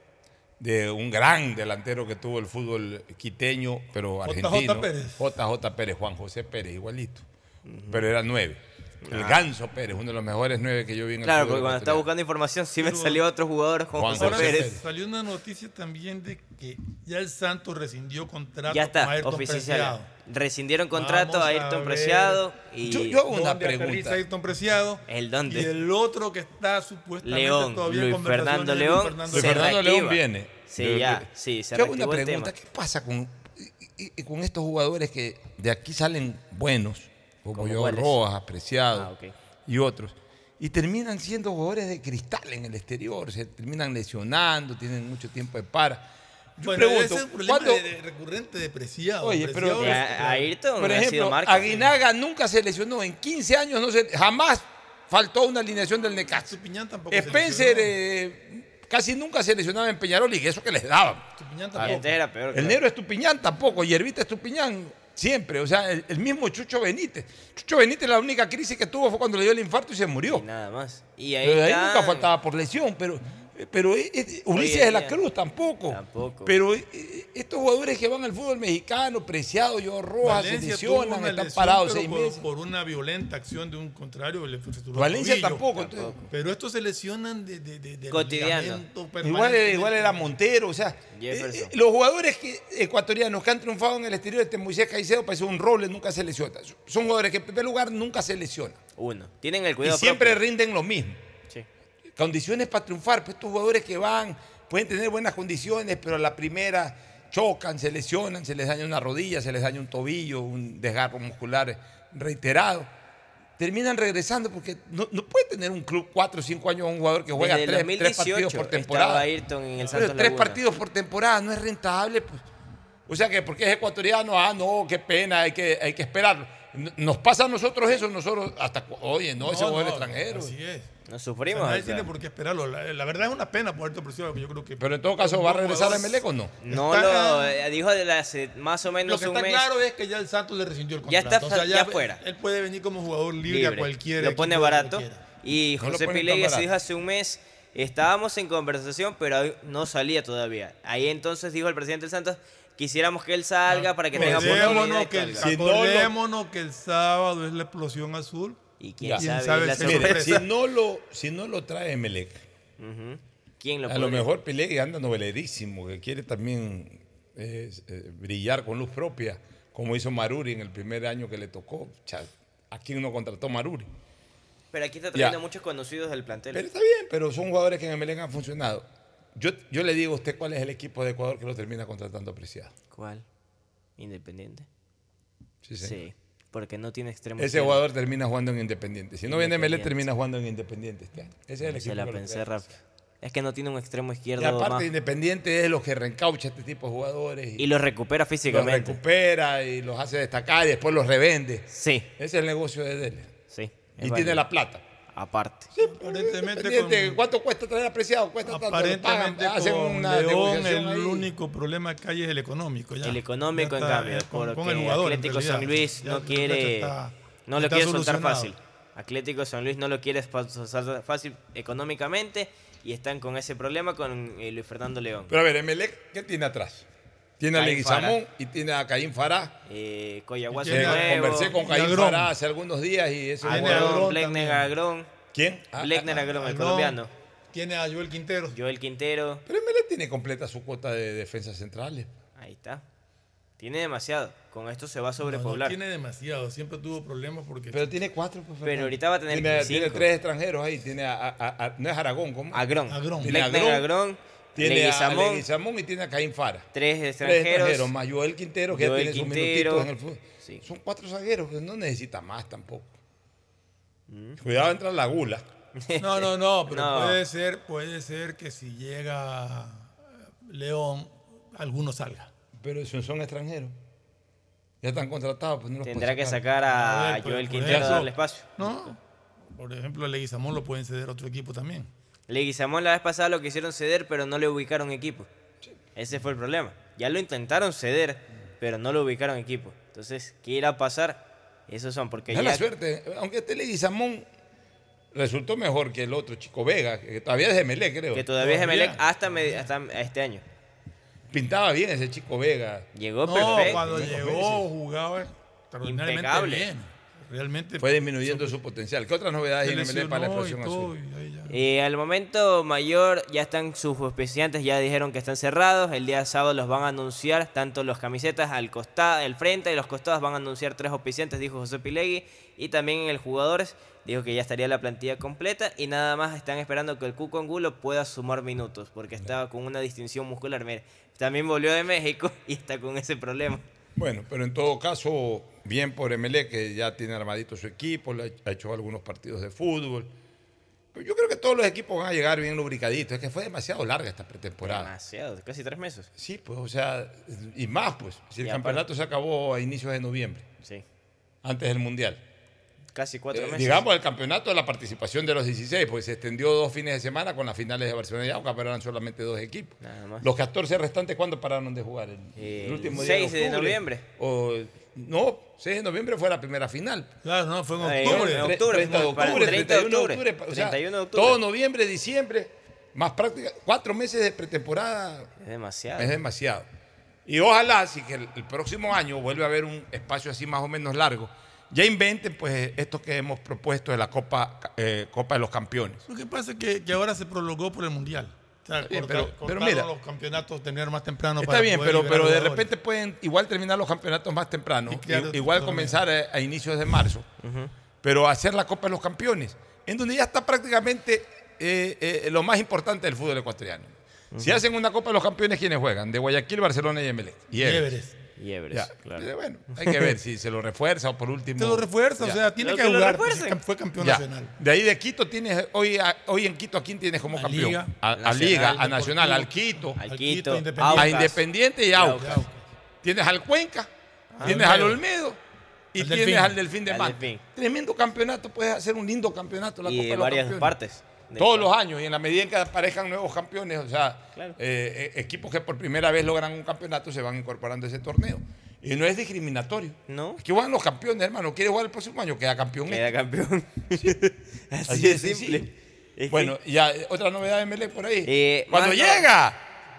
de un gran delantero que tuvo el fútbol quiteño, pero argentino. J J Pérez. J J Pérez, Juan José Pérez, igualito. Uh-huh. Pero era nueve. El Ganso Pérez, uno de los mejores nueve que yo vi en el Claro, fútbol. Porque cuando estaba buscando información sí me salió otro jugador, Juan, Juan José, José Pérez. Pérez. Salió una noticia también de que ya el Santos rescindió contrato Ya está, con Ayrton oficial. Preciado. Rescindieron contrato Vamos a Ayrton a Preciado. Y yo, yo hago una ¿Dónde aterriza pregunta. Ayrton Preciado? ¿El dónde? Y el otro que está supuestamente León, todavía Luis en conversaciones Fernando es León. Luis Fernando Luis Se Fernando reactiva. León viene. Sí, Yo- ya, sí, se yo hago una reactivó el pregunta, tema. ¿qué pasa con, y- y- con estos jugadores que de aquí salen buenos, como ¿Cómo yo, cuáles? Rojas, Apreciado Ah, ok. y otros, y terminan siendo jugadores de cristal en el exterior, se terminan lesionando, tienen mucho tiempo de para? Yo Bueno, pregunto, ese es un problema ¿cuándo- de, de recurrente de Preciado. Oye, pero- Preciado Y es- a- a Ayrton por ha sido ejemplo, marca. Aguinaga nunca se lesionó, en quince años no se, jamás faltó una alineación del Necaxa. Estupiñán tampoco se Spencer lesionó. eh, casi nunca se lesionaba en Peñarol y eso que les daban. Estupiñán Ah, tampoco. antes era peor. El claro. negro Estupiñán tampoco, Hierbita Estupiñán siempre, o sea, el, el mismo Chucho Benítez. Chucho Benítez la única crisis que tuvo fue cuando le dio el infarto y se murió. Y nada más. Y ahí, Pero de ahí está- nunca faltaba por lesión, pero, pero eh, eh, Ulises en de la día. Cruz tampoco. Tampoco. Pero eh, eh, estos jugadores que van al fútbol mexicano, Preciado, yo Rojas, se Valencia tuvo lesionan, una están lesión, parados pero seis por, meses. por una violenta acción de un contrario. Le fracturó el Valencia tobillo. tampoco. entonces, Pero estos se lesionan de, de, de, de Cotidiano. ligamento igual, permanentemente. igual era Montero, o sea, Jefferson. eh, eh, los jugadores que, ecuatorianos que han triunfado en el exterior, este Moisés Caicedo parece un roble, nunca se lesiona. Son jugadores que en primer lugar nunca se lesionan. Uno. Tienen el Y cuidado siempre propio. rinden lo mismo. Sí. Condiciones para triunfar, pues estos jugadores que van, pueden tener buenas condiciones, pero a la primera chocan, se lesionan, se les daña una rodilla, se les daña un tobillo, un desgarro muscular reiterado. Terminan regresando porque no, no puede tener un club cuatro o cinco años un jugador que juega Desde el tres, dos mil tres dieciocho partidos por estaba temporada. Ayrton en el Pero Santos tres Laguna. partidos por temporada no es rentable, pues. O sea que porque es ecuatoriano, ah, no, qué pena, hay que, hay que esperarlo. Nos pasa a nosotros eso, nosotros hasta, cu- oye, no, ese jugador extranjero. Así es. Nos O sufrimos. sea, nadie o sea. tiene por qué esperarlo. La, la verdad es una pena por Ayrton Preciado, que yo creo que. Pero en todo caso, ¿va a regresar a Emelec o no? No Está- lo eh, dijo de hace más o Lo menos que un está mes. claro es que ya el Santos le rescindió el Ya contrato. está ya fuera. Él puede venir como jugador libre, a cualquier Lo pone equipo que barato. quiera. Y No lo José ponen tan Pilegui se barato. dijo hace un mes, estábamos en conversación, pero no salía todavía. Ahí entonces dijo el presidente del Santos, quisiéramos que él salga para que tenga Acordémonos oportunidad. que, de el, carga. Si no lo- acordémonos que el sábado es la explosión azul. Y quién Ya. sabe, ¿Quién sabe la si- Mire, sorpresa. si no lo, si no lo trae Emelec, Ujú. ¿Quién lo a lo podría? mejor Pilegui anda novelerísimo, que quiere también eh, eh, brillar con luz propia, como hizo Maruri en el primer año que le tocó. Cha, ¿a quién no contrató Maruri? Pero aquí está trayendo Ya. muchos conocidos del plantel. Pero está bien, pero son jugadores que en Emelec han funcionado. Yo, yo le digo a usted cuál es el equipo de Ecuador que lo termina contratando Preciado. ¿Cuál? Independiente. Sí, señor. Sí, porque no tiene extremo. Ese izquierdo. jugador termina jugando en Independiente. Si no viene Emelec, Independiente. termina jugando en Independiente este año. Ese es el Se equipo la que lo pensé trae. rápido. Es que no tiene un extremo izquierdo Y aparte, más. Independiente es lo que reencaucha a este tipo de jugadores. Y los recupera los físicamente. recupera y los hace destacar y después los revende. Sí, Ese es el negocio de Dele. sí. es Y tiene válido. la plata. Aparte. Aparentemente, Independiente, con, ¿cuánto cuesta traer apreciado? Cuesta tanto, lo aparentemente pagan, hacen con una León negociación el ahí. único problema que hay es el económico. Ya. El económico, Ya en está, cambio, eh, con, porque con el jugador, en Atlético realidad. San Luis Ya no el quiere, muchacho está- no lo está quiere soltar solucionado. fácil. Atlético San Luis no lo quiere fa- soltar fácil económicamente y están con ese problema con eh, Luis Fernando León. Pero a ver, Emelec, ¿qué tiene atrás? Tiene a Caín Leguizamón y tiene a Caín Fará. Eh, Coyahuasi Y tiene a- Nuevo, Conversé con Caín Agrón. Fará hace algunos días y eso Tiene es a bueno. Agrón Bleckner también. Agrón, ¿Quién? Ah, Bleckner ah, Agrón, el Agrón. colombiano. Tiene a Joel Quintero. Joel Quintero. Pero Emelec tiene completa su cuota de defensas centrales. Ahí está. Tiene demasiado. Con esto se va a No, sobrepoblar. no tiene demasiado. Siempre tuvo problemas porque... Pero tiene cuatro. Pues, Pero ahorita va a tener tiene, cinco. tiene tres extranjeros ahí. Tiene a, a- a- no es Aragón, ¿cómo? Agrón. Agrón. Tiene a Lecter Agrón, Agrón, tiene Leguizamón, a Leguizamón y tiene a Caín Fara. tres Tres extranjeros. extranjeros, más Joel Quintero, que Joel ya tiene Quintero, sus minutitos en el fútbol. sí. Son cuatro zagueros, pues no necesita más tampoco. Cuidado, entra la gula. No, no, no, pero No. puede ser, puede ser que si llega León, alguno salga. Pero esos son extranjeros. Ya están contratados, pues no los Tendrá puede que sacar a, A ver, por- Joel por Quintero a eso- darle espacio. No, por ejemplo, el Leguizamón lo pueden ceder a otro equipo también. Leguizamón la vez pasada lo quisieron ceder, pero no le ubicaron equipo. Ese fue el problema. Ya lo intentaron ceder, pero no lo ubicaron equipo. Entonces, ¿qué irá a pasar? Esos son, porque Da ya... la suerte, aunque este Leguizamón resultó mejor que el otro, Chico Vega, que todavía es de Emelec, creo. Que todavía es Emelec hasta, me- hasta este año. Pintaba bien ese Chico Vega. Llegó No, perfecto. cuando llegó jugaba extraordinariamente Impecable. bien. Realmente Fue disminuyendo su potencial. ¿Qué otras novedades se en Emelec para la lesionó y explosión todo, azul? y ahí ya. Eh, al momento mayor ya están sus auspiciantes, ya dijeron que están cerrados. El día sábado los van a anunciar, tanto los camisetas al costado, el frente y los costados van a anunciar tres auspiciantes, dijo José Pilegui. Y también en el jugadores dijo que ya estaría la plantilla completa y nada más están esperando que el Cuco Angulo pueda sumar minutos porque estaba con una distinción muscular. Mire, también volvió de México y está con ese problema. Bueno, pero en todo caso, bien por Emelec, que ya tiene armadito su equipo, le ha hecho algunos partidos de fútbol. Pero yo creo que todos los equipos van a llegar bien lubricaditos. Es que fue demasiado larga esta pretemporada. Demasiado, casi tres meses. Sí, pues, o sea, y más, pues. Si el Y campeonato se acabó a inicios de noviembre, Sí, antes del Mundial. casi cuatro Eh, meses. digamos, el campeonato de la participación de los dieciséis, porque se extendió dos fines de semana con las finales de Barcelona y Aucas, pero eran solamente dos equipos. Nada más. Los catorce restantes, ¿cuándo pararon de jugar? El, Eh, el último el día seis de octubre. noviembre. O, no, seis de noviembre fue la primera final. Claro, no, fue en Eh, octubre. en octubre, treinta de para el octubre, treinta de treinta y uno de octubre, octubre. O sea, treinta y uno de octubre. todo noviembre, diciembre, más práctica. Cuatro meses de pretemporada Es demasiado. es demasiado. Y ojalá, si que el, el próximo año vuelve a haber un espacio así más o menos largo, ya inventen pues esto que hemos propuesto de la Copa, eh, Copa de los Campeones. Lo que pasa es que, que ahora se prolongó por el Mundial. O sea, bien, corta- pero- pero cortaron mira, los campeonatos, tener más temprano Está para bien, poder pero, liberar pero de jugadores. repente pueden igual terminar los campeonatos más temprano, Y crear i- otro igual torneo. comenzar a, a inicios de marzo, pero hacer la Copa de los Campeones, en donde ya está prácticamente eh, eh, lo más importante del fútbol ecuatoriano. Si hacen una Copa de los Campeones, ¿quiénes juegan? De Guayaquil, Barcelona y Emelec. Y Everest. Everest. Y Everest, Ya. claro. Eh, Bueno, hay que ver si se lo refuerza o por último. Te lo refuerza, Ya. o sea, tiene Lo que que lo jugar. pues, refuercen. fue campeón Ya. nacional. De ahí de Quito tienes, hoy, a- hoy en Quito, ¿a quién tienes como A campeón? Liga. a, a Nacional, Liga, a Deportivo. Nacional, al Quito, Al Al Quito, Quito, Independiente. a Aucas. Independiente y Y Aucas. Aucas. Tienes al Cuenca, Ah, tienes Olmedo. al Olmedo y Al tienes Delfín. al Delfín de Al Manta. Delfín. Tremendo campeonato, puedes hacer un lindo campeonato la Y Copa de de los varias Campeones. partes. De- Todos los años y en la medida en que aparezcan nuevos campeones, o sea, Claro. eh, eh, equipos que por primera vez logran un campeonato se van incorporando a ese torneo. Y no es discriminatorio. No. Es que juegan los campeones, hermano. ¿Quieres jugar el próximo año? Queda campeón. Queda campeón. Así, Así de de simple. sencillo. Es que- Bueno, ya eh, otra novedad de Emelec por ahí. Eh, Cuando más no- llega,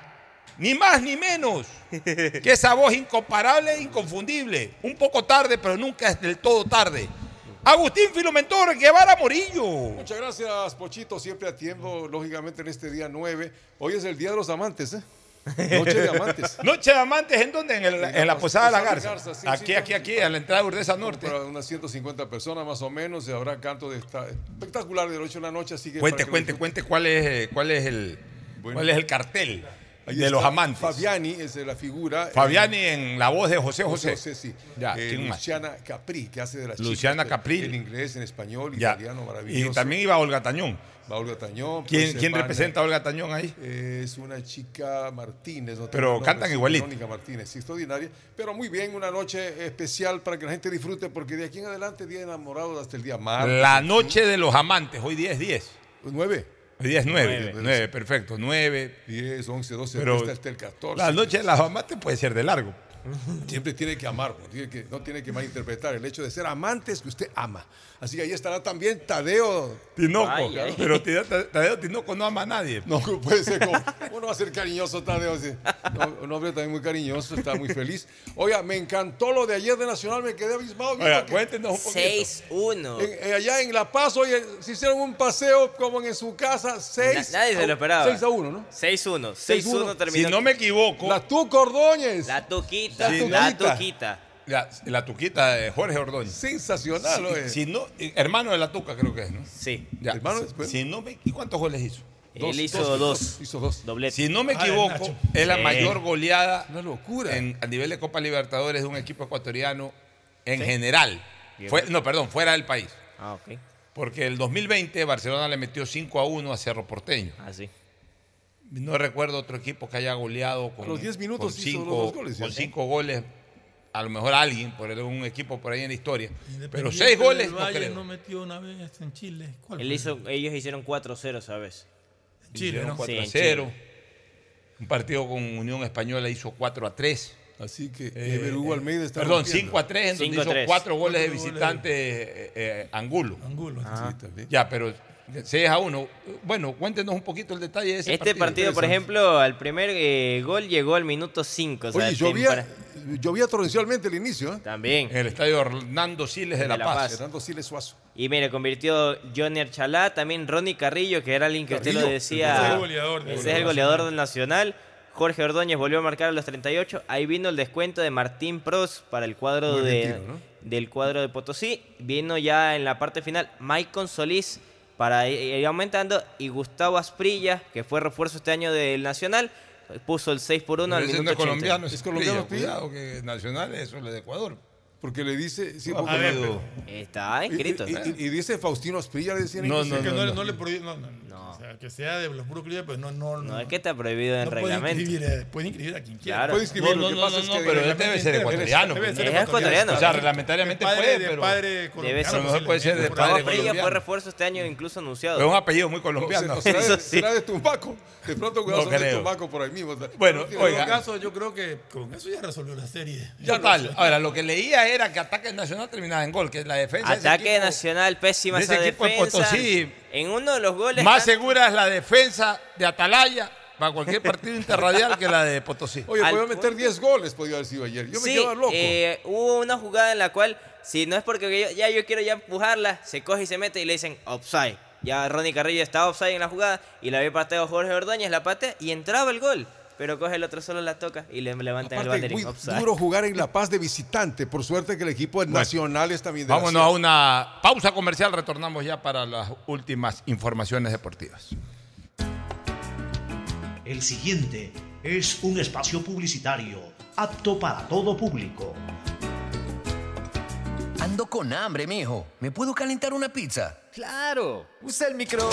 ni más ni menos que esa voz incomparable e inconfundible. Un poco tarde, pero nunca es del todo tarde. Agustín Filomentor Guevara Morillo. Muchas gracias, Pochito. Siempre a tiempo, lógicamente, en este día nueve. Hoy es el Día de los Amantes, ¿eh? Noche de Amantes. Noche de Amantes, ¿en dónde? En, el- en la Posada de la Posada Garza. de Garza, sí, aquí, sí, aquí, aquí, a la entrada de Urdesa Norte. Para unas ciento cincuenta personas más o menos. Y habrá canto de esta, espectacular de noche a la noche. Así que Cuente, para que lo cuente, cuente cuál es, eh, cuál es el, Bueno. cuál es el cartel Ahí de está los amantes. Fabiani es la figura. Fabiani eh, en la voz de José José. José, sí. Ya, Eh, ¿quién más? Luciana Capri, que hace de las Luciana chicas, Capri. En inglés, en español, Ya. italiano, maravilloso. Y también iba Olga Tañón. Va Olga Tañón. ¿Quién, pues, quién van, representa a Olga Tañón ahí? Es una chica Martínez. No tengo Pero el nombre, cantan sí, igualito. Verónica Martínez, sí, extraordinaria. Pero muy bien, una noche especial para que la gente disfrute, porque de aquí en adelante, día enamorado hasta el día martes. La noche de los amantes. Hoy día es diez. Nueve. Hoy día es nueve. Nueve. nueve, perfecto. nueve. diez, once, doce, Pero hasta, hasta el catorce. la noche de los amantes puede ser de largo. Siempre tiene que amar, no tiene que, no tiene que malinterpretar. El hecho de ser amante es que usted ama. Así que ahí estará también Tadeo Tinoco. Ay, ay. Pero Tadeo, Tadeo Tinoco no ama a nadie. No puede ser como. Uno va a ser cariñoso, Tadeo. Sí. No, un hombre también muy cariñoso, está muy feliz. Oiga, me encantó lo de ayer de Nacional, me quedé abismado. Oiga, cuéntenos un poquito. seis uno. En, eh, allá en La Paz, oye, se hicieron un paseo como en su casa, seis. Na- nadie se lo esperaba. seis a uno, ¿no? seis uno. seis uno terminó. Si no me equivoco. La Tuca Ordóñez. La Tuquita. Sí, la Tuquita. Tuquita. La, la Tuquita de Jorge Ordóñez. Sensacional, Si, oye. si no, eh, hermano de la Tuca creo que es, ¿no? Sí. Ya, Hermano si, después. si no me, ¿y cuántos goles hizo? Él hizo dos. Hizo dos. Doblete. Si no me Ah, equivoco, Nacho. es la Sí. mayor goleada Una locura. en, a nivel de Copa Libertadores de un equipo ecuatoriano en general. Fue- no, perdón, fuera del país. Ah, ok. Porque el dos mil veinte Barcelona le metió cinco a uno a Cerro Porteño. Ah, sí. No recuerdo otro equipo que haya goleado con, A los diez minutos con hizo cinco, los dos goles, con ¿sí? cinco goles. A lo mejor alguien, por un equipo por ahí en la historia. Pero Independiente seis goles del no Valle creo. no metió una vez en Chile. ¿Cuál Él fue? hizo, ellos hicieron cuatro cero, ¿sabes? En Chile, Hicieron ¿no? cuatro a Sí, en cero. Chile. Un partido con Unión Española hizo cuatro a tres. Así que Eh, Ever Hugo Almeida está Perdón, rompiendo. cinco a tres, en donde cinco a hizo tres. cuatro goles de Cuatro goles. visitante eh, eh, Angulo. Angulo. Sí, también. Ya, pero seis a uno. Bueno, cuéntenos un poquito el detalle de ese Este partido, por Interesante. ejemplo, al primer eh, gol llegó al minuto cinco. O sea, Oye, llovía, tempra- llovía torrencialmente el inicio, ¿eh? También. En el estadio Hernando Siles de, De La, La Paz. Paz. Fernando Siles Suazo. Y mire, convirtió Johnny Archalá, también Ronnie Carrillo, que era alguien que usted lo Carrillo, decía. ese es el goleador de- Ese es el goleador del Nacional. Jorge Ordóñez volvió a marcar a los treinta y ocho. Ahí vino el descuento de Martín Pros para el cuadro Un de, argentino, ¿no? del cuadro de Potosí. Vino ya en la parte final Maicon Solís para ir aumentando. Y Gustavo Asprilla, que fue refuerzo este año del Nacional, puso el seis por uno al Pero ese no minuto es ochenta. colombiano, ¿Es es colombiano, colombiano. Cuidado, que Nacional es eso, de Ecuador. Porque le dice. Sí, No, porque- a ver, pero- Está y, escrito. y- y- y dice Faustino Asprilla, le decían. No, inclusive. Que no, no, no. no le prohíbe. No, no, No. O sea, que sea de los puros clubes, pues no. No, No, es que está prohibido en no puede reglamento. inscribir, eh, puede inscribir a quien quiera. Claro. Puede escribir, No, lo que no, pasa no, es no, que. pero él debe ser ecuatoriano. Debe ser Es ecuatoriano. O sea, reglamentariamente De padre- puede, de pero- padre Debe colombiano, ser. A lo mejor puede ser de por padre ahí. Gustavo Asprilla colombiano. fue refuerzo este año incluso anunciado. Es un apellido muy O colombiano. sea, Eso de, sí. será de Tumaco. De pronto, cuidado, No son de creo. Tumaco por ahí mismo. Bueno, En oiga. todo caso, yo creo que con eso ya resolvió la serie. Ya tal. Ahora, lo que leía era que Ataque Nacional terminaba en gol, que la defensa de ese Ataque equipo- Nacional, pésima de ese esa equipo de defensa. Potosí. En uno de los goles. Más tan- segura es la defensa de Atalaya para cualquier partido interradial que la de Potosí. Oye, Al podía punto- meter diez goles, podía haber sido ayer. Yo me Sí, quedaba loco. eh, hubo una jugada en la cual, si no es porque yo- ya yo quiero ya empujarla, se coge y se mete y le dicen offside. Ya Ronnie Carrillo estaba offside en la jugada y la había pateado Jorge Ordóñez, la patea y entraba el gol. Pero coge el otro solo la toca y le levantan el Aparte, banderín. muy Offside. duro jugar en La Paz de visitante. Por suerte que el equipo nacional es también de la Vámonos a ciudad. una pausa comercial, retornamos ya para las últimas informaciones deportivas. El siguiente es un espacio publicitario apto para todo público. Ando con hambre, mijo. ¿Me puedo calentar una pizza? Claro. Usa el micro.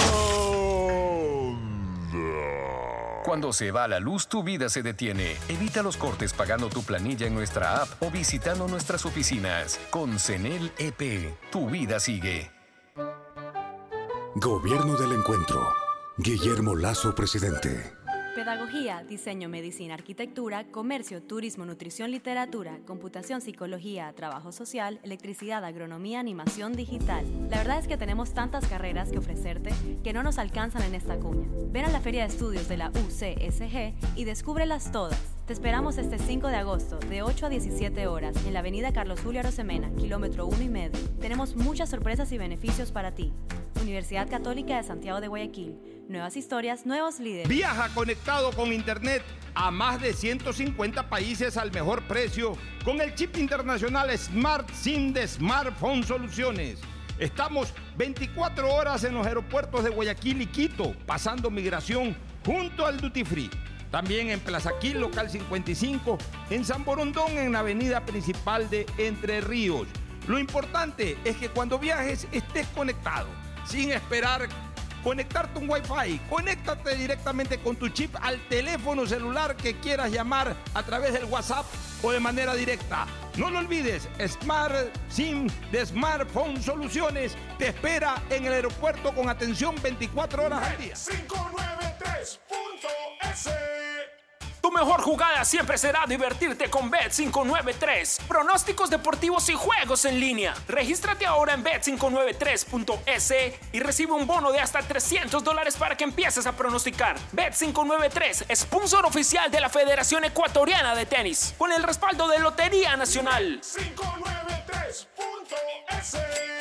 Cuando se va la luz, tu vida se detiene. Evita los cortes pagando tu planilla en nuestra app o visitando nuestras oficinas. Con CENEL E P, tu vida sigue. Gobierno del Encuentro. Guillermo Lasso, presidente. Pedagogía, diseño, medicina, arquitectura, comercio, turismo, nutrición, literatura, computación, psicología, trabajo social, electricidad, agronomía, animación digital. La verdad es que tenemos tantas carreras que ofrecerte que no nos alcanzan en esta cuña. Ven a la Feria de Estudios de la U C S G y descúbrelas todas. Te esperamos este cinco de agosto, de ocho a diecisiete horas, en la avenida Carlos Julio Arosemena, kilómetro uno y medio. Tenemos muchas sorpresas y beneficios para ti. Universidad Católica de Santiago de Guayaquil. Nuevas historias, nuevos líderes. Viaja conectado con Internet a más de ciento cincuenta países al mejor precio con el chip internacional Smart SIM de Smartphone Soluciones. Estamos veinticuatro horas en los aeropuertos de Guayaquil y Quito, pasando migración junto al Duty Free. También en Plaza Quil, local cincuenta y cinco, en San Borondón, en la avenida principal de Entre Ríos. Lo importante es que cuando viajes estés conectado, sin esperar conectarte un Wi-Fi. Conéctate directamente con tu chip al teléfono celular que quieras llamar a través del WhatsApp o de manera directa. No lo olvides, Smart SIM de Smartphone Soluciones te espera en el aeropuerto con atención veinticuatro horas al día. cinco nueve tres punto es. Tu mejor jugada siempre será divertirte con Bet cinco nueve tres. Pronósticos deportivos y juegos en línea. Regístrate ahora en bet cinco nueve tres punto es y recibe un bono de hasta trescientos dólares para que empieces a pronosticar. Bet cinco nueve tres, sponsor oficial de la Federación Ecuatoriana de Tenis, con el respaldo de Lotería Nacional. cinco nueve tres punto es.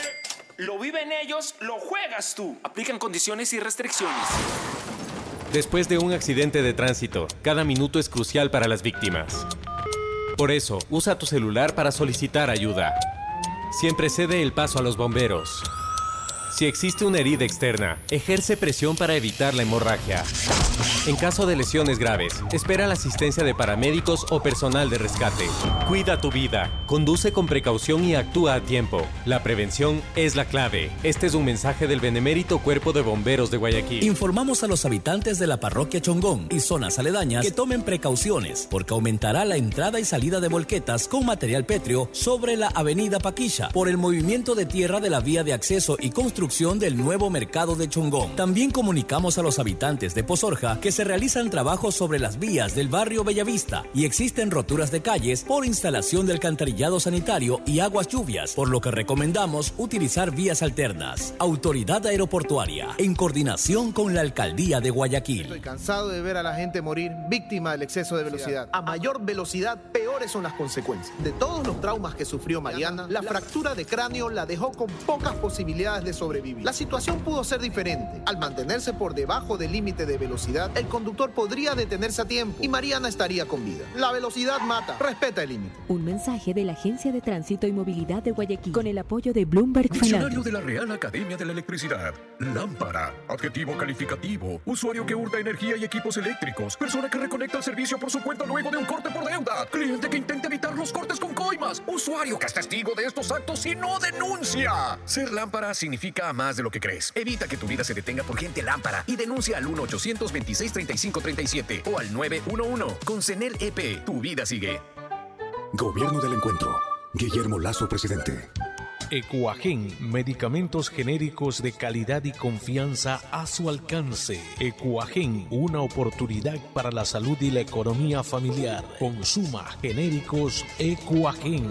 Lo viven ellos, lo juegas tú. Aplican condiciones y restricciones. Después de un accidente de tránsito, cada minuto es crucial para las víctimas. Por eso, usa tu celular para solicitar ayuda. Siempre cede el paso a los bomberos. Si existe una herida externa, ejerce presión para evitar la hemorragia. En caso de lesiones graves, espera la asistencia de paramédicos o personal de rescate. Cuida tu vida, conduce con precaución y actúa a tiempo. La prevención es la clave. Este es un mensaje del Benemérito Cuerpo de Bomberos de Guayaquil. Informamos a los habitantes de la parroquia Chongón y zonas aledañas que tomen precauciones, porque aumentará la entrada y salida de volquetas con material pétreo sobre la avenida Paquilla por el movimiento de tierra de la vía de acceso y construcción del nuevo mercado de Chongón. También comunicamos a los habitantes de Pozorja que se realizan trabajos sobre las vías del barrio Bellavista y existen roturas de calles por instalación del alcantarillado sanitario y aguas lluvias, por lo que recomendamos utilizar vías alternas. Autoridad Aeroportuaria, en coordinación con la Alcaldía de Guayaquil. Estoy cansado de ver a la gente morir víctima del exceso de velocidad. A mayor velocidad, peores son las consecuencias. De todos los traumas que sufrió Mariana, la fractura de cráneo la dejó con pocas posibilidades de sobrevivir. La situación pudo ser diferente. Al mantenerse por debajo del límite de velocidad, el conductor podría detenerse a tiempo y Mariana estaría con vida. La velocidad mata. Respeta el límite. Un mensaje de la Agencia de Tránsito y Movilidad de Guayaquil con el apoyo de Bloomberg Diccionario Finance. de la Real Academia de la Electricidad. Lámpara. Adjetivo calificativo. Usuario que hurta energía y equipos eléctricos. Persona que reconecta el servicio por su cuenta luego de un corte por deuda. Cliente que intenta evitar los cortes con coimas. Usuario que es testigo de estos actos y no denuncia. Ser lámpara significa más de lo que crees. Evita que tu vida se detenga por gente lámpara y denuncia al uno ochocientos veintiséis treinta y cinco treinta y siete o al nueve uno uno. Con CENEL E P, tu vida sigue. Gobierno del Encuentro. Guillermo Lasso, presidente. Ecuagen, medicamentos genéricos de calidad y confianza a su alcance. Ecuagen, una oportunidad para la salud y la economía familiar. Consuma genéricos Ecuagen.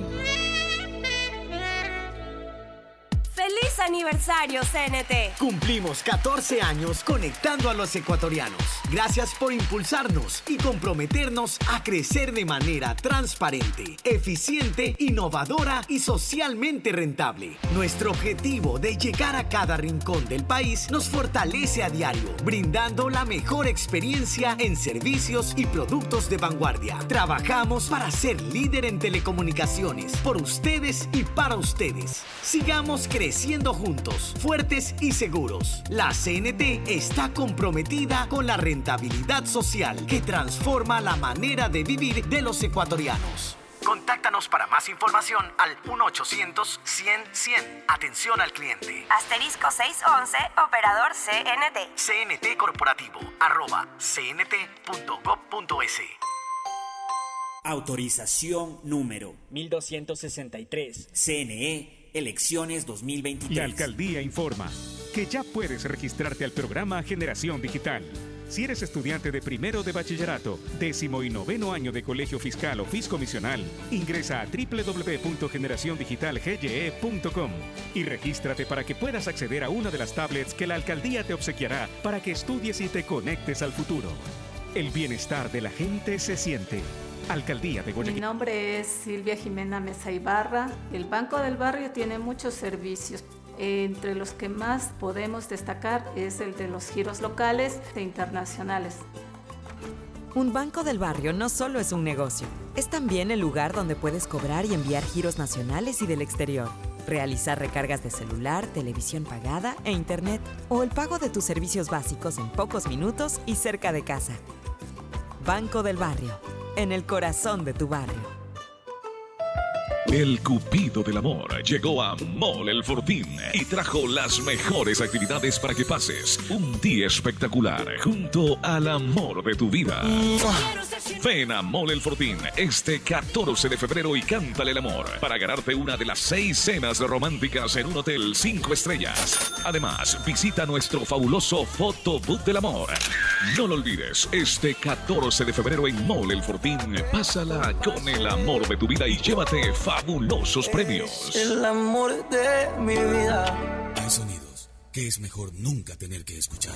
¡Feliz aniversario, C N T! Cumplimos catorce años conectando a los ecuatorianos. Gracias por impulsarnos y comprometernos a crecer de manera transparente, eficiente, innovadora y socialmente rentable. Nuestro objetivo de llegar a cada rincón del país nos fortalece a diario, brindando la mejor experiencia en servicios y productos de vanguardia. Trabajamos para ser líder en telecomunicaciones, por ustedes y para ustedes. Sigamos creciendo juntos, fuertes y seguros. La C N T está comprometida con la rentabilidad social que transforma la manera de vivir de los ecuatorianos. Contáctanos para más información al uno ochocientos cien cien. Atención al cliente. Asterisco seiscientos once, operador C N T. C N T Corporativo, arroba cnt punto gob punto es. Autorización número mil doscientos sesenta y tres. C N E. Elecciones dos mil veintitrés. La alcaldía informa que ya puedes registrarte al programa Generación Digital. Si eres estudiante de primero de bachillerato, décimo y noveno año de colegio fiscal o fiscomisional, ingresa a doble u doble u doble u punto generación digital g y e punto com y regístrate para que puedas acceder a una de las tablets que la alcaldía te obsequiará para que estudies y te conectes al futuro. El bienestar de la gente se siente. Alcaldía de Guayaquil. Mi nombre es Silvia Jimena Mesa Ibarra. El Banco del Barrio tiene muchos servicios. Entre los que más podemos destacar es el de los giros locales e internacionales. Un Banco del Barrio no solo es un negocio, es también el lugar donde puedes cobrar y enviar giros nacionales y del exterior, realizar recargas de celular, televisión pagada e internet, o el pago de tus servicios básicos en pocos minutos y cerca de casa. Banco del Barrio, en el corazón de tu barrio. El Cupido del Amor llegó a Mall El Fortín y trajo las mejores actividades para que pases un día espectacular junto al amor de tu vida. Ven a Mall El Fortín este catorce de febrero y cántale el amor para ganarte una de las seis cenas románticas en un hotel cinco estrellas. Además, visita nuestro fabuloso Photobooth del Amor. No lo olvides, este catorce de febrero en Mall El Fortín, pásala con el amor de tu vida y llévate fabulosos premios. El amor de mi vida. Hay sonidos que es mejor nunca tener que escuchar.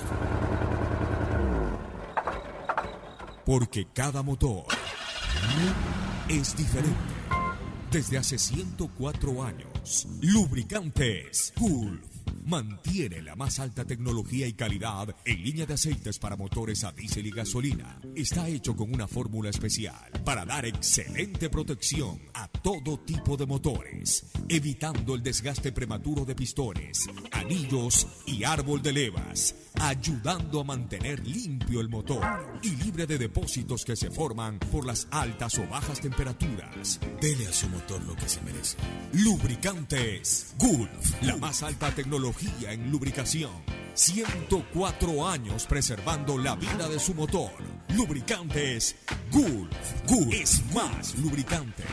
Porque cada motor es diferente. Desde hace ciento cuatro años, Lubricantes Gulf mantiene la más alta tecnología y calidad en línea de aceites para motores a diésel y gasolina. Está hecho con una fórmula especial para dar excelente protección a todo tipo de motores, evitando el desgaste prematuro de pistones, anillos y árbol de levas, ayudando a mantener limpio el motor y libre de depósitos que se forman por las altas o bajas temperaturas. Dele a su motor lo que se merece. Lubricantes Gulf, la más alta tecnología en lubricación. ciento cuatro años preservando la vida de su motor. Lubricantes Gulf. Gulf es más lubricante.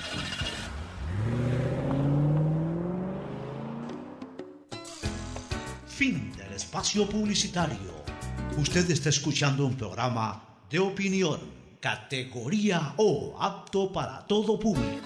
Fin del espacio publicitario. Usted está escuchando un programa de opinión, categoría O, apto para todo público.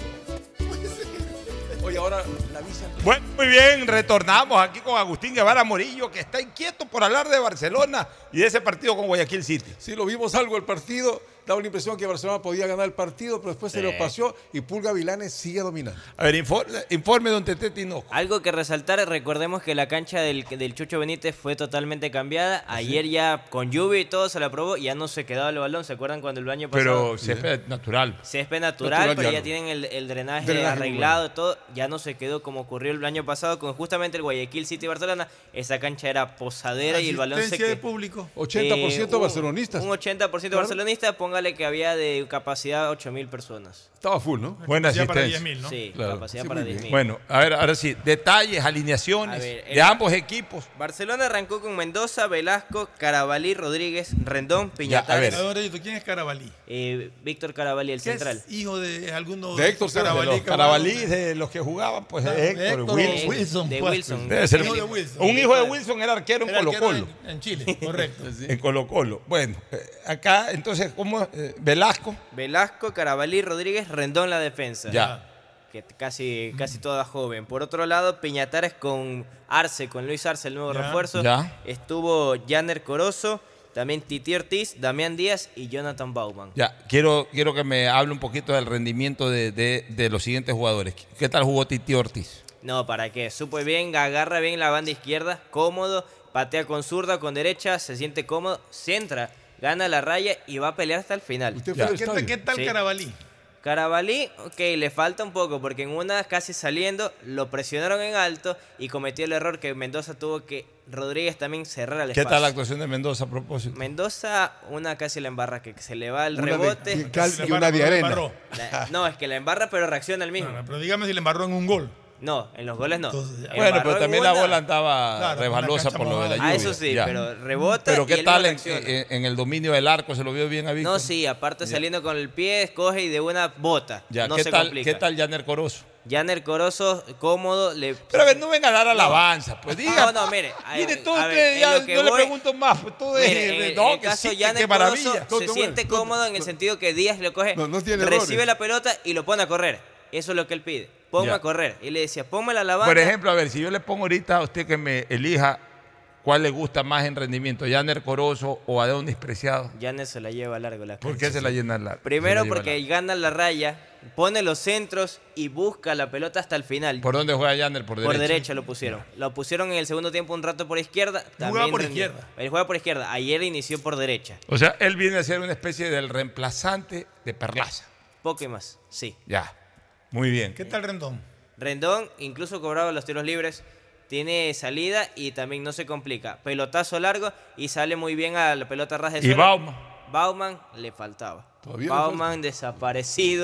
Oye, ahora la visa. Bueno, muy bien, retornamos aquí con Agustín Guevara Morillo, que está inquieto por hablar de Barcelona y de ese partido con Guayaquil City. Sí, lo vimos algo el partido, daba la impresión que Barcelona podía ganar el partido, pero después sí. se lo pasó y Pulga Vilanes sigue dominando. A ver, informe, informe don Tete Tinoco. Algo que resaltar, recordemos que la cancha del, del Chucho Benítez fue totalmente cambiada. Ayer ¿sí? ya con lluvia y todo se la probó y ya no se quedaba el balón. ¿Se acuerdan cuando el año pasado? Pero césped sí. natural. Césped natural, natural pero ya, ya tienen el, el drenaje, drenaje arreglado, bueno. todo. Ya no se quedó como ocurrió el año pasado con justamente el Guayaquil City Barcelona. Esa cancha era posadera y el balón se quedó. De público. ochenta por ciento eh, barcelonistas. Un ochenta por ciento claro. barcelonista, póngale que había de capacidad ocho mil personas. Estaba full, ¿no? Buena asistencia. Para diez mil, ¿no? Sí, claro. capacidad sí, para diez mil. Bueno, a ver, ahora sí, detalles, alineaciones ver, de ambos equipos. Barcelona arrancó con Mendoza, Velasco, Carabalí, Rodríguez, Rendón, Piñatares. Ya, a ver. ¿Quién es Carabalí? Eh, Víctor Carabalí, el central. Es hijo de alguno de Héctor Carabalí. Carabalí, de los que jugaban, pues de Héctor, Héctor Wilson. Wilson. De Wilson. Debe ser hijo de Wilson. Un hijo de Wilson era arquero en Colo-Colo. En, en Chile, correcto. sí. En Colo-Colo. Bueno, eh, acá entonces, ¿cómo? Eh, Velasco. Velasco, Carabalí, Rodríguez, Rendón la defensa. Ya. Que casi, casi toda joven. Por otro lado, Piñatares con Arce, con Luis Arce, el nuevo ya. refuerzo. Ya. Estuvo Janer Corozo, también Titi Ortiz, Damián Díaz y Jonathan Bauman. Ya, quiero, quiero que me hable un poquito del rendimiento de, de, de los siguientes jugadores. ¿Qué tal jugó Titi Ortiz? No, ¿para qué? Supo bien, agarra bien la banda izquierda, cómodo, patea con zurda, con derecha, se siente cómodo, centra, gana la raya y va a pelear hasta el final. ¿Usted fue ¿Qué, tal, ¿Qué tal sí. Carabalí? Carabalí, ok, le falta un poco porque en una casi saliendo lo presionaron en alto y cometió el error que Mendoza tuvo que Rodríguez también cerrar al espacio. ¿Qué tal la actuación de Mendoza a propósito? Mendoza, una casi la embarra, que se le va el una rebote. De, cal, y una de arena. La, no, es que la embarra pero reacciona el mismo. No, no, pero dígame si le embarró en un gol. No, en los goles no. Entonces, bueno, pero también una, la bola andaba claro, resbalosa por lo de la lluvia. Ah, eso sí, ya. pero rebota. Pero ¿qué tal en, en, en el dominio del arco? ¿Se lo vio bien a Víctor? No, sí, aparte ya. saliendo con el pie, coge y de una bota. Ya. No ¿Qué se tal, complica. ¿Qué tal Janer Corozo? Janer Corozo, cómodo. Le... Pero a ver, no venga a dar alabanza, pues diga. No, no, mire. Mire, todo a ver, ya, no voy, le pregunto más, pues todo mire, es. No, en el caso sí, Janer Corozo se todo siente bueno. cómodo en el sentido que Díaz lo coge, no, no tiene recibe errores. la pelota y lo pone a correr. Eso es lo que él pide. Ponme ya. a correr. Y le decía, ponme la alabanza. Por ejemplo, a ver, si yo le pongo ahorita a usted que me elija cuál le gusta más en rendimiento, Janer Corozo o Adonis Preciado. Janer se la lleva largo la cancha. ¿Por qué se la llena largo? Primero porque gana la raya, pone los centros y busca la pelota hasta el final. ¿Por dónde juega Janer? Por derecha. Por derecha lo pusieron. Ya. Lo pusieron en el segundo tiempo un rato por izquierda. Juega por rendió. izquierda. Él juega por izquierda. Ayer inició por derecha. O sea, él viene a ser una especie del reemplazante de Perlaza. Poco más, sí. Ya. Muy bien. ¿Qué tal Rendón? Rendón incluso cobraba los tiros libres, tiene salida y también no se complica. Pelotazo largo y sale muy bien a la pelota ras de suelo. ¿Y Bauman? Bauman le faltaba. ¿Todavía Bauman desaparecido,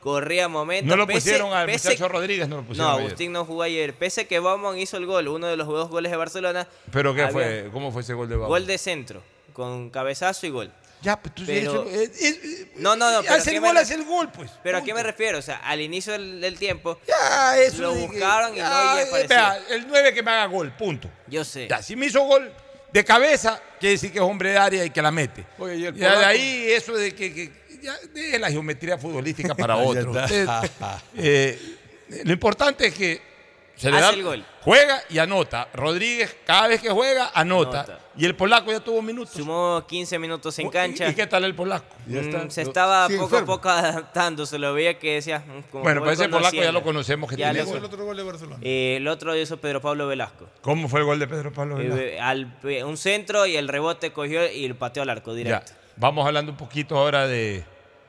corría momentos. No lo pese, pusieron al pese, muchacho Rodríguez, no lo pusieron. No, ayer. Agustín no jugó ayer. Pese que Bauman hizo el gol, uno de los dos goles de Barcelona. ¿Pero qué había, fue? ¿Cómo fue ese gol de Bauman? Gol de centro, con cabezazo y gol. Ya, pues tú pero, eso, es, es, no, no, no. Pero hace el gol, hace el gol, pues. Pero punto. ¿A qué me refiero? O sea, al inicio del, del tiempo, ya, eso lo buscaron que, y ya, no apareció. Vea, el nueve que me haga gol, punto. Yo sé. Ya, si me hizo gol de cabeza, quiere decir que es hombre de área y que la mete. Oye, y el ya de ahí eso de que, que ya, de la geometría futbolística para otro. Usted, eh, lo importante es que se le hace da, el gol. Juega y anota. Rodríguez, cada vez que juega, anota. anota. Y el polaco ya tuvo minutos. Sumó quince minutos en cancha. ¿Y, y qué tal el polaco? Ya está. Mm, se estaba sí, poco a poco adaptando. Se lo veía que decía. Como bueno, pues ese polaco ya lo conocemos. Que ya tiene el otro gol de Barcelona. Eh, el otro hizo Pedro Pablo Velasco. ¿Cómo fue el gol de Pedro Pablo Velasco? Eh, al, un centro y el rebote cogió y el pateó al arco directo. Ya. Vamos hablando un poquito ahora de,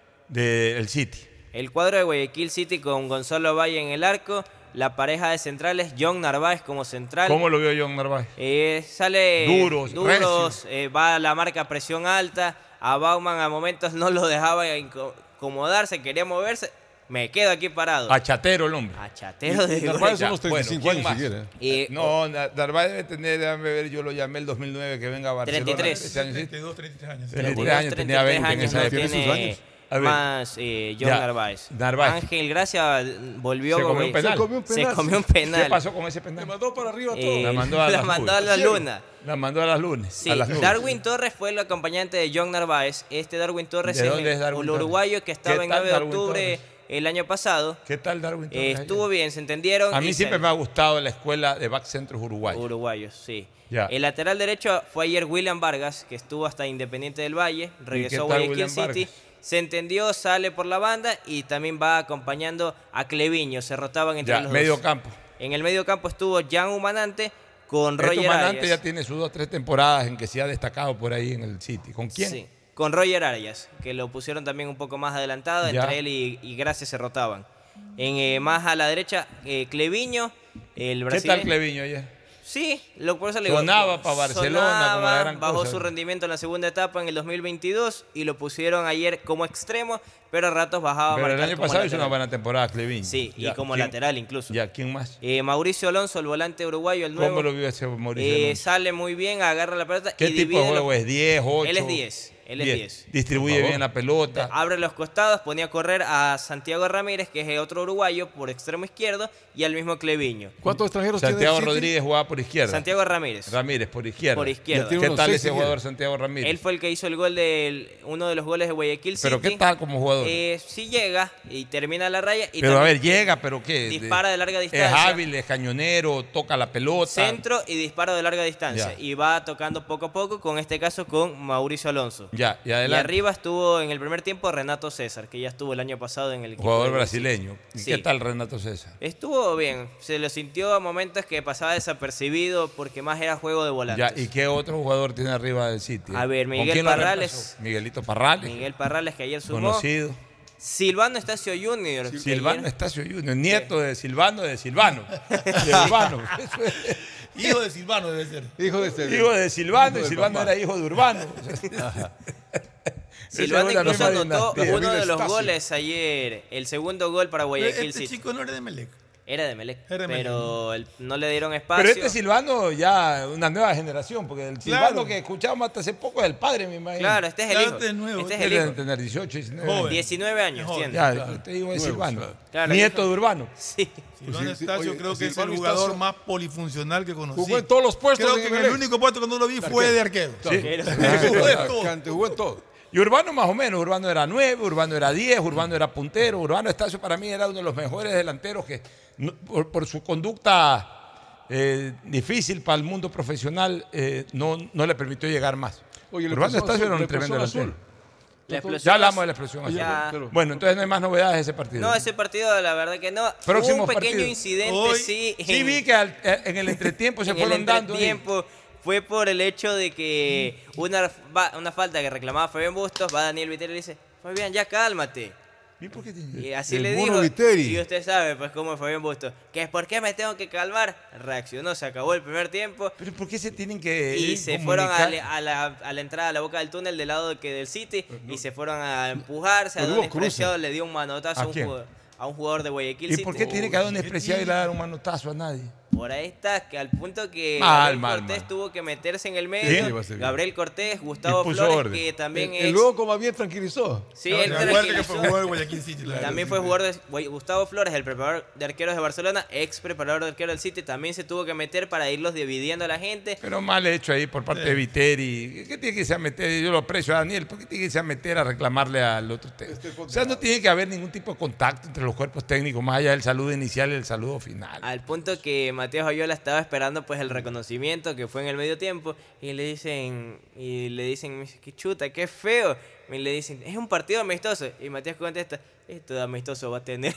de el City. El cuadro de Guayaquil City con Gonzalo Valle en el arco. La pareja de centrales, John Narváez como central. ¿Cómo lo vio John Narváez? Eh, sale duros, duros eh, va a la marca presión alta. A Bauman a momentos no lo dejaba acomodarse, quería moverse. Me quedo aquí parado. A chatero el hombre. A chatero de Narváez son los treinta y cinco bueno, años si quiere. Eh, no, Narváez debe tener, déjame ver, yo lo llamé el dos mil nueve que venga a Barcelona. treinta y tres. treinta y dos, treinta y tres años. treinta y tres años, tenía veinte en esa época. Tiene años. Más eh, John ya, Narváez. Narváez. Ángel Gracia volvió. Se comió un penal. Se comió un penal. Se comió un penal. ¿Qué pasó con ese penal? Le mandó para arriba todo. Eh, la mandó a, la las mandó a la luna. La mandó a las lunes. Sí, a las Darwin Torres fue el acompañante de John Narváez. Este Darwin Torres ¿De es dónde el, es Darwin el Torres? uruguayo que estaba en nueve de octubre el año pasado. ¿Qué tal Darwin Torres? Eh, estuvo bien, se entendieron. A mí siempre se... me ha gustado la escuela de back centros uruguayos. Uruguayos, sí. Ya. El lateral derecho fue ayer William Vargas, que estuvo hasta Independiente del Valle. Regresó a Guayaquil City. Vargas? Se entendió, sale por la banda y también va acompañando a Cleviño. Se rotaban entre ya, los medio dos. campo. En el medio campo estuvo Jan Humanante con este Roger Humanante Arias. ya tiene sus dos o tres temporadas en que se ha destacado por ahí en el City. ¿Con quién? Sí, con Roger Arias, que lo pusieron también un poco más adelantado. Ya. Entre él y, y Gracia se rotaban. En, eh, más a la derecha, eh, Cleviño, el brasileño. ¿Qué tal Cleviño ayer? Sí, lo por eso le digo. Sonaba para Barcelona sonaba, como la gran bajó cosa. su rendimiento en la segunda etapa en el dos mil veintidós y lo pusieron ayer como extremo, pero a ratos bajaba. Pero a el año pasado lateral. Hizo una buena temporada Cleviño. Sí, ya, y como ¿quién? lateral incluso. Ya, ¿quién más? Eh, Mauricio Alonso, el volante uruguayo, el nuevo. ¿Cómo lo vio ese Mauricio eh, Alonso? Sale muy bien, agarra la pelota. ¿Qué y tipo de juego los... es? ¿diez, ocho? Él es diez. Él es diez. Distribuye bien la pelota. Abre los costados, ponía a correr a Santiago Ramírez, que es otro uruguayo, por extremo izquierdo, y al mismo Cleviño. ¿Cuántos extranjeros Santiago tiene Rodríguez jugaba por izquierda. Tal Ramírez. Ramírez, por izquierda. Por izquierda. ¿Qué tal ese jugador Santiago Ramírez? Él fue el que hizo el gol de uno de los goles de Guayaquil City. ¿Pero qué tal como jugador? Eh, sí llega y termina la raya. Y pero a ver, llega, pero ¿qué? Dispara de larga distancia. Es hábil, es cañonero, toca la pelota. Centro y disparo de larga distancia. Ya. Y va tocando poco a poco, con este caso con Mauricio Alonso. Ya, y adelante. Y arriba estuvo en el primer tiempo Renato César, que ya estuvo el año pasado en el equipo. Jugador brasileño. ¿Y sí. qué tal Renato César? Estuvo bien. Se lo sintió a momentos que pasaba desapercibido porque más era juego de volantes. Ya, ¿y qué otro jugador tiene arriba del sitio? A ver, Miguel Parrales. Miguelito Parrales. Miguel Parrales, que ayer sumó. Conocido. Silvano Estacio Junior. Sí, Silvano ayer... Estacio Junior, nieto de Silvano de Silvano. De Urbano. Hijo de Silvano debe ser. Hijo de, Silvano. Hijo de Silvano y Silvano era hijo de Urbano. Silvano incluso anotó uno de los goles ayer, el segundo gol para Guayaquil este City. Este chico no era de Melec. Era de Melec, era de Melec. pero el, no le dieron espacio. Pero este Silvano ya una nueva generación, porque el Silvano claro. que escuchábamos hasta hace poco es el padre, me imagino. Claro, este es el claro, hijo. Este es nuevo. Este es el hijo. Debe tener dieciocho, diecinueve años. diecinueve años Joven, tiene. Ya, claro. este hijo es Silvano. Claro, Nieto de Urbano. Sí. Silvano Estacio creo que es el jugador Estacio más polifuncional que conocí. Jugó en todos los puestos. Creo que en el único puesto cuando lo vi fue de arquero. Sí. Jugó en todo. Y Urbano más o menos, Urbano era nueve, Urbano era diez, Urbano era puntero, Urbano Estacio para mí era uno de los mejores delanteros que por, por su conducta eh, difícil para el mundo profesional eh, no, no le permitió llegar más. Oye, Urbano Estacio era un tremendo delantero. Ya hablamos de la explosión azul. Ya. Bueno, entonces no hay más novedades de ese partido. No, ese partido la verdad que no. Próximo Hubo un pequeño partido. incidente, Hoy, sí. Sí vi que al, en el entretiempo se en fueron el dando. Entretiempo fue por el hecho de que una, una falta que reclamaba Fabián Bustos, va Daniel Viteri y le dice, Fabián, ya cálmate. ¿Y por qué tiene? Y así El le mono dijo. Viteri. Y usted sabe, pues, cómo Fabián Busto. Que es por qué me tengo que calmar. Reaccionó, se acabó el primer tiempo. ¿Pero por qué se tienen que Y ir se comunicar? fueron a, la- a la, a la entrada, a la boca del túnel del lado de que del City. Y se fueron a empujarse. A pero Don hubo cruce. Despreciado le dio un manotazo ¿A a un, quién? jugador, a un jugador de Guayaquil ¿Y City. por qué tiene que dar un despreciado y le dar un manotazo a nadie? Por ahí está, que al punto que Mal, Gabriel mal, Cortés mal. tuvo que meterse en el medio. ¿Quién? Gabriel Cortés, Gustavo Y puso Flores, orden. que también El, el es... loco más bien tranquilizó. Sí, No, él recuerde que tranquilizó. fue jugador de Guayaquil City. la También verdad, fue sí. jugador de Guay- Gustavo Flores, el preparador de arqueros de Barcelona, ex preparador de arqueros del City, también se tuvo que meter para irlos dividiendo a la gente. Pero mal hecho ahí por parte de Viteri. ¿Qué tiene que irse a meter? Yo lo aprecio a Daniel. ¿Por qué tiene que irse a meter a reclamarle al otro técnico? O sea, no tiene que haber ningún tipo de contacto entre los cuerpos técnicos, más allá del saludo inicial y el saludo final. Al punto que Matías Oyola estaba esperando pues el reconocimiento que fue en el medio tiempo y le dicen, y le dicen, me dice, qué chuta, qué feo. Y le dicen, es un partido amistoso. Y Matías contesta, esto de amistoso va a tener.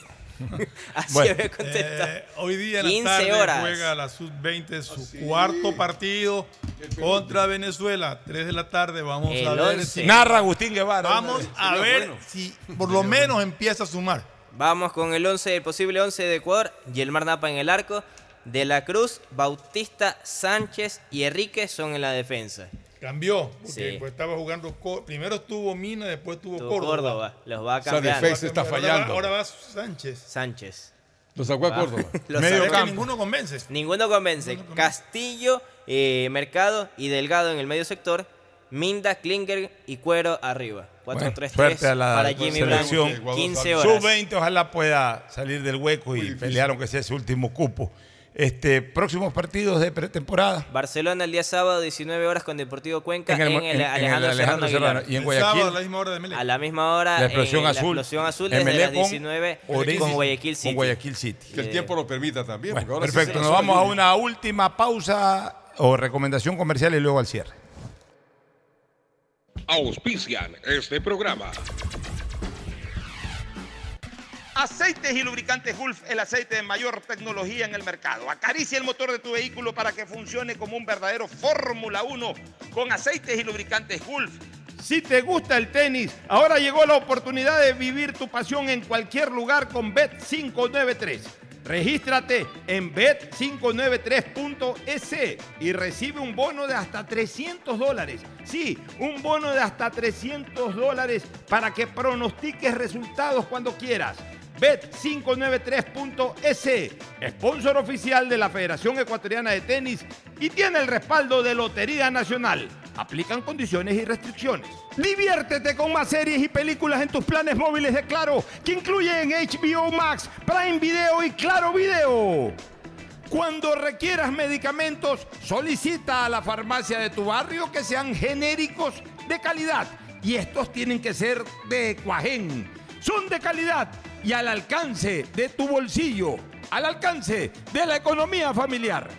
Así Bueno. había contestado. Eh, hoy día en la quince tarde horas. juega la sub veinte su cuarto partido contra Venezuela. tres de la tarde. Vamos El a ver once. si. Narra Agustín Guevara. Vamos a ver si por lo menos empieza a sumar. Vamos con el once, el posible once de Ecuador. Yelmar Napa en el arco. De la Cruz, Bautista, Sánchez y Enrique son en la defensa. Cambió, porque Sí. pues, estaba jugando. Co- Primero estuvo Mina, después estuvo Tuvo Córdoba. Córdoba. Los va a Esa cambiar. defensa está Ahora va- fallando. Ahora va Sánchez. Sánchez. Lo sacó a Va. Córdoba. Lo Medio Es sacó. que campo. ninguno convence. Ninguno convence. Castillo, eh, Mercado y Delgado en el medio sector. Minda, Klinger y Cuero arriba. cuatro Bueno, tres tres suerte a la para Jimmy selección. Blanco. quince horas. sub veinte, ojalá pueda salir del hueco y pelear aunque sea ese último cupo. Este, próximos partidos de pretemporada. Barcelona el día sábado, diecinueve horas con Deportivo Cuenca en el, en- en el Alejandro, Alejandro Serrano Serrano. Aguilar. Y en El Guayaquil, sábado a la misma hora de Melec. A la misma hora, la explosión eh, azul. la explosión azul desde Emelec las con diecinueve Orense, con Guayaquil City. Con Guayaquil City. Que el tiempo lo permita también. Bueno, porque ahora sí perfecto, se nos la vamos a lluvia. una última pausa o recomendación comercial y luego al cierre. Auspician este programa. Aceites y lubricantes Gulf, el aceite de mayor tecnología en el mercado. Acaricia el motor de tu vehículo para que funcione como un verdadero Fórmula uno con aceites y lubricantes Gulf. Si te gusta el tenis, ahora llegó la oportunidad de vivir tu pasión en cualquier lugar con Bet quinientos noventa y tres. Regístrate en bet quinientos noventa y tres punto es y recibe un bono de hasta trescientos dólares. Sí, un bono de hasta trescientos dólares para que pronostiques resultados cuando quieras. bet quinientos noventa y tres punto es, sponsor oficial de la Federación Ecuatoriana de Tenis y tiene el respaldo de Lotería Nacional. Aplican condiciones y restricciones. Diviértete con más series y películas en tus planes móviles de Claro, que incluyen H B O Max, Prime Video y Claro Video. Cuando requieras medicamentos, solicita a la farmacia de tu barrio que sean genéricos de calidad. Y estos tienen que ser de Cuajén. Son de calidad y al alcance de tu bolsillo, al alcance de la economía familiar.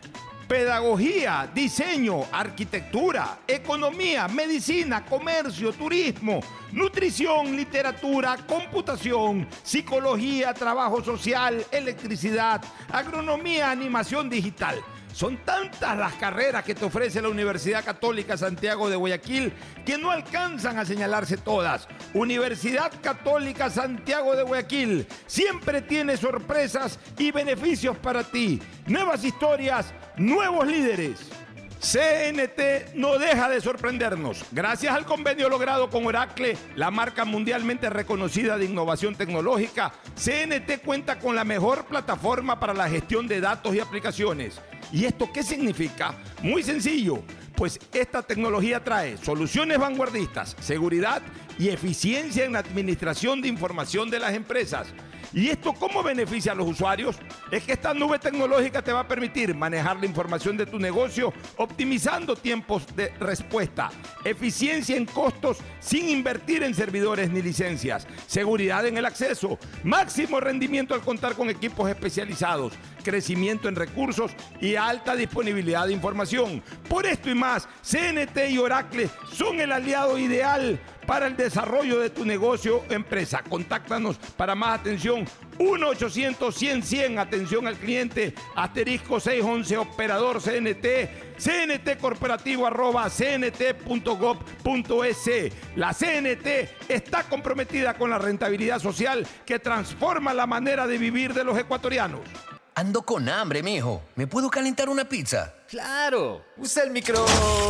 Pedagogía, diseño, arquitectura, economía, medicina, comercio, turismo, nutrición, literatura, computación, psicología, trabajo social, electricidad, agronomía, animación digital. Son tantas las carreras que te ofrece la Universidad Católica Santiago de Guayaquil que no alcanzan a señalarse todas. Universidad Católica Santiago de Guayaquil siempre tiene sorpresas y beneficios para ti. Nuevas historias, nuevos líderes. C N T no deja de sorprendernos. Gracias al convenio logrado con Oracle, la marca mundialmente reconocida de innovación tecnológica, C N T cuenta con la mejor plataforma para la gestión de datos y aplicaciones. ¿Y esto qué significa? Muy sencillo, pues esta tecnología trae soluciones vanguardistas, seguridad y eficiencia en la administración de información de las empresas. ¿Y esto cómo beneficia a los usuarios? Es que esta nube tecnológica te va a permitir manejar la información de tu negocio optimizando tiempos de respuesta, eficiencia en costos sin invertir en servidores ni licencias, seguridad en el acceso, máximo rendimiento al contar con equipos especializados, crecimiento en recursos y alta disponibilidad de información. Por esto y más, C N T y Oracle son el aliado ideal para el desarrollo de tu negocio o empresa. Contáctanos para más atención uno ochocientos cien cien, atención al cliente, asterisco seiscientos once, operador C N T, cntcorporativo arroba cnt.gov.es. La C N T está comprometida con la rentabilidad social que transforma la manera de vivir de los ecuatorianos. Ando con hambre, mijo. ¿Me puedo calentar una pizza? ¡Claro! ¡Usa el micro!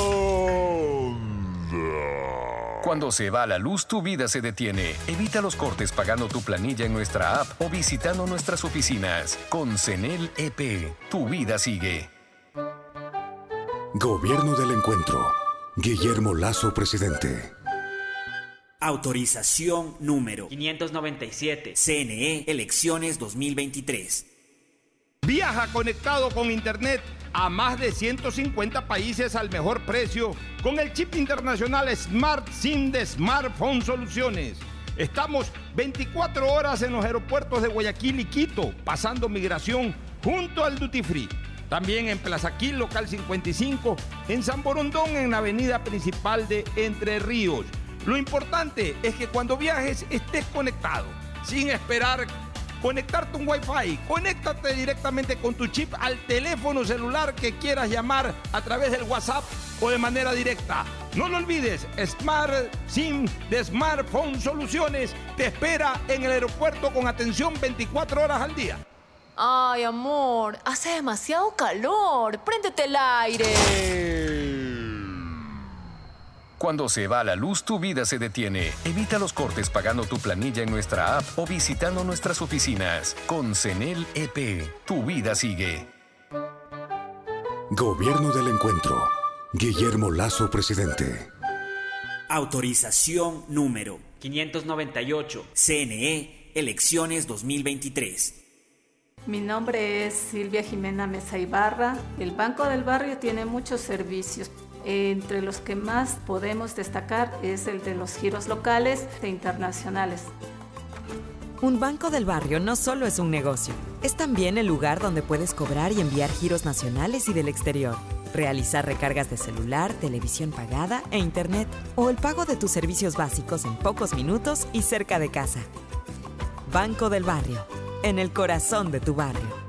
Cuando se va la luz, tu vida se detiene. Evita los cortes pagando tu planilla en nuestra app o visitando nuestras oficinas. Con CENEL E P, tu vida sigue. Gobierno del Encuentro. Guillermo Lasso, presidente. Autorización número quinientos noventa y siete. C N E, elecciones dos mil veintitrés. Viaja conectado con Internet a más de ciento cincuenta países al mejor precio con el chip internacional Smart SIM de Smartphone Soluciones. Estamos veinticuatro horas en los aeropuertos de Guayaquil y Quito, pasando migración junto al Duty Free. También en Plaza Quil, local cincuenta y cinco, en San Borondón, en la avenida principal de Entre Ríos. Lo importante es que cuando viajes estés conectado, sin esperar conectarte un Wi-Fi. Conéctate directamente con tu chip al teléfono celular que quieras llamar a través del WhatsApp o de manera directa. No lo olvides, Smart SIM de Smartphone Soluciones te espera en el aeropuerto con atención veinticuatro horas al día. Ay, amor, hace demasiado calor. Préndete el aire. Cuando se va la luz, tu vida se detiene. Evita los cortes pagando tu planilla en nuestra app o visitando nuestras oficinas. Con CENEL E P, tu vida sigue. Gobierno del Encuentro. Guillermo Lasso, presidente. Autorización número quinientos noventa y ocho. C N E, elecciones dos mil veintitrés. Mi nombre es Silvia Jimena Mesa Ibarra. El Banco del Barrio tiene muchos servicios. Entre los que más podemos destacar es el de los giros locales e internacionales. Un banco del barrio no solo es un negocio, es también el lugar donde puedes cobrar y enviar giros nacionales y del exterior, realizar recargas de celular, televisión pagada e internet, o el pago de tus servicios básicos en pocos minutos y cerca de casa. Banco del Barrio, en el corazón de tu barrio.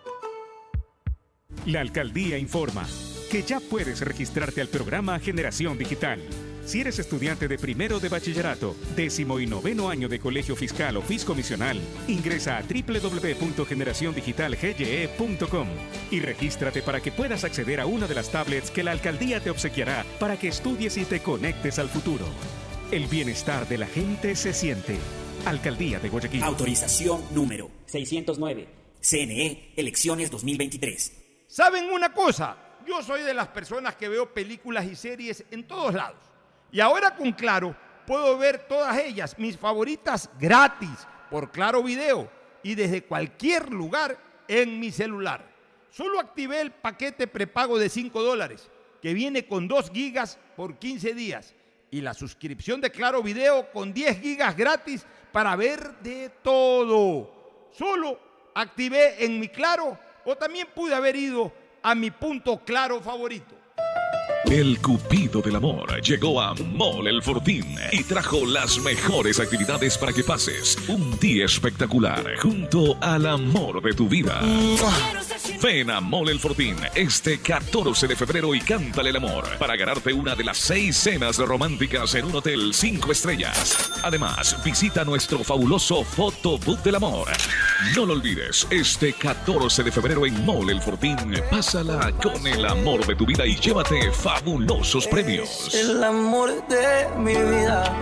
La alcaldía informa que ya puedes registrarte al programa Generación Digital. Si eres estudiante de primero de bachillerato, décimo y noveno año de colegio fiscal o fiscomisional, ingresa a doble u doble u doble u punto generación digital g y e punto com y regístrate para que puedas acceder a una de las tablets que la alcaldía te obsequiará para que estudies y te conectes al futuro. El bienestar de la gente se siente. Alcaldía de Guayaquil. Autorización número seiscientos nueve. C N E, elecciones dos mil veintitrés. ¿Saben una cosa? Yo soy de las personas que veo películas y series en todos lados. Y ahora con Claro puedo ver todas ellas, mis favoritas, gratis, por Claro Video y desde cualquier lugar en mi celular. Solo activé el paquete prepago de cinco dólares, que viene con dos gigas por quince días. Y la suscripción de Claro Video con diez gigas gratis para ver de todo. Solo activé en mi Claro o también pude haber ido a mi punto Claro favorito. El Cupido del Amor llegó a Mall El Fortín y trajo las mejores actividades para que pases un día espectacular junto al amor de tu vida. Ven a Mall El Fortín este catorce de febrero y cántale el amor para ganarte una de las seis cenas románticas en un hotel cinco estrellas. Además, visita nuestro fabuloso Photobooth del Amor. No lo olvides, este catorce de febrero en Mall El Fortín, pásala con el amor de tu vida y llévate fabulosos premios. El amor de mi vida.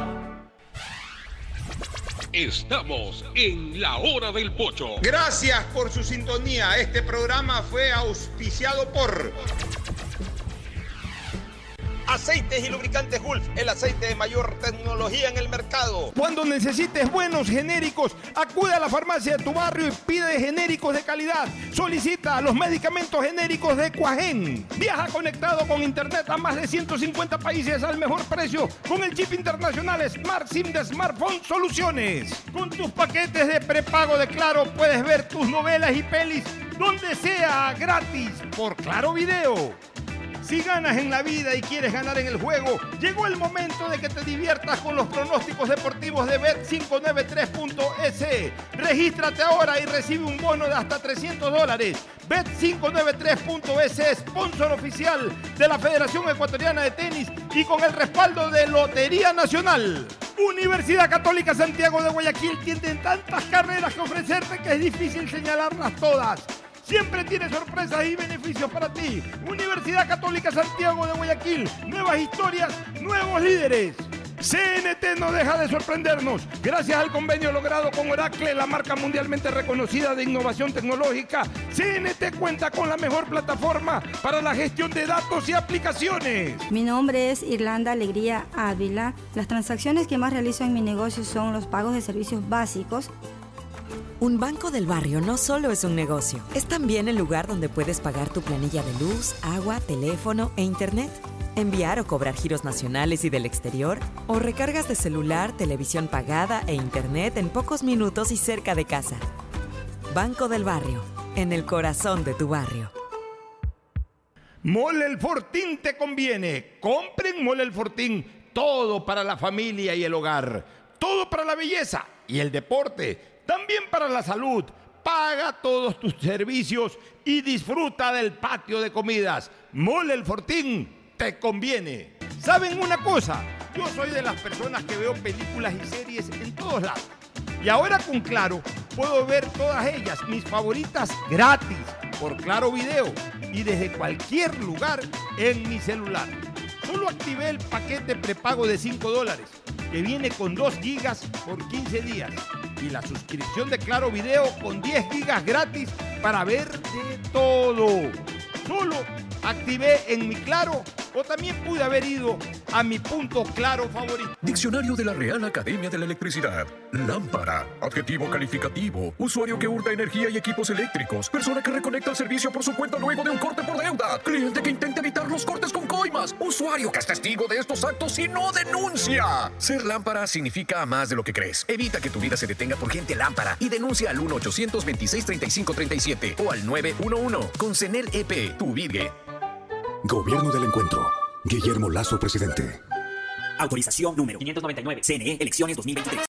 Estamos en la hora del pocho. Gracias por su sintonía. Este programa fue auspiciado por Aceites y Lubricantes Gulf, el aceite de mayor tecnología en el mercado. Cuando necesites buenos genéricos, acude a la farmacia de tu barrio y pide genéricos de calidad. Solicita los medicamentos genéricos de Cuajén. Viaja conectado con Internet a más de ciento cincuenta países al mejor precio con el chip internacional Smart SIM de Smartphone Soluciones. Con tus paquetes de prepago de Claro puedes ver tus novelas y pelis donde sea gratis por Claro Video. Si ganas en la vida y quieres ganar en el juego, llegó el momento de que te diviertas con los pronósticos deportivos de Bet cinco noventa y tres punto es. Regístrate ahora y recibe un bono de hasta trescientos dólares. Bet cinco noventa y tres punto es, sponsor oficial de la Federación Ecuatoriana de Tenis y con el respaldo de Lotería Nacional. Universidad Católica Santiago de Guayaquil tiene tantas carreras que ofrecerte que es difícil señalarlas todas. Siempre tiene sorpresas y beneficios para ti. Universidad Católica Santiago de Guayaquil. Nuevas historias, nuevos líderes. C N T no deja de sorprendernos. Gracias al convenio logrado con Oracle, la marca mundialmente reconocida de innovación tecnológica, C N T cuenta con la mejor plataforma para la gestión de datos y aplicaciones. Mi nombre es Irlanda Alegría Ávila. Las transacciones que más realizo en mi negocio son los pagos de servicios básicos. Un banco del barrio no solo es un negocio, es también el lugar donde puedes pagar tu planilla de luz, agua, teléfono e internet, enviar o cobrar giros nacionales y del exterior, o recargas de celular, televisión pagada e internet en pocos minutos y cerca de casa. Banco del Barrio, en el corazón de tu barrio. Mole El Fortín te conviene. Compren Mole El Fortín. Todo para la familia y el hogar. Todo para la belleza y el deporte. También para la salud. Paga todos tus servicios y disfruta del patio de comidas. Mole El Fortín te conviene. ¿Saben una cosa? Yo soy de las personas que veo películas y series en todos lados. Y ahora con Claro puedo ver todas ellas, mis favoritas, gratis, por Claro Video y desde cualquier lugar en mi celular. Solo activé el paquete prepago de cinco dólares, que viene con dos gigas por quince días. Y la suscripción de Claro Video con diez gigas gratis para ver de todo. Solo activé en mi Claro o también pude haber ido a mi punto Claro favorito. Diccionario de la Real Academia de la Electricidad. Lámpara. Adjetivo calificativo. Usuario que hurta energía y equipos eléctricos. Persona que reconecta el servicio por su cuenta luego de un corte por deuda. Cliente que intenta evitar los cortes con coimas. Usuario que es testigo de estos actos y no denuncia. Ser lámpara significa más de lo que crees. Evita que tu vida se detenga por gente lámpara y denuncia al uno ochocientos veintiséis treinta y cinco treinta y siete o al nueve uno uno. Con CENEL E P, tu Virgue. Gobierno del Encuentro. Guillermo Lasso, presidente. Autorización número quinientos noventa y nueve. C N E, elecciones dos mil veintitrés.